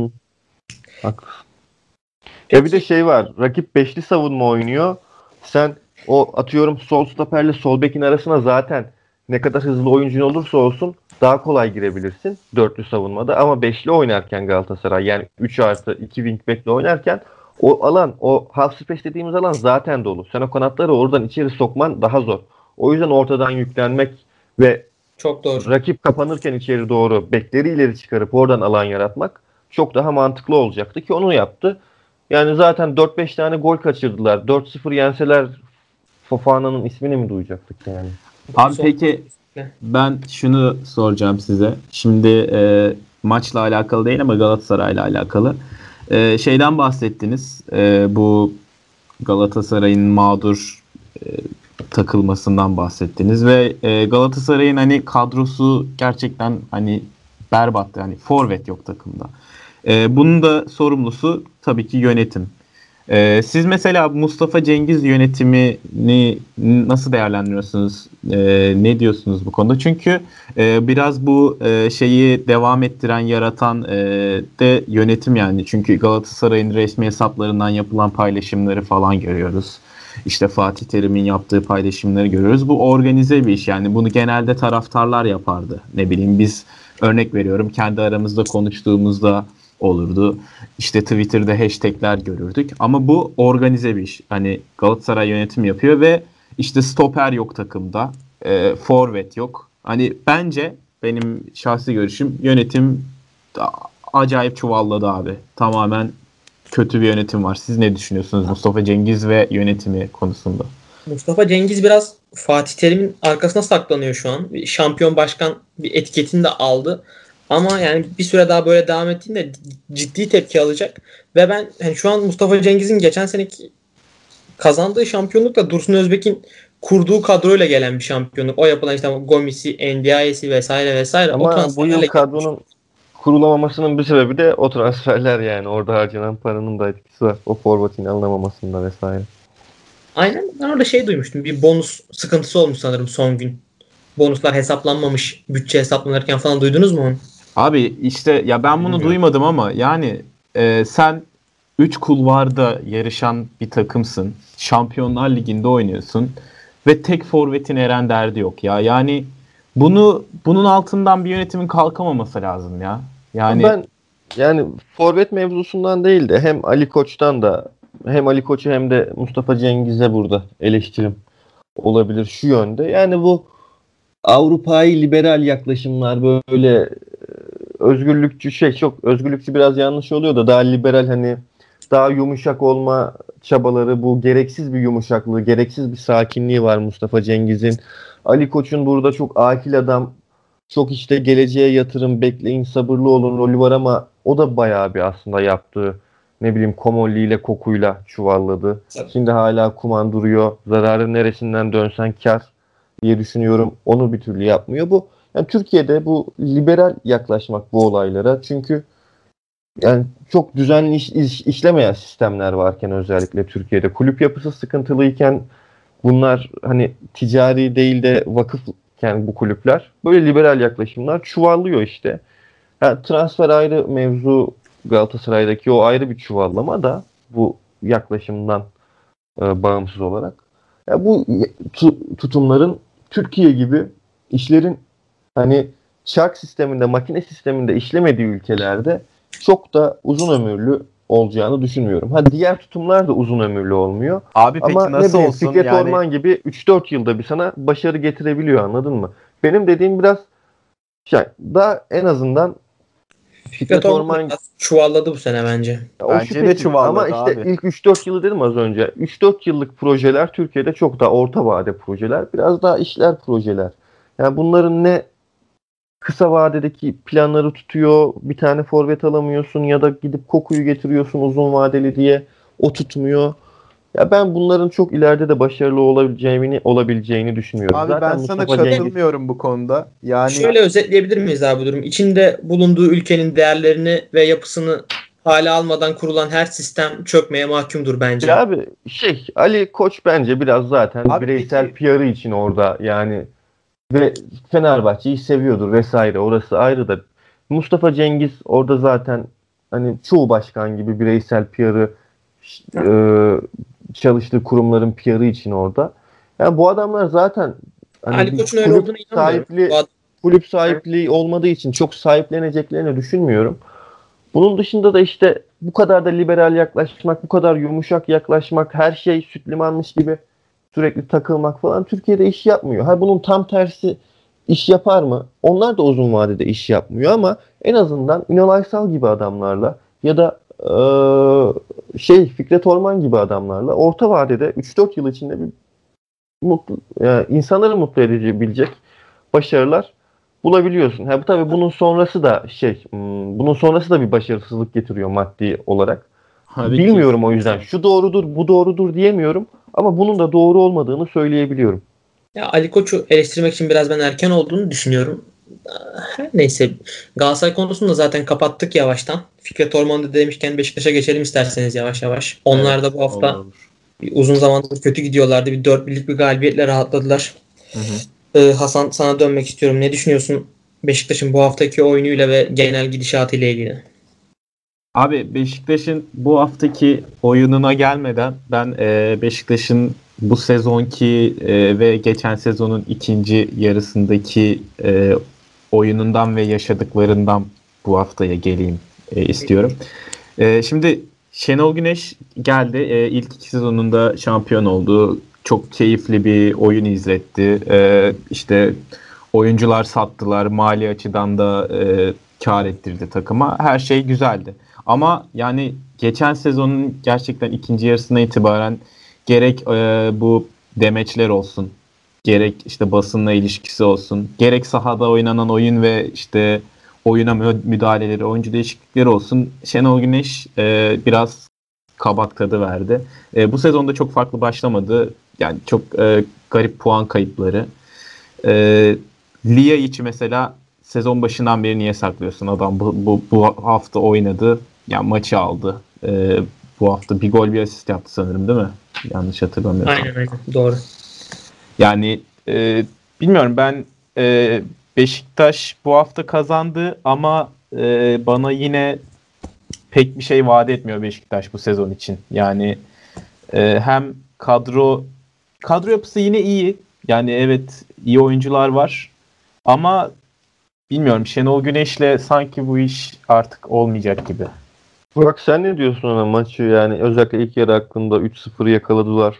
Haklısın. Ya bir de şey var. Rakip beşli savunma oynuyor. Sen o atıyorum sol stoperle sol bekin arasına zaten ne kadar hızlı oyuncun olursa olsun daha kolay girebilirsin dörtlü savunmada. Ama beşli oynarken Galatasaray yani üç artı iki wingback'le oynarken o alan, o half space dediğimiz alan zaten dolu. Sen o kanatları oradan içeri sokman daha zor. O yüzden ortadan yüklenmek ve çok doğru. Rakip kapanırken içeri doğru bekleri ileri çıkarıp oradan alan yaratmak çok daha mantıklı olacaktı ki onu yaptı. Yani zaten dört beş tane gol kaçırdılar. dört sıfır yenseler Fofana'nın ismini mi duyacaktık yani? Abi peki ben şunu soracağım size. Şimdi e, maçla alakalı değil ama Galatasaray'la alakalı. E, şeyden bahsettiniz. E, bu Galatasaray'ın mağdur e, takılmasından bahsettiniz ve e, Galatasaray'ın hani kadrosu gerçekten hani berbat, yani forvet yok takımda. E, bunun da sorumlusu tabii ki yönetim. E, siz mesela Mustafa Cengiz yönetimini nasıl değerlendiriyorsunuz? E, ne diyorsunuz bu konuda? Çünkü e, biraz bu e, şeyi devam ettiren, yaratan e, de yönetim yani. Çünkü Galatasaray'ın resmi hesaplarından yapılan paylaşımları falan görüyoruz. İşte Fatih Terim'in yaptığı paylaşımları görüyoruz. Bu organize bir iş yani. Bunu genelde taraftarlar yapardı. Ne bileyim biz örnek veriyorum kendi aramızda konuştuğumuzda olurdu. İşte Twitter'da hashtagler görürdük. Ama bu organize bir iş. Hani Galatasaray yönetim yapıyor ve işte stoper yok takımda. E, forvet yok. Hani bence benim şahsi görüşüm yönetim acayip çuvalladı abi. Tamamen kötü bir yönetim var. Siz ne düşünüyorsunuz Mustafa Cengiz ve yönetimi konusunda? Mustafa Cengiz biraz Fatih Terim'in arkasına saklanıyor şu an. Bir şampiyon başkan bir etiketini de aldı. Ama yani bir süre daha böyle devam ettiğinde ciddi tepki alacak. Ve ben yani şu an Mustafa Cengiz'in geçen seneki kazandığı şampiyonlukla Dursun Özbek'in kurduğu kadroyla gelen bir şampiyonluk. O yapılan işte Gomis'i, Ndiaye'si vesaire vesaire. Ama bu yıl kadronun kurulamamasının bir sebebi de o transferler yani. Orada harcanan paranın da etkisi var. O forvetin alınamamasında vesaire. Aynen. Ben orada şey duymuştum. Bir bonus sıkıntısı olmuş sanırım son gün. Bonuslar hesaplanmamış. Bütçe hesaplanırken falan duydunuz mu onu? Abi işte ya ben bunu Bilmiyorum. duymadım ama yani e, sen üç kulvarda yarışan bir takımsın. Şampiyonlar Ligi'nde oynuyorsun. Ve tek forvetin Eren derdi yok ya. Yani bunu bunun altından bir yönetimin kalkamaması lazım ya. Yani ben yani forvet mevzusundan değil de hem Ali Koç'tan da hem Ali Koç'u hem de Mustafa Cengiz'e burada eleştirim olabilir şu yönde. Yani bu Avrupa'yı liberal yaklaşımlar böyle özgürlükçü şey çok özgürlükçü biraz yanlış oluyor da daha liberal hani daha yumuşak olma çabaları bu gereksiz bir yumuşaklığı, gereksiz bir sakinliği var Mustafa Cengiz'in. Ali Koç'un burada çok akil adam, çok işte geleceğe yatırım, bekleyin, sabırlı olun rolü var ama o da bayağı bir aslında yaptığı ne bileyim Komolli ile Koku'yla çuvalladı. Evet. Şimdi hala Kuman duruyor. Zararı neresinden dönsen kar diye düşünüyorum. Onu bir türlü yapmıyor. Bu yani Türkiye'de bu liberal yaklaşmak bu olaylara. Çünkü yani çok düzenli iş, iş, işlemeyen sistemler varken özellikle Türkiye'de kulüp yapısı sıkıntılıyken bunlar hani ticari değil de vakıfken bu kulüpler böyle liberal yaklaşımlar çuvallıyor işte. Yani transfer ayrı mevzu Galatasaray'daki o ayrı bir çuvallama da bu yaklaşımdan e, bağımsız olarak. Ya bu tu, tutumların Türkiye gibi işlerin hani çark sisteminde, makine sisteminde işlemediği ülkelerde çok da uzun ömürlü olacağını düşünmüyorum. Ha diğer tutumlar da uzun ömürlü olmuyor. Abi peki ama nasıl ne olsun? Fikret yani... Orman gibi üç dört yılda bir sana başarı getirebiliyor anladın mı? Benim dediğim biraz şey daha en azından Fikret Orman çuvalladı bu sene bence. Ya o bence de çuvalladı ama işte abi. İlk üç dört yılı dedim az önce. üç dört yıllık projeler Türkiye'de çok daha orta vade projeler. Biraz daha işler projeler. Yani bunların ne kısa vadedeki planları tutuyor. Bir tane forvet alamıyorsun ya da gidip Koku'yu getiriyorsun uzun vadeli diye. O tutmuyor. Ya ben bunların çok ileride de başarılı olabileceğini olabileceğini düşünüyorum. Abi Zaten ben sana Mustafa katılmıyorum Cengiz... bu konuda. Yani şöyle özetleyebilir miyiz abi bu durum? İçinde bulunduğu ülkenin değerlerini ve yapısını hale almadan kurulan her sistem çökmeye mahkumdur bence. Ya abi şey Ali Koç bence biraz zaten Abi bireysel peki- P R'ı için orada yani ve Fenerbahçe'yi seviyordur vesaire, orası ayrı da Mustafa Cengiz orada zaten hani çoğu başkan gibi bireysel P R'ı e, çalıştığı kurumların P R'ı için orada. Yani bu adamlar zaten hani Ali bir Koç'un öyle kulüp olduğunu inanmıyorum. sahipliği Bu adam- kulüp sahipliği olmadığı için çok sahipleneceklerini düşünmüyorum. Bunun dışında da işte bu kadar da liberal yaklaşmak, bu kadar yumuşak yaklaşmak, her şey süt limanmış gibi sürekli takılmak falan Türkiye'de iş yapmıyor. Ha bunun tam tersi iş yapar mı? Onlar da uzun vadede iş yapmıyor ama en azından Ünal Aysal gibi adamlarla ya da eee, şey Fikret Orman gibi adamlarla orta vadede üç dört yıl içinde bir mutlu, yani insanları mutlu edebilecek başarılar bulabiliyorsun. Ha bu tabii bunun sonrası da şey, hmm, bunun sonrası da bir başarısızlık getiriyor maddi olarak. Abi Bilmiyorum o kesinlikle. yüzden. Şu doğrudur, bu doğrudur diyemiyorum ama bunun da doğru olmadığını söyleyebiliyorum. Ya Ali Koç'u eleştirmek için biraz ben erken olduğunu düşünüyorum. Her neyse, Galatasaray konusunu da zaten kapattık yavaştan. Fikret Orman'da demişken Beşiktaş'a geçelim isterseniz yavaş yavaş. Onlar da bu Olur hafta olur. bir uzun zamandır kötü gidiyorlardı. Bir dört birlik bir galibiyetle rahatladılar. Hı hı. Ee, Hasan, sana dönmek istiyorum. Ne düşünüyorsun Beşiktaş'ın bu haftaki oyunuyla ve genel gidişatı ile ilgili? Abi Beşiktaş'ın bu haftaki oyununa gelmeden ben e, Beşiktaş'ın bu sezonki e, ve geçen sezonun ikinci yarısındaki e, oyunundan ve yaşadıklarından bu haftaya geleyim e, istiyorum. E, şimdi Şenol Güneş geldi. E, ilk iki sezonunda şampiyon oldu. Çok keyifli bir oyun izletti. E, işte oyuncular sattılar. Mali açıdan da e, kar ettirdi takıma. Her şey güzeldi. Ama yani geçen sezonun gerçekten ikinci yarısına itibaren gerek e, bu demeçler olsun, gerek işte basınla ilişkisi olsun, gerek sahada oynanan oyun ve işte oyuna mü- müdahaleleri, oyuncu değişiklikleri olsun. Şenol Güneş e, biraz kabak tadı verdi. E, bu sezonda çok farklı başlamadı. Yani çok e, garip puan kayıpları. E, Lia içi mesela sezon başından beri niye saklıyorsun? Adam bu, bu, bu hafta oynadı. Ya maçı aldı. E, bu hafta bir gol bir asist yaptı sanırım değil mi? Yanlış hatırlamıyorsam. Aynen aynen. Doğru. Yani e, bilmiyorum ben e, Beşiktaş bu hafta kazandı ama e, bana yine pek bir şey vaat etmiyor Beşiktaş bu sezon için. Yani e, hem kadro kadro yapısı yine iyi. Yani evet iyi oyuncular var ama bilmiyorum Şenol Güneş'le sanki bu iş artık olmayacak gibi. Burak sen ne diyorsun ona maçı, yani özellikle ilk yarı hakkında üç sıfır yakaladılar.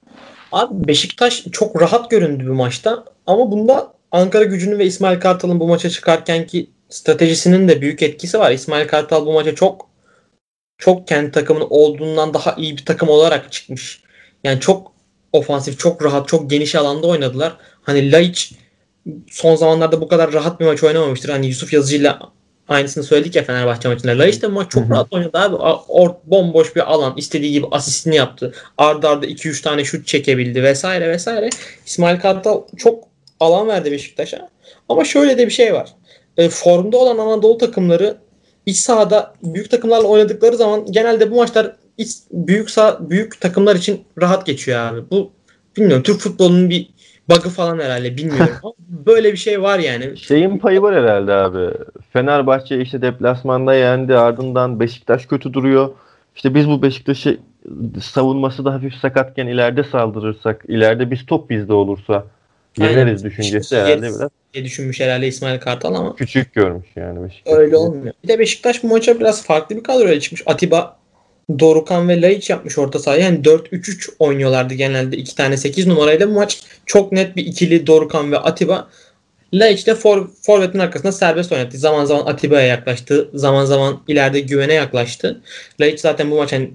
Abi Beşiktaş çok rahat göründü bu maçta ama bunda Ankara Gücü'nün ve İsmail Kartal'ın bu maça çıkarkenki stratejisinin de büyük etkisi var. İsmail Kartal bu maça çok çok kendi takımının olduğundan daha iyi bir takım olarak çıkmış. Yani çok ofansif, çok rahat, çok geniş alanda oynadılar. Hani Laiç son zamanlarda bu kadar rahat bir maç oynamamıştır. Hani Yusuf Yazıcı'yla aynısını söyledik ya Fenerbahçe maçında. Laiç de bu maç çok rahat oynadı abi. Or, bomboş bir alan. İstediği gibi asistini yaptı. Arda arda iki üç tane şut çekebildi vesaire vesaire. İsmail Kartal çok alan verdi Beşiktaş'a. Ama şöyle de bir şey var. E, formda olan Anadolu takımları iç sahada büyük takımlarla oynadıkları zaman genelde bu maçlar iç, büyük sah, büyük takımlar için rahat geçiyor abi. Bu bilmiyorum, Türk futbolunun bir bug'ı falan herhalde, bilmiyorum. Ama böyle bir şey var yani. Şeyin payı var herhalde abi. Fenerbahçe işte deplasmanda yendi, ardından Beşiktaş kötü duruyor. İşte biz bu Beşiktaş'ı savunması da hafif sakatken ileride saldırırsak, ileride biz top bizde olursa Aynen. yeneriz düşüncesi herhalde Yeriz biraz diye düşünmüş herhalde İsmail Kartal ama küçük görmüş yani öyle Beşiktaş'ı. olmuyor. Bir de Beşiktaş bu maça biraz farklı bir kadroyla çıkmış. Atiba, Dorukhan ve Laiç yapmış orta sahayı. Yani dört üç üç oynuyorlardı genelde. İki tane sekiz numarayla bu maç çok net bir ikili Dorukhan ve Atiba. Laiç de for, forvetin arkasında serbest oynattı. Zaman zaman Atiba'ya yaklaştı. Zaman zaman ileride Güven'e yaklaştı. Laiç zaten bu maç hani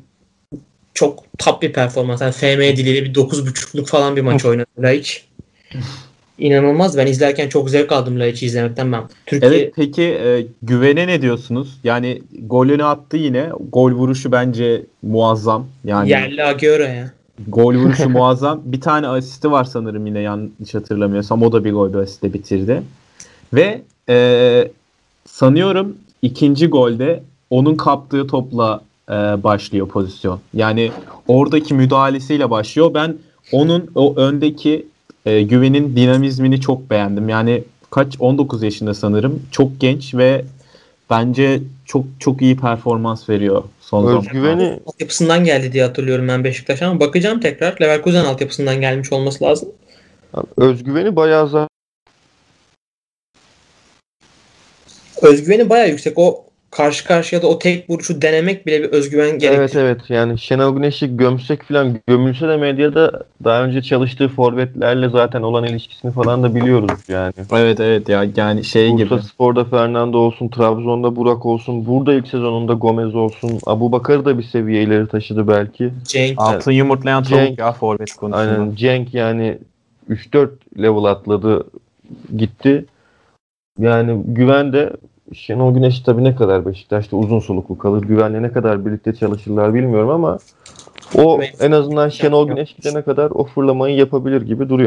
çok top bir performans. Yani F M diliyle bir dokuz buçukluk falan bir maç oynadı Laiç. İnanılmaz. Ben izlerken çok zevk aldım Laiç'i izlemekten ben. Türkiye Evet peki e, Güven'e ne diyorsunuz? Yani golünü attı yine. Gol vuruşu bence muazzam. Yani yerli Agüero ya. gol vuruşu muazzam. Bir tane asisti var sanırım yine yanlış hatırlamıyorsam. O da bir gol bir asiste bitirdi. Ve e, sanıyorum ikinci golde onun kaptığı topla e, başlıyor pozisyon. Yani oradaki müdahalesiyle başlıyor. Ben onun o öndeki e, güvenin dinamizmini çok beğendim. Yani kaç on dokuz yaşında sanırım. Çok genç ve bence çok çok iyi performans veriyor son zamanlarda. Özgüveni Altyapısından geldi diye hatırlıyorum ben Beşiktaş'a ama bakacağım tekrar. Leverkusen altyapısından gelmiş olması lazım. özgüveni bayağı za- Özgüveni bayağı yüksek. O karşı karşıya da o tek vuruşu denemek bile bir özgüven Evet gerektiriyor. evet yani Şenol Güneş'i gömsek falan gömülse de medyada daha önce çalıştığı forvetlerle zaten olan ilişkisini falan da biliyoruz yani. Evet evet ya yani şey gibi. Bursaspor'da Fernando olsun, Trabzon'da Burak olsun, burada ilk sezonunda Gomez olsun, Abubakar'ı da bir seviye ileri taşıdı belki. Cenk. Altın yumurtlayan Cenk- tavuk ya forvet konusunda. Aynen Cenk yani üç dört level atladı gitti. Yani Güven de Şenol Güneş tabii ne kadar Beşiktaş'ta uzun soluklu kalır. Güven'le ne kadar birlikte çalışırlar bilmiyorum ama o Evet. en azından Şenol Güneş gidene kadar o fırlamayı yapabilir gibi duruyor.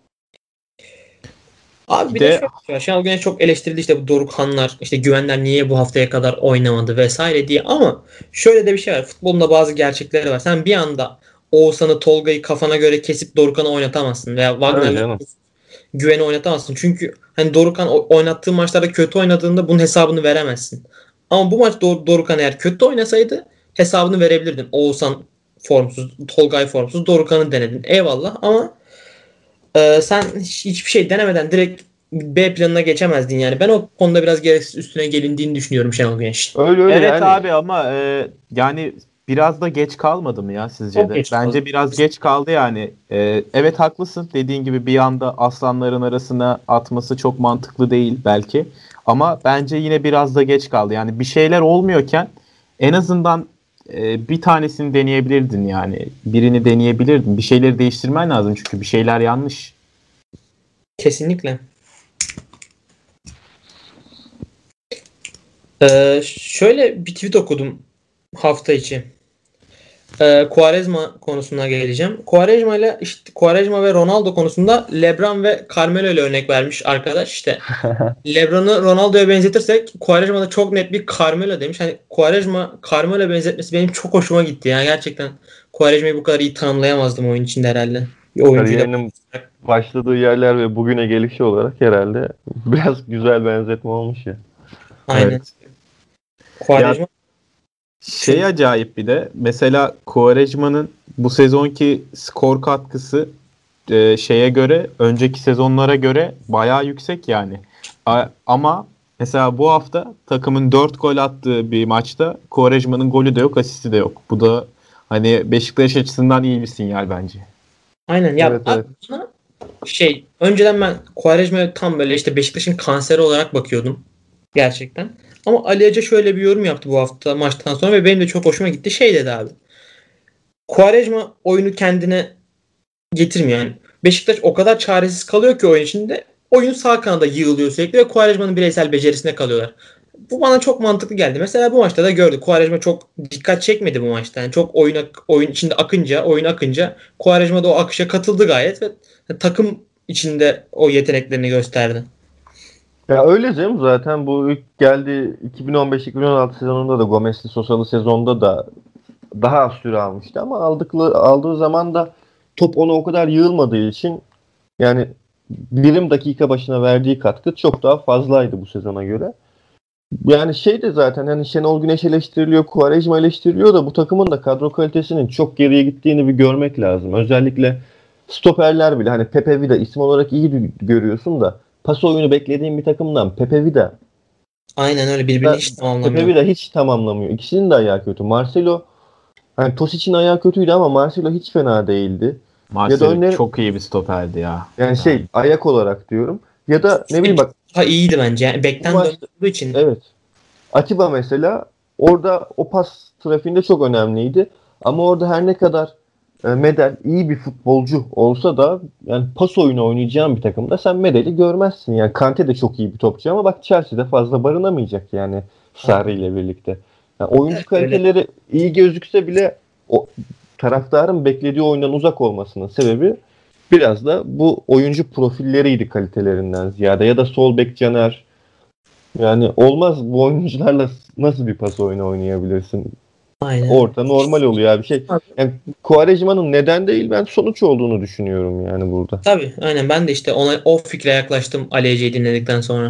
Abi bir Bir de, de- şöyle bir şey var. Şenol Güneş çok eleştirildi işte bu Dorukhanlar, işte Güvenler niye bu haftaya kadar oynamadı vesaire diye ama şöyle de bir şey var. Futbolun da bazı gerçekleri var. Sen bir anda Oğuzhan'ı, Tolga'yı kafana göre kesip Dorukhan'ı oynatamazsın veya Tabii Wagner'la canım. Güven'i oynatamazsın. Çünkü hani Dorukhan o- oynattığı maçlarda kötü oynadığında bunun hesabını veremezsin. Ama bu maç Dor- Dorukhan eğer kötü oynasaydı hesabını verebilirdin. Oğuzhan formsuz, Tolgay formsuz, Dorukhan'ı denedin. Eyvallah ama e, sen hiç- hiçbir şey denemeden direkt B planına geçemezdin yani. Ben o konuda biraz gereksiz üstüne gelindiğini düşünüyorum Şenol Güneş'in. Öyle öyle Evet yani. abi ama e, yani biraz da geç kalmadı mı ya sizce Çok de? geç Bence kaldı. biraz geç kaldı yani. E, evet haklısın. Dediğin gibi bir anda aslanların arasına atması çok mantıklı değil belki. Ama bence yine biraz da geç kaldı. Yani bir şeyler olmuyorken en azından e, bir tanesini deneyebilirdin yani. Birini deneyebilirdin. Bir şeyleri değiştirmen lazım çünkü bir şeyler yanlış. Kesinlikle. Ee, şöyle bir tweet okudum hafta içi. Ee, Quaresma konusuna geleceğim. Quaresma ile işte Quaresma ve Ronaldo konusunda LeBron ve Carmelo ile örnek vermiş arkadaş. İşte LeBron'u Ronaldo'ya benzetirsek Quaresma da çok net bir Carmelo demiş. Hani Quaresma Carmelo benzetmesi benim çok hoşuma gitti. Yani gerçekten Quaresma'yı bu kadar iyi tanımlayamazdım oyun içinde herhalde. Bir oyuncuyla. Kariyerinin başladığı yerler ve bugüne gelişi olarak herhalde biraz güzel benzetme olmuş ya. Aynen. Evet. Quaresma Şey acayip bir de mesela Quaresma'nın bu sezonki skor katkısı e, şeye göre önceki sezonlara göre bayağı yüksek yani. A- ama mesela bu hafta takımın dört gol attığı bir maçta Quaresma'nın golü de yok, asisti de yok. Bu da hani Beşiktaş açısından iyi bir sinyal bence. aynen ya Evet, abi evet. bana şey önceden ben Quaresma'ya tam böyle işte Beşiktaş'ın kanseri olarak bakıyordum gerçekten. Ama Ali Hoca şöyle bir yorum yaptı bu hafta maçtan sonra ve benim de çok hoşuma gitti. Şey dedi abi. Quaresma oyunu kendine getirmiyor yani. Beşiktaş o kadar çaresiz kalıyor ki oyun içinde. Oyun sağ kanada yığılıyor sürekli ve Quaresma'nın bireysel becerisine kalıyorlar. Bu bana çok mantıklı geldi. Mesela bu maçta da gördük. Quaresma çok dikkat çekmedi bu maçta. Yani çok oyun oyun içinde akınca, oyun akınca Quaresma da o akışa katıldı gayet ve takım içinde o yeteneklerini gösterdi. Ya öyle canım zaten bu ilk geldi iki bin on beş iki bin on altı sezonunda da Gomez'li Sosalı sezonda da daha az süre almıştı ama aldıklı, aldığı zaman da top ona o kadar yığılmadığı için yani birim dakika başına verdiği katkı çok daha fazlaydı bu sezona göre. Yani şey de zaten hani Şenol Güneş eleştiriliyor, Quaresma eleştiriliyor da bu takımın da kadro kalitesinin çok geriye gittiğini bir görmek lazım. Özellikle stoperler bile hani Pepe Vida isim olarak iyi görüyorsun da pas oyunu beklediğin bir takımdan Pepe Vida Aynen öyle birbirini da hiç Pepe tamamlamıyor. Vida hiç tamamlamıyor. İkisinin de ayağı kötü. Marcelo hani Tosic'in ayağı kötüydü ama Marcelo hiç fena değildi. Ya da Marcelo önleri çok iyi bir stoperdi ya. yani şey Yani ayak olarak diyorum. Ya da ne bileyim bak Daha iyiydi bence. Yani bu bekten maçta döndüğü için. evet. Atiba mesela orada o pas trafiğinde çok önemliydi. Ama orada her ne kadar e, Medel iyi bir futbolcu olsa da yani pas oyunu oynayacağın bir takımda sen Medel'i görmezsin. Yani Kante de çok iyi bir topçu ama bak Chelsea'de fazla barınamayacak yani Sarri ile birlikte. Yani oyuncu Evet, öyle. kaliteleri iyi gözükse bile o taraftarın beklediği oyundan uzak olmasının sebebi biraz da bu oyuncu profilleriydi kalitelerinden ziyade ya da sol bek Caner Yani olmaz, bu oyuncularla nasıl bir pas oyunu oynayabilirsin? Aynen. Orta normal oluyor abi şey. Yani Quaresma'nın neden değil, ben sonuç olduğunu düşünüyorum yani burada. Tabii aynen, ben de işte ona o fikre yaklaştım Ali Ece'yi dinledikten sonra.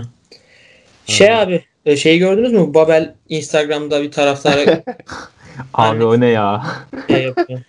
Şey Hı. abi, e, şeyi gördünüz mü? Babel Instagram'da bir taraftara Abi o annesi ne ya? şey yapıyor.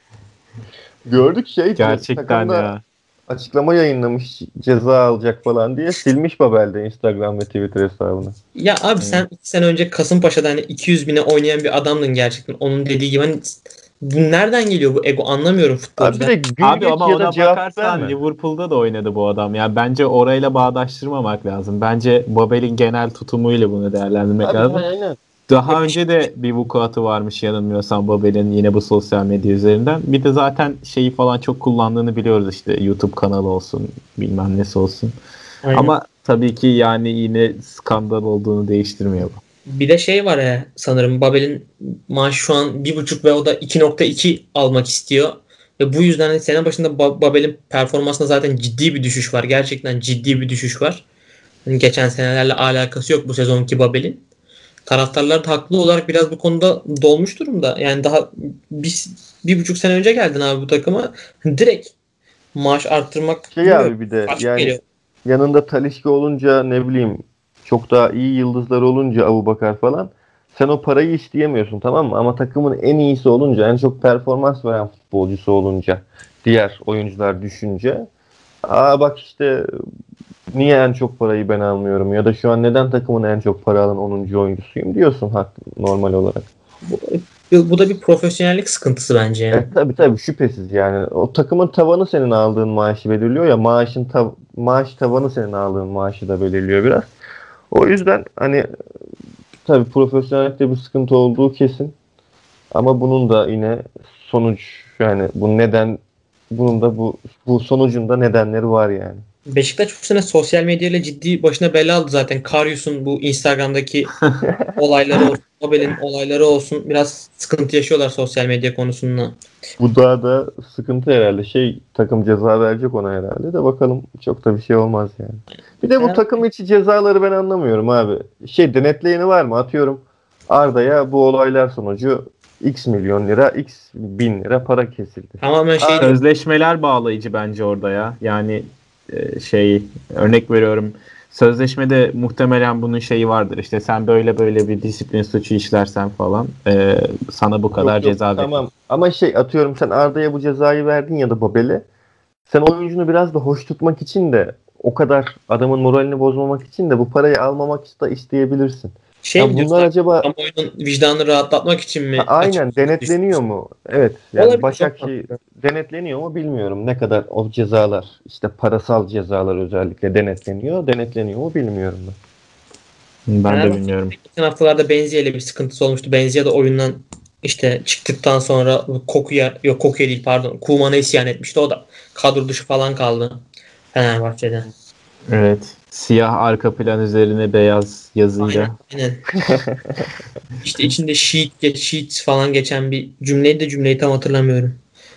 Gördük şey t- Gerçekten takımda ya. açıklama yayınlamış, ceza alacak falan diye, silmiş Babel'de Instagram ve Twitter hesabını. Ya abi, Evet. sen iki sene önce Kasımpaşa'da hani iki yüz bine oynayan bir adamdın gerçekten. Onun dediği gibi hani bu nereden geliyor bu ego, anlamıyorum Abi bir futbolcuda. de gül Abi geç ama ya da ona cevap bakarsan verme. Liverpool'da da oynadı bu adam. Ya bence orayla bağdaştırmamak lazım. Bence Babel'in genel tutumuyla bunu değerlendirmek Abi lazım. aynen. Daha Ya bir önce şey, de bir vukuatı varmış yanılmıyorsam Babel'in, yine bu sosyal medya üzerinden. Bir de zaten şeyi falan çok kullandığını biliyoruz, işte YouTube kanalı olsun, bilmem nesi olsun. aynen. Ama tabii ki yani yine skandal olduğunu değiştirmiyor bu. Bir de şey var ya, sanırım Babel'in maaşı şu an bir buçuk ve o da iki nokta iki almak istiyor. Ve bu yüzden hani sene başında Ba- Babel'in performansında zaten ciddi bir düşüş var. Gerçekten ciddi bir düşüş var. Hani geçen senelerle alakası yok bu sezonki Babel'in. Taraftarlar da haklı olarak biraz bu konuda dolmuş durumda. Yani daha bir, bir buçuk sene önce geldin abi bu takıma. Direkt maaş arttırmak, Şey bilmiyorum, abi bir de saçma yani geliyor. yanında Talisca olunca, ne bileyim, çok daha iyi yıldızlar olunca, Abubakar falan, sen o parayı isteyemiyorsun, tamam mı? Ama takımın en iyisi olunca, en çok performans veren futbolcusu olunca, diğer oyuncular düşünce, aa bak işte, niye en çok parayı ben almıyorum ya da şu an neden takımın en çok para alan onuncu oyuncusuyum diyorsun, haklı, normal olarak. Bu, bu da bir profesyonellik sıkıntısı bence ya. E tabii tabii, şüphesiz yani. O takımın tavanı senin aldığın maaşı belirliyor ya, maaşın tav maaş tavanı senin aldığın maaşı da belirliyor biraz. O yüzden hani tabii profesyonellikte bir sıkıntı olduğu kesin. Ama bunun da yine sonuç, yani bu neden, bunun da bu bu sonucunda nedenleri var yani. Beşiktaş bu sene sosyal medyayla ciddi başına bela aldı zaten. Karius'un bu Instagram'daki olayları olsun, Babel'in olayları olsun, biraz sıkıntı yaşıyorlar sosyal medya konusunda. Bu daha da sıkıntı herhalde. Şey, takım ceza verecek ona herhalde de, bakalım, çok da bir şey olmaz yani. Bir de bu Fener- takım içi cezaları ben anlamıyorum abi. Şey, denetleyeni var mı? Atıyorum Arda'ya bu olaylar sonucu X milyon lira, X bin lira para kesildi. Tamamen şey Abi, diyor. Sözleşmeler bağlayıcı bence orada ya. Yani e, şey, örnek veriyorum. Sözleşmede muhtemelen bunun şeyi vardır. İşte sen böyle böyle bir disiplin suçu işlersen falan e, sana bu kadar yok yok ceza verilir. tamam. Ama şey, atıyorum sen Arda'ya bu cezayı verdin ya da Babel'e. Sen oyuncunu biraz da hoş tutmak için de, o kadar adamın moralini bozmamak için de bu parayı almamak da isteyebilirsin. Şey Ya mi diyorsun bunlar abi? acaba, Kamuoyunun vicdanını rahatlatmak için ha, mi aynen açıkladığını denetleniyor düşünüyorsun? mu? Evet, yani Olabilir, çok Başakşehir mantıklı. denetleniyor mu bilmiyorum. Ne kadar o cezalar, işte parasal cezalar özellikle denetleniyor. Denetleniyor mu bilmiyorum ben. Ben de Fenerbahçe'nin bilmiyorum. geçen haftalarda Benzia'yla bir sıkıntısı olmuştu. Benzia da oyundan işte çıktıktan sonra Koku'ya, yok Koku'ya değil pardon, Koeman'a isyan etmişti. O da kadro dışı falan kaldı Fenerbahçe'de. Evet. Siyah arka plan üzerine beyaz Aynen, yazıyla. aynen. İşte içinde sheet, geç, sheet falan geçen bir cümleydi de cümleyi tam hatırlamıyorum.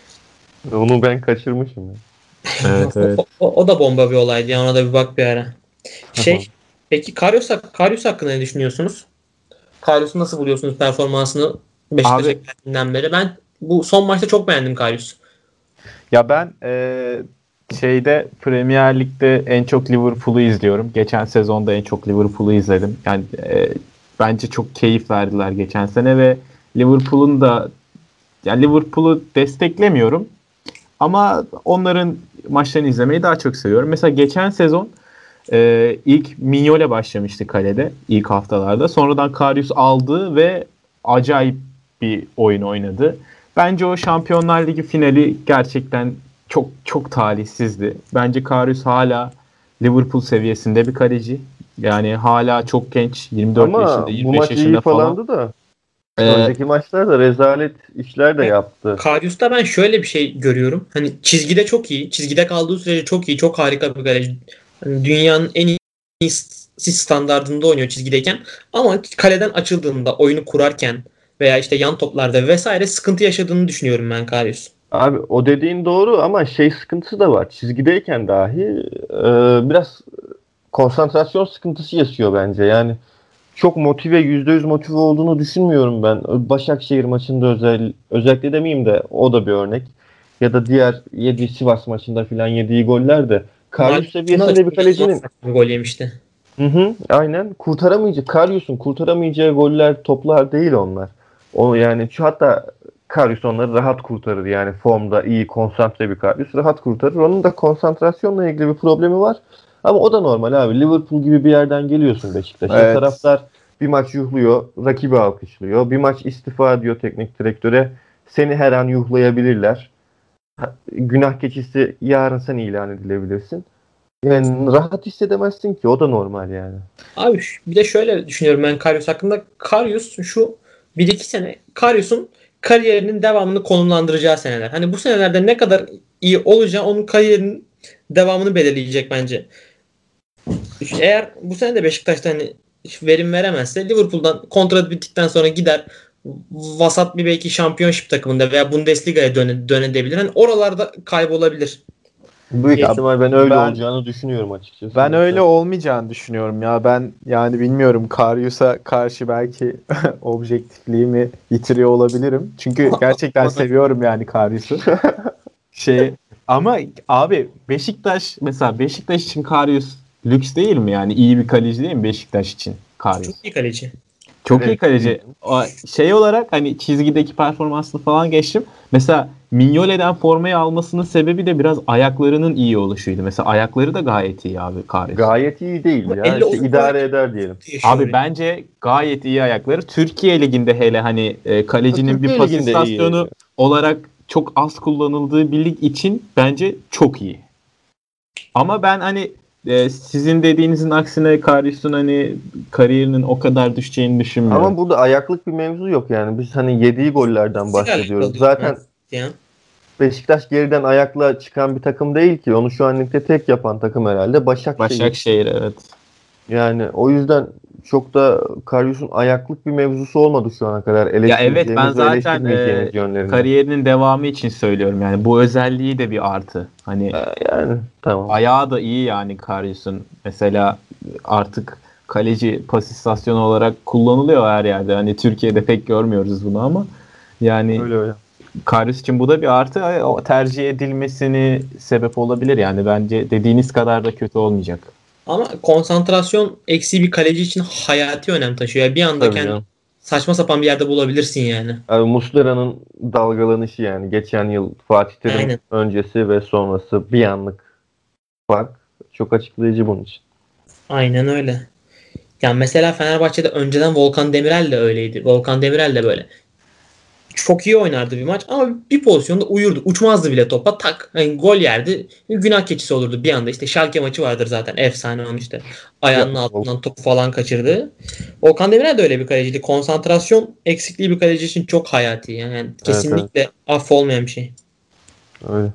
Onu ben kaçırmışım ya. Evet, O, evet. o- o da bomba bir olaydı ya, ona da bir bak bir ara. Şey, Tamam. peki Karius, Karius hakkında ne düşünüyorsunuz? Karius'u nasıl buluyorsunuz performansını Beşiktaş'a Abi geldiğinden beri? Ben bu son maçta çok beğendim Karius. ya ben e, şeyde Premier Lig'de en çok Liverpool'u izliyorum. Geçen sezonda en çok Liverpool'u izledim. Yani e, bence çok keyif verdiler geçen sene ve Liverpool'un da, yani Liverpool'u desteklemiyorum ama onların maçlarını izlemeyi daha çok seviyorum. Mesela geçen sezon e, ilk Mignolet başlamıştı kalede ilk haftalarda. Sonradan Karius aldı ve acayip bir oyun oynadı. Bence o Şampiyonlar Ligi finali gerçekten çok çok talihsizdi. Bence Karius hala Liverpool seviyesinde bir kaleci. Yani hala çok genç, yirmi dört Ama yaşında, bu yirmi beş maç iyi yaşında falan. falandı da Ee, önceki maçlarda rezalet işler de Evet. yaptı. Karius'ta ben şöyle bir şey görüyorum. Hani çizgide çok iyi. Çizgide kaldığı sürece çok iyi. Çok harika bir kaleci. Hani dünyanın en iyisi standardında oynuyor çizgideyken. Ama kaleden açıldığında, oyunu kurarken veya işte yan toplarda vesaire sıkıntı yaşadığını düşünüyorum ben Karius. Abi o dediğin doğru ama şey sıkıntısı da var. Çizgideyken dahi e, biraz konsantrasyon sıkıntısı yaşıyor bence. Yani çok motive, yüzde yüz motive olduğunu düşünmüyorum ben. Başakşehir maçında özel, özellikle demeyeyim de o da bir örnek. Ya da diğer yediği Sivas maçında filan yediği goller de Karius Maçında da seviyesinde bir çok kalecinin bir gol yemişti. hı hı, aynen kurtaramayacak. Karius'un kurtaramayacağı goller, toplar değil onlar. O yani şu hatta Karius onları rahat kurtarır. Yani formda iyi, konsantre bir Karius rahat kurtarır. Onun da konsantrasyonla ilgili bir problemi var. Ama o da normal abi. Liverpool gibi bir yerden geliyorsun Beşiktaş'a. Evet. Taraftar bir maç yuhluyor, rakibi alkışlıyor. Bir maç istifa ediyor teknik direktöre. Seni her an yuhlayabilirler. Ha, Günah keçisi yarın sen ilan edilebilirsin. Yani rahat hissedemezsin ki. O da normal yani. Abi şu- bir de şöyle düşünüyorum ben Karius hakkında. Karius şu bir iki sene Karius'un kariyerinin devamını konumlandıracağı seneler. Hani bu senelerde ne kadar iyi olacağı onun kariyerinin devamını belirleyecek bence. Eğer bu sene de Beşiktaş'ta hani hiç verim veremezse Liverpool'dan kontrat bittikten sonra gider vasat bir belki şampiyonşip takımında veya Bundesliga'ya döne, dönebilir. Hani oralarda kaybolabilir. Büyük Ya ihtimal ben öyle ben- olacağını düşünüyorum açıkçası. Ben Mesela. öyle olmayacağını düşünüyorum ya. Ben yani bilmiyorum, Karius'a karşı belki objektifliğimi yitiriyor olabilirim. Çünkü gerçekten seviyorum yani Karius'u. Şey ama abi Beşiktaş mesela Beşiktaş için Karius lüks değil mi yani? İyi bir kaleci değil mi Beşiktaş için Karius? Çok iyi kaleci. Çok iyi Evet, kaleci. iyi. O şey olarak hani çizgideki performansını falan geçtim. Mesela Mignolet'den formayı almasının sebebi de biraz ayaklarının iyi oluşuydu. Mesela ayakları da gayet iyi abi Karius. Gayet iyi değil Ama ya. elle İşte uzun idare kolay- eder diyelim. Abi bence gayet iyi ayakları. Türkiye Ligi'nde hele hani e, kalecinin Türkiye bir pas Ligi'nde iyi. istasyonu olarak çok az kullanıldığı bir lig için bence çok iyi. Ama ben hani e, sizin dediğinizin aksine Karius'un hani kariyerinin o kadar düşeceğini düşünmüyorum. Ama burada ayaklık bir mevzu yok yani. Biz hani yediği gollerden bahsediyoruz. Zaten ya. Beşiktaş geriden ayakla çıkan bir takım değil ki. Onu şu an ligde tek yapan takım herhalde Başakşehir. Başakşehir evet. Yani o yüzden çok da Karius'un ayaklık bir mevzusu olmadı şu ana kadar. Ya evet, ben Eleştireceğimiz ve zaten eleştirmeyeceğimiz e, yönlerinde. kariyerinin devamı için söylüyorum yani bu özelliği de bir artı. Hani Ha, Yani tamam. ayağı da iyi yani Karius'un. Mesela artık kaleci pas istasyonu olarak kullanılıyor her yerde. Hani Türkiye'de pek görmüyoruz bunu ama yani Öyle öyle. Karius için bu da bir artı. O tercih edilmesini sebep olabilir yani. Bence dediğiniz kadar da kötü olmayacak. Ama konsantrasyon eksiği bir kaleci için hayati önem taşıyor. Yani bir anda Tabii kendi canım. saçma sapan bir yerde bulabilirsin yani. Abi Muslera'nın dalgalanışı yani. Geçen yıl Fatih Terim Aynen. öncesi ve sonrası bir anlık fark. Çok açıklayıcı bunun için. Aynen öyle. Yani mesela Fenerbahçe'de önceden Volkan Demirel de öyleydi. Volkan Demirel de böyle. Çok iyi oynardı bir maç ama bir pozisyonda uyurdu. Uçmazdı bile topa. Tak. Hani gol yerdi. Günah keçisi olurdu bir anda. İşte Schalke maçı vardır zaten. Efsane onun işte. Ayağının Ya, altından topu falan kaçırdı. Volkan Demirel de öyle bir kaleciydi. Konsantrasyon eksikliği bir kaleci için çok hayati. Yani Evet, kesinlikle affolmayan bir şey. Öyle.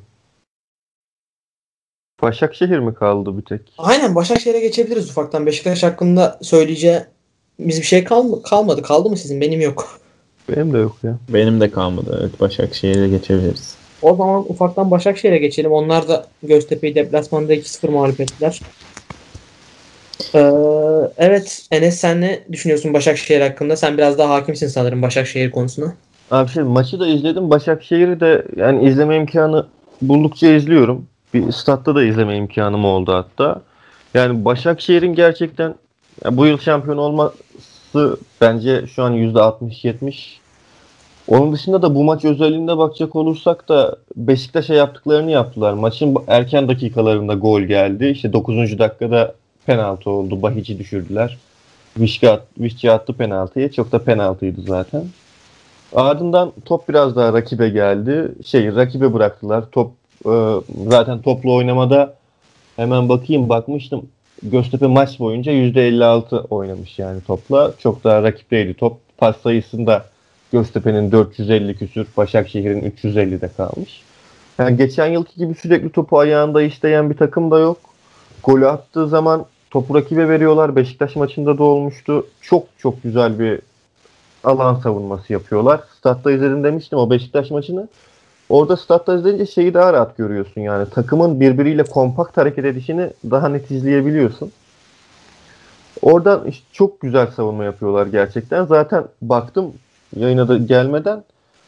Başakşehir mi kaldı bir tek? Aynen Başakşehir'e geçebiliriz ufaktan. Beşiktaş hakkında söyleyeceğimiz bir şey kalm kalmadı. Kaldı mı sizin? Benim yok. Benim de yok ya. Benim de kalmadı. Evet, Başakşehir'e geçebiliriz. O zaman ufaktan Başakşehir'e geçelim. Onlar da Göztepe'yi deplasmanda iki sıfır mağlup ettiler. Ee, evet Enes, sen ne düşünüyorsun Başakşehir hakkında? Sen biraz daha hakimsin sanırım Başakşehir konusuna. Abi şey maçı da izledim. Başakşehir'i de yani izleme imkanı buldukça izliyorum. Bir statta da izleme imkanım oldu hatta. Yani Başakşehir'in gerçekten ya bu yıl şampiyon olması bence şu an yüzde altmış yetmiş. Onun dışında da bu maç özelliğine bakacak olursak da Beşiktaş'a yaptıklarını yaptılar. Maçın erken dakikalarında gol geldi. İşte dokuzuncu dakikada penaltı oldu. Bahic'i düşürdüler. Vişça at, Vişça attı penaltıyı. Çok da penaltıydı zaten. Ardından top biraz daha rakibe geldi. Şey rakibe bıraktılar. Top e, zaten toplu oynamada hemen bakayım bakmıştım. Göztepe maç boyunca yüzde elli altı oynamış yani topla. Çok daha rakipteydi top. Pas sayısında Göztepe'nin dört yüz elli küsür, Başakşehir'in üç yüz ellide kalmış. Yani geçen yılki gibi sürekli topu ayağında isteyen bir takım da yok. Golü attığı zaman topu rakibe veriyorlar. Beşiktaş maçında da olmuştu. Çok çok güzel bir alan savunması yapıyorlar. Statta izledim demiştim o Beşiktaş maçını. Orada statta izleyince şeyi daha rahat görüyorsun yani. Takımın birbiriyle kompakt hareket edişini daha net izleyebiliyorsun. Oradan işte çok güzel savunma yapıyorlar gerçekten. Zaten baktım yayına da gelmeden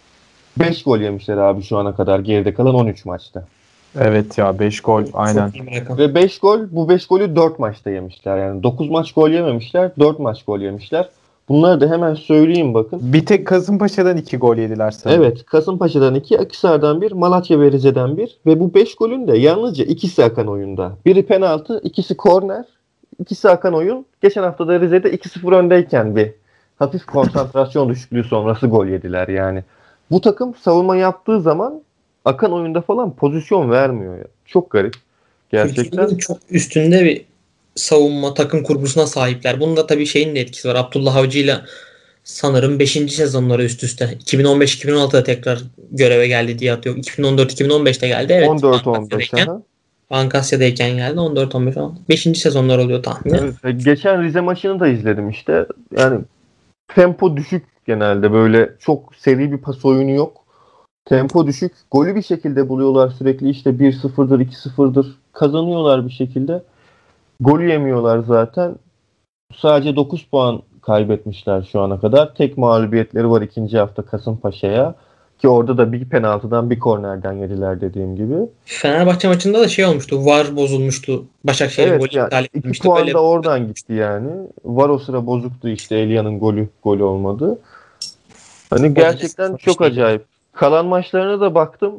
beş gol yemişler abi şu ana kadar geride kalan on üç maçta. Evet ya beş gol aynen. Çok iyi bir rakam. Ve beş gol, bu beş golü dört maçta yemişler. Yani dokuz maç gol yememişler, dört maç gol yemişler. Bunları da hemen söyleyeyim bakın. Bir tek Kasımpaşa'dan iki gol yediler sanırım. Evet, Kasımpaşa'dan iki, Akhisar'dan bir, Malatya ve Rize'den bir. Ve bu beş golün de yalnızca ikisi akan oyunda. Biri penaltı, ikisi korner, ikisi akan oyun. Geçen hafta da Rize'de iki sıfır öndeyken bir hafif konsantrasyon düşüklüğü sonrası gol yediler yani. Bu takım savunma yaptığı zaman akan oyunda falan pozisyon vermiyor ya. Çok garip. Gerçekten. Türkiye'nin çok üstünde bir savunma takım kurgusuna sahipler. Bunun da tabii şeyin de etkisi var. Abdullah Avcı'yla sanırım beşinci sezonları üst üste. iki bin on beş iki bin on altıda tekrar göreve geldi diye atıyor. iki bin on dört iki bin on beşte geldi. Evet. on dört on beş. Bankasya'dayken, Bankasya'dayken geldi. on dört on beş on altı. beşinci sezonlar oluyor tahminen. Evet, ve geçen Rize maçını da izledim işte. Yani tempo düşük genelde, böyle çok seri bir pas oyunu yok. Tempo düşük. Golü bir şekilde buluyorlar sürekli, işte bir sıfırdır iki sıfırdır kazanıyorlar bir şekilde. Golü yemiyorlar zaten. Sadece dokuz puan kaybetmişler şu ana kadar. Tek mağlubiyetleri var ikinci hafta Kasımpaşa'ya. Ki orada da bir penaltıdan bir kornerden yediler dediğim gibi. Fenerbahçe maçında da şey olmuştu. V A R bozulmuştu. Başakşehir'in Evet golü yani iptal iki edilmişti. puan Böyle da oradan gitti yani. Var o sıra bozuktu işte, Elia'nın golü golü olmadı. Hani gerçekten bir çok şey. acayip. Kalan maçlarına da baktım.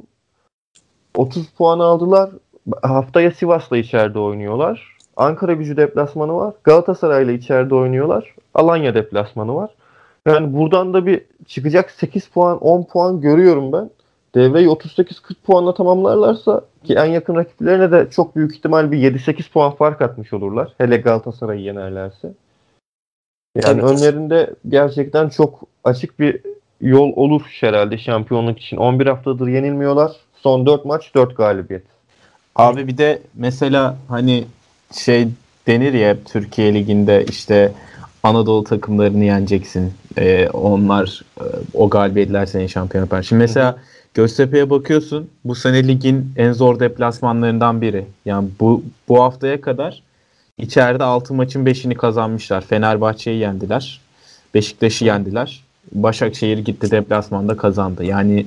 otuz puan aldılar. Haftaya Sivas'la içeride oynuyorlar. Ankaragücü deplasmanı var. Galatasaray'la içeride oynuyorlar. Alanya deplasmanı var. Yani buradan da bir çıkacak sekiz puan on puan görüyorum ben. Devreyi otuz sekiz kırk puanla tamamlarlarsa, ki en yakın rakiplerine de çok büyük ihtimal bir yedi sekiz puan fark atmış olurlar. Hele Galatasaray'ı yenerlerse. Yani Tabii. önlerinde gerçekten çok açık bir yol olur herhalde şampiyonluk için. on bir haftadır yenilmiyorlar. Son dört maç dört galibiyet. Abi bir de mesela hani şey denir ya hep Türkiye Ligi'nde işte Anadolu takımlarını yeneceksin. Ee, onlar e, o galibiyetler seni şampiyon yapar. Şimdi mesela Göztepe'ye bakıyorsun. Bu sene ligin en zor deplasmanlarından biri. Yani bu bu haftaya kadar içeride altı maçın beşini kazanmışlar. Fenerbahçe'yi yendiler. Beşiktaş'ı yendiler. Başakşehir gitti deplasmanda kazandı. Yani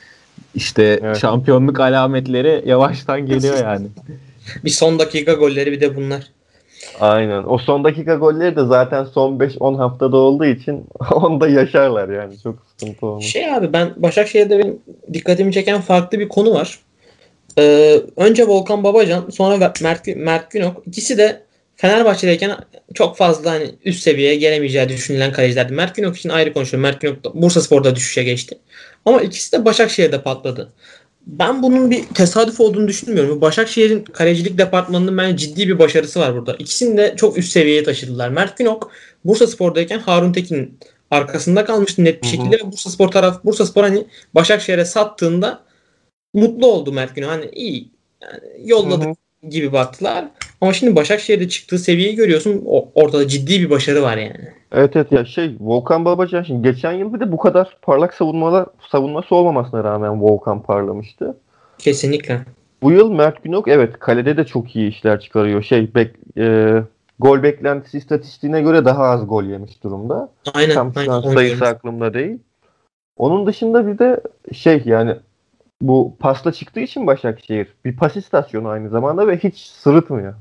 işte Evet. şampiyonluk alametleri yavaştan geliyor yani. Bir son dakika golleri bir de bunlar. Aynen. O son dakika golleri de zaten son beş on haftada olduğu için onda yaşarlar yani. Çok sıkıntı olmuş. Şey abi, ben Başakşehir'de benim dikkatimi çeken farklı bir konu var. Ee, önce Volkan Babacan, sonra Mert, Mert Günok. İkisi de Fenerbahçe'deyken çok fazla hani üst seviyeye gelemeyeceği düşünülen kalecilerdi. Mert Günok için ayrı konuşuyorum. Mert Günok da Bursaspor'da düşüşe geçti. Ama ikisi de Başakşehir'de patladı. Ben bunun bir tesadüf olduğunu düşünmüyorum. Başakşehir'in kalecilik departmanının bence ciddi bir başarısı var burada. İkisini de çok üst seviyeye taşıdılar. Mert Günok Bursaspor'dayken Harun Tekin'in arkasında kalmıştı net bir şekilde. Ve Bursaspor taraf Bursaspor hani Başakşehir'e sattığında mutlu oldu Mert Günok. Hani iyi yani yolladık Hı hı. gibi baktılar. Ama şimdi Başakşehir'de çıktığı seviyeyi görüyorsun. O, ortada ciddi bir başarı var yani. Evet evet ya şey Volkan Babacan şimdi geçen yıl bir de bu kadar parlak savunmalar savunması olmamasına rağmen Volkan parlamıştı. Kesinlikle. Bu yıl Mert Günok evet kalede de çok iyi işler çıkarıyor. Şey bek, e, gol beklentisi istatistiğine göre daha az gol yemiş durumda. Aynen. Tam şu aynen an sayısı oynuyoruz. aklımda değil. Onun dışında bir de şey yani bu pasla çıktığı için Başakşehir bir pas istasyonu aynı zamanda ve hiç sırıtmıyor.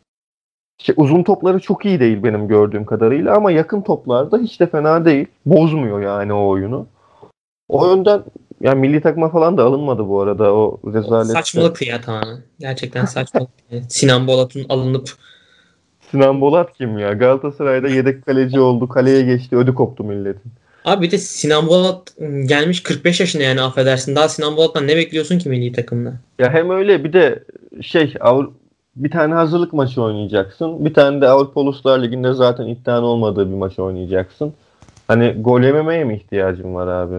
Şey, uzun topları çok iyi değil benim gördüğüm kadarıyla ama yakın toplarda hiç de fena değil. Bozmuyor yani o oyunu. O yönden yani milli takıma falan da alınmadı bu arada o rezalet. Saçmalık ya tamamen. Gerçekten saçmalık. Yani Sinan Bolat'ın alınıp Sinan Bolat kim ya? Galatasaray'da yedek kaleci oldu. Kaleye geçti. Ödü koptu milletin. abi bir de Sinan Bolat gelmiş kırk beş yaşına, yani affedersin. Daha Sinan Bolat'tan ne bekliyorsun ki milli takımda? Ya hem öyle bir de şey Avru- bir tane hazırlık maçı oynayacaksın. Bir tane de Avrupa Uluslar Ligi'nde zaten iddian olmadığı bir maç oynayacaksın. Hani gol yememeye mi ihtiyacın var abi?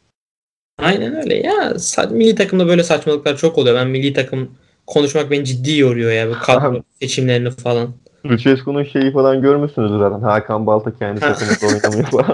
Aynen öyle ya. Sa- milli takımda böyle saçmalıklar çok oluyor. Ben milli takım konuşmak beni ciddi yoruyor ya. Bu kadro seçimlerini falan. Lucescu'nun şeyi falan görmüşsünüz zaten. Hakan Balta kendi takımında oynamıyor falan.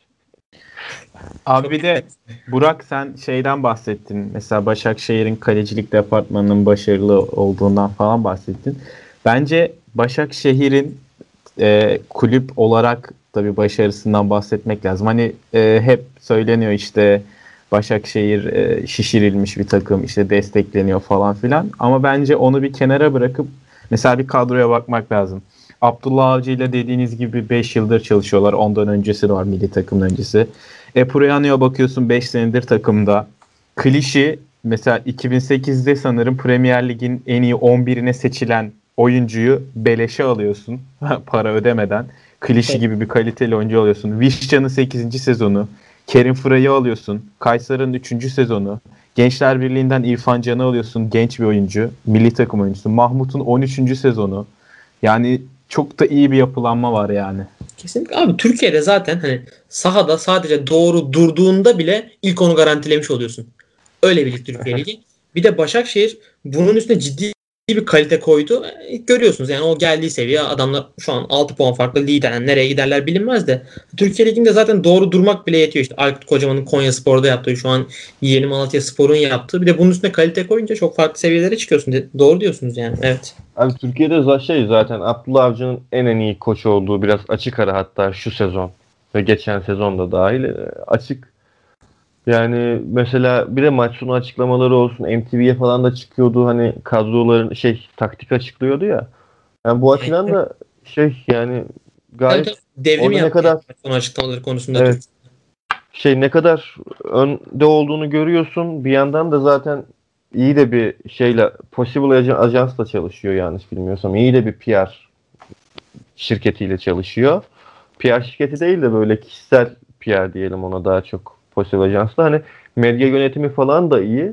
Abi bir de Burak sen şeyden bahsettin. Mesela Başakşehir'in kalecilik departmanının başarılı olduğundan falan bahsettin. Bence Başakşehir'in e, kulüp olarak tabii başarısından bahsetmek lazım. Hani e, hep söyleniyor işte Başakşehir e, şişirilmiş bir takım, işte destekleniyor falan filan. Ama bence onu bir kenara bırakıp mesela bir kadroya bakmak lazım. Abdullah Avcı ile dediğiniz gibi beş yıldır çalışıyorlar. Ondan öncesi de var, milli takımın öncesi. Epuryano'ya bakıyorsun, beş senedir takımda. Klişi mesela iki bin sekizde sanırım Premier Lig'in en iyi on birine seçilen oyuncuyu beleşe alıyorsun. Para ödemeden. Klişi Evet. gibi bir kaliteli oyuncu alıyorsun. Vişcan'ın sekizinci sezonu. Kerim Fıra'yı alıyorsun. Kayseri'nin üçüncü sezonu. Gençler Birliği'nden İrfan Can'ı alıyorsun. Genç bir oyuncu. Milli takım oyuncusu. Mahmut'un on üçüncü sezonu. Yani çok da iyi bir yapılanma var yani. Kesinlikle abi, Türkiye'de zaten hani sahada sadece doğru durduğunda bile ilk onu garantilemiş oluyorsun. Öyle bir lig Türkiye Ligi. Bir de Başakşehir bunun üstüne ciddi bir kalite koydu. E, görüyorsunuz yani o geldiği seviye, adamlar şu an altı puan farklı lider. Yani nereye giderler bilinmez de. Türkiye Ligi'nde zaten doğru durmak bile yetiyor. İşte Aykut Kocaman'ın Konyaspor'da yaptığı, şu an Yeni Malatyaspor'un yaptığı. Bir de bunun üstüne kalite koyunca çok farklı seviyelere çıkıyorsun. De- Doğru diyorsunuz yani. Evet. Abi Türkiye'de za- şey zaten Abdullah Avcı'nın en en iyi koç olduğu biraz açık ara, hatta şu sezon ve geçen sezon da dahil e, açık. Yani mesela bir de maç sonu açıklamaları olsun, M T V'ye falan da çıkıyordu, hani kadroların şey taktik açıklıyordu ya. Yani bu açıdan da şey yani Tabii gayet tabii. Devrim orada ne yaptı yani kadar son açıklamaları konusunda evet Türk. şey ne kadar önde olduğunu görüyorsun. Bir yandan da zaten iyi de bir şeyle Possible Ajan- Ajans'la çalışıyor yanlış bilmiyorsam. İyi de bir P R şirketiyle çalışıyor. P R şirketi değil de böyle kişisel P R diyelim ona, daha çok Possible Ajans'la. Hani medya yönetimi falan da iyi.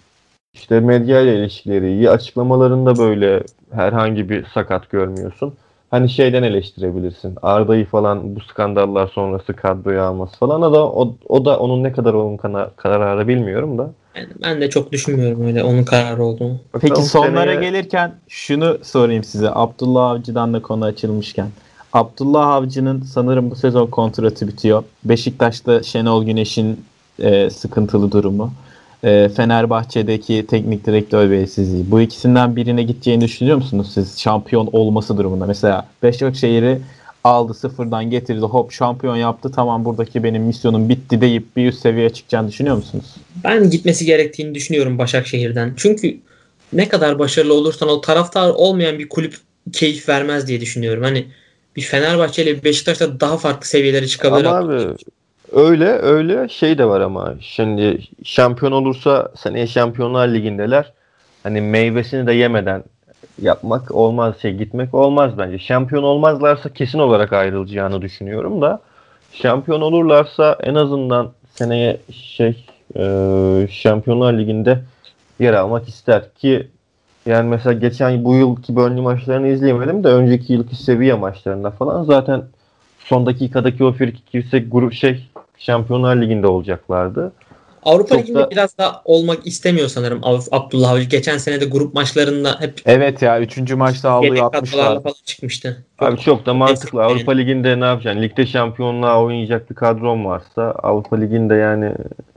İşte medya ile ilişkileri iyi. Açıklamalarında böyle herhangi bir sakat görmüyorsun. Hani şeyden eleştirebilirsin. Arda'yı falan bu skandallar sonrası kadroya alması falan da o, o da onun ne kadar onun kana- kararı bilmiyorum da. Yani ben de çok düşünmüyorum öyle onun kararı olduğunu. Peki Bakalım sonlara seneye gelirken şunu sorayım size. Abdullah Avcı'dan da konu açılmışken. Abdullah Avcı'nın sanırım bu sezon kontratı bitiyor. Beşiktaş'ta Şenol Güneş'in e, sıkıntılı durumu. E, Fenerbahçe'deki teknik direktör belirsizliği. Bu ikisinden birine gideceğini düşünüyor musunuz siz, şampiyon olması durumunda? Mesela Başakşehir'i aldı, sıfırdan getirdi, hop şampiyon yaptı, tamam buradaki benim misyonum bitti deyip bir üst seviyeye çıkacağını düşünüyor musunuz? Ben gitmesi gerektiğini düşünüyorum Başakşehir'den. Çünkü ne kadar başarılı olursan ol, taraftar olmayan bir kulüp keyif vermez diye düşünüyorum. Hani bir Fenerbahçe ile bir Beşiktaş'ta daha farklı seviyelere çıkabilir. ama abi öyle öyle şey de var ama şimdi şampiyon olursa seneye Şampiyonlar Ligi'ndeler. Hani meyvesini de yemeden yapmak olmaz, şey gitmek olmaz bence. Şampiyon olmazlarsa kesin olarak ayrılacağını düşünüyorum da şampiyon olurlarsa en azından seneye şey e, Şampiyonlar Ligi'nde yer almak ister ki yani mesela geçen bu yılki Burnley maçlarını izleyemedim de önceki yılki Sevilla maçlarında falan zaten son dakikadaki o frikik yüksek grup şey Şampiyonlar Ligi'nde olacaklardı. Avrupa Çok Ligi'nde da biraz daha olmak istemiyor sanırım Av- Abdullah Avcı. Geçen sene de grup maçlarında hep Evet ya, üçüncü maçta aldığı yedek altmışlar. kadrolarla falan çıkmıştı. abi Çok çok da mantıklı. destekleyen. Avrupa Ligi'nde ne yapacaksın? Ligde şampiyonluğa oynayacak bir kadron varsa Avrupa Ligi'nde yani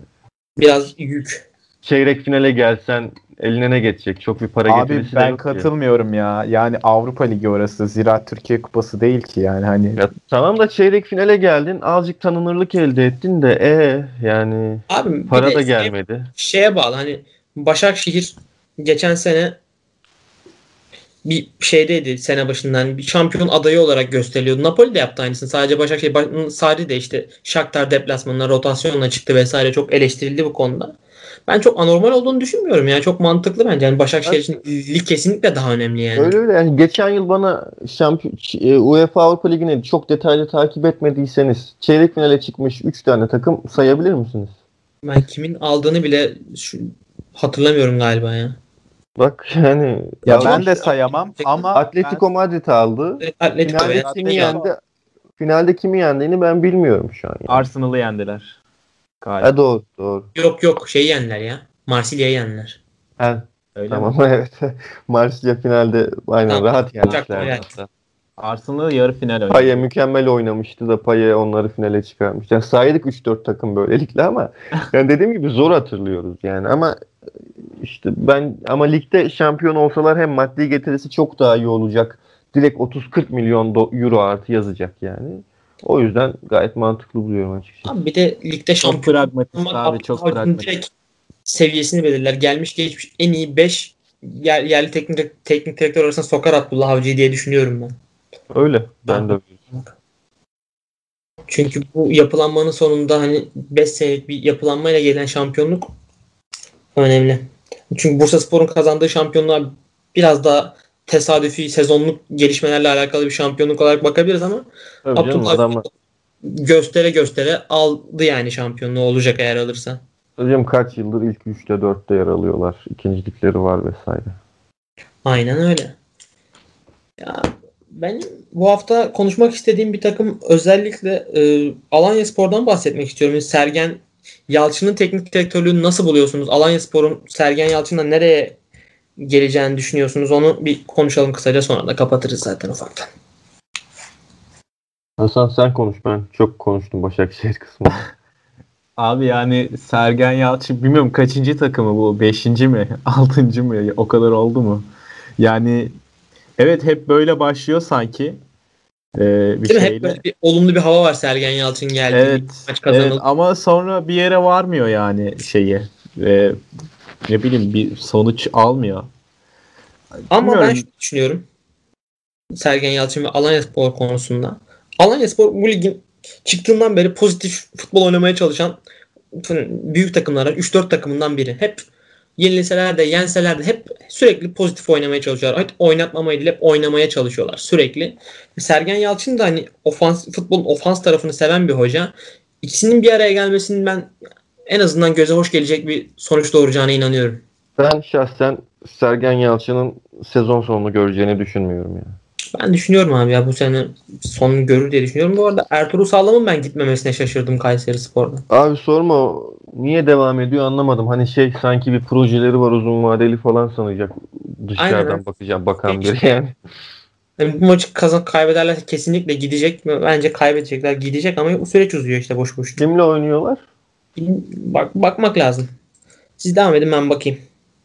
Biraz yük. çeyrek finale gelsen eline ne geçecek? Çok bir para Abi getirisi de ben yok ki. katılmıyorum ya. Yani Avrupa Ligi orası. Zira Türkiye Kupası değil ki yani hani. Ya tamam da çeyrek finale geldin. Azıcık tanınırlık elde ettin de e yani Abi bir para de da şey, gelmedi. şeye bağlı, hani Başakşehir geçen sene bir şeydeydi, sene başından bir şampiyon adayı olarak gösteriliyordu. Napoli de yaptı aynısını. Sadece Başakşehir, Ba- Sarri de işte Shakhtar deplasmanına rotasyonla çıktı vesaire, çok eleştirildi bu konuda. Ben çok anormal olduğunu düşünmüyorum ya. Çok mantıklı bence. Yani Başakşehir için lig kesinlikle daha önemli yani. Öyle öyle. Yani geçen yıl bana şampiyon, UEFA Avrupa Ligi'ni çok detaylı takip etmediyseniz çeyrek finale çıkmış üç tane takım sayabilir misiniz? Ben kimin aldığını bile şu, hatırlamıyorum galiba ya. Bak yani Ya al ben de işte sayamam ama ben Atletico Madrid aldı. Atletico Finalde ya. kimi Atletico yendi? Finalde kimi yendiğini ben bilmiyorum şu an yani. Arsenal'ı yendiler Ha galiba. doğru doğru. Yok yok, şey yendiler ya. Marsilya'yı yendiler. Ha, Öyle mi? tamam evet. Marsilya finalde aynen Tamam. rahat Çok aklıma yenmişlerdi geldi. hatta. Arsenal'ı yarı final Paye oynadı. mükemmel oynamıştı da Paye onları finale çıkarmış. Yani saydık üç dört takım böylelikle ama yani dediğim gibi zor hatırlıyoruz yani ama işte ben ama ligde şampiyon olsalar hem maddi getirisi çok daha iyi olacak. direkt otuz kırk milyon do- euro artı yazacak yani. O yüzden gayet mantıklı buluyorum açıkçası. Abi bir de ligde Çok şampiyon pragmatist olmak abi, çok Abdullah Avcı'nın pragmatist. direkt seviyesini belirler. Gelmiş geçmiş en iyi beş yer, yerli teknik, teknik direktör arasında sokar Abdullah Avcı'yı diye düşünüyorum ben. Öyle. Ben de öyle. Çünkü bu yapılanmanın sonunda hani beş senelik bir yapılanmayla gelen şampiyonluk önemli. Çünkü Bursaspor'un kazandığı şampiyonluğa biraz daha tesadüfi sezonluk gelişmelerle alakalı bir şampiyonluk olarak bakabiliriz ama Tabii canım, Abdullah adamlar göstere göstere aldı yani şampiyonluğu olacak eğer alırsa. hocam kaç yıldır ilk üçte dörtte yer alıyorlar. İkincilikleri var vesaire. Aynen öyle. Ya benim bu hafta konuşmak istediğim bir takım özellikle e, Alanyaspor'dan bahsetmek istiyorum. Sergen Yalçın'ın teknik direktörlüğünü nasıl buluyorsunuz? Alanyaspor'un Sergen Yalçın'la nereye geleceğini düşünüyorsunuz? Onu bir konuşalım kısaca, sonra da kapatırız zaten ufaktan. Hasan sen konuş, ben çok konuştum Başakşehir kısmında. Abi yani Sergen Yalçın bilmiyorum kaçıncı takımı bu? Beşinci mi? Altıncı mı? O kadar oldu mu? Yani evet, hep böyle başlıyor sanki e, bir Değil mi? Hep böyle şeyle. bir olumlu bir hava var Sergen Yalçın geldi. Evet, Maç evet kazanıldı. ama sonra bir yere varmıyor yani şeyi. E, ne bileyim, bir sonuç almıyor. Ama ben Bilmiyorum. şunu düşünüyorum. Sergen Yalçın ve Alanyaspor konusunda. Alanyaspor bu ligin çıktığından beri pozitif futbol oynamaya çalışan büyük takımlardan üç dört takımından biri. Hep yenilseler de yenseler de hep sürekli pozitif oynamaya çalışıyorlar. Hep oynatmamayı değil, hep oynamaya çalışıyorlar sürekli. Sergen Yalçın da hani ofans, futbolun ofans tarafını seven bir hoca. İkisinin bir araya gelmesinin ben en azından göze hoş gelecek bir sonuç doğuracağına inanıyorum. Ben şahsen Sergen Yalçın'ın sezon sonunu göreceğini düşünmüyorum ya. Ben düşünüyorum abi ya bu sene sonunu görür diye düşünüyorum. Bu arada Ertuğrul Sağlam'ın ben gitmemesine şaşırdım Kayserispor'da. Abi sorma, niye devam ediyor anlamadım. Hani şey, sanki bir projeleri var uzun vadeli falan sanacak. Aynen öyle. Dışarıdan bakacağım bakan biri yani. Yani bu maçı kazan kaybederlerse kesinlikle gidecek. Bence kaybedecekler, gidecek ama bu süreç uzuyor işte boş boş. Kimle oynuyorlar? Bak bakmak lazım. Siz devam edin, ben bakayım.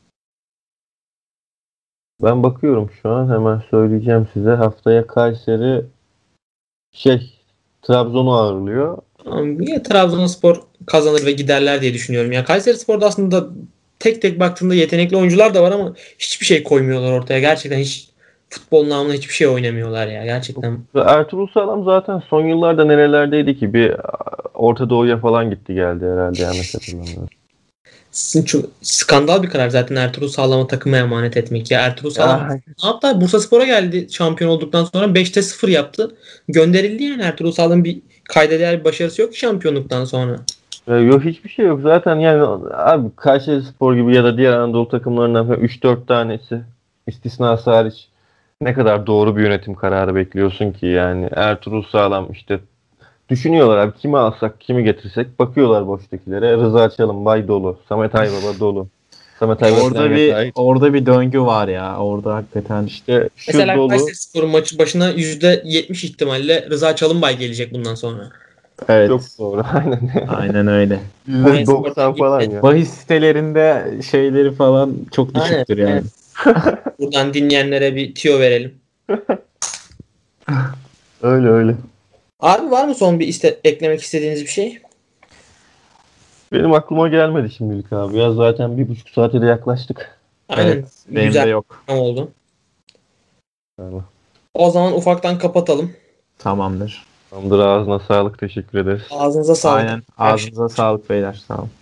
Ben bakıyorum şu an, hemen söyleyeceğim size. Haftaya Kayseri şey Trabzon'u ağırlıyor. Tamam, niye Trabzonspor kazanır ve giderler diye düşünüyorum. Ya Kayserispor'da aslında tek tek baktığında yetenekli oyuncular da var ama hiçbir şey koymuyorlar ortaya. Gerçekten hiç futbol namına hiçbir şey oynamıyorlar ya. Gerçekten. Ertuğrul Sağlam zaten son yıllarda nerelerdeydi ki? Bir Orta Doğu'ya falan gitti geldi herhalde, yanlış hatırlamıyorum. Sizin çok skandal bir karar zaten Ertuğrul Sağlam'a takıma emanet etmek. Ya Ertuğrul Sağlam Ya, hatta Bursaspor'a geldi şampiyon olduktan sonra beşte sıfır yaptı. Gönderildi yani Ertuğrul Sağlam'ın bir kayda değer bir başarısı yok ki şampiyonluktan sonra. yok hiçbir şey yok zaten yani abi, Kayserispor gibi ya da diğer Anadolu takımlarından üç dört tanesi istisnası hariç ne kadar doğru bir yönetim kararı bekliyorsun ki? Yani Ertuğrul Sağlam işte, düşünüyorlar abi kimi alsak kimi getirsek, bakıyorlar boştakilere. Rıza Çalınbay dolu, Samet Aybaba dolu. Samet Aybaba falan Orada bir yeter. orada bir döngü var ya. Orada hakikaten İşte şu Mesela dolu. Kayserispor'un maçı başına yüzde yetmiş ihtimalle Rıza Çalınbay gelecek bundan sonra. Çok evet. doğru. Aynen. Aynen öyle. yüzde doksan falan ya. Bahis sitelerinde şeyleri falan çok Aynen. düşüktür yani. Evet. Buradan dinleyenlere bir tüyo verelim. Öyle öyle. Abi var mı son bir iste eklemek istediğiniz bir şey? Benim aklıma gelmedi şimdilik abi. Ya zaten bir buçuk saate de yaklaştık. Aynen. Evet. Benim Güzel de yok. oldu. Yani. O zaman ufaktan kapatalım. Tamamdır. Tamamdır, ağzına sağlık, teşekkür ederiz. Ağzınıza sağlık. Aynen. Ağzınıza sağlık beyler. Sağ olun.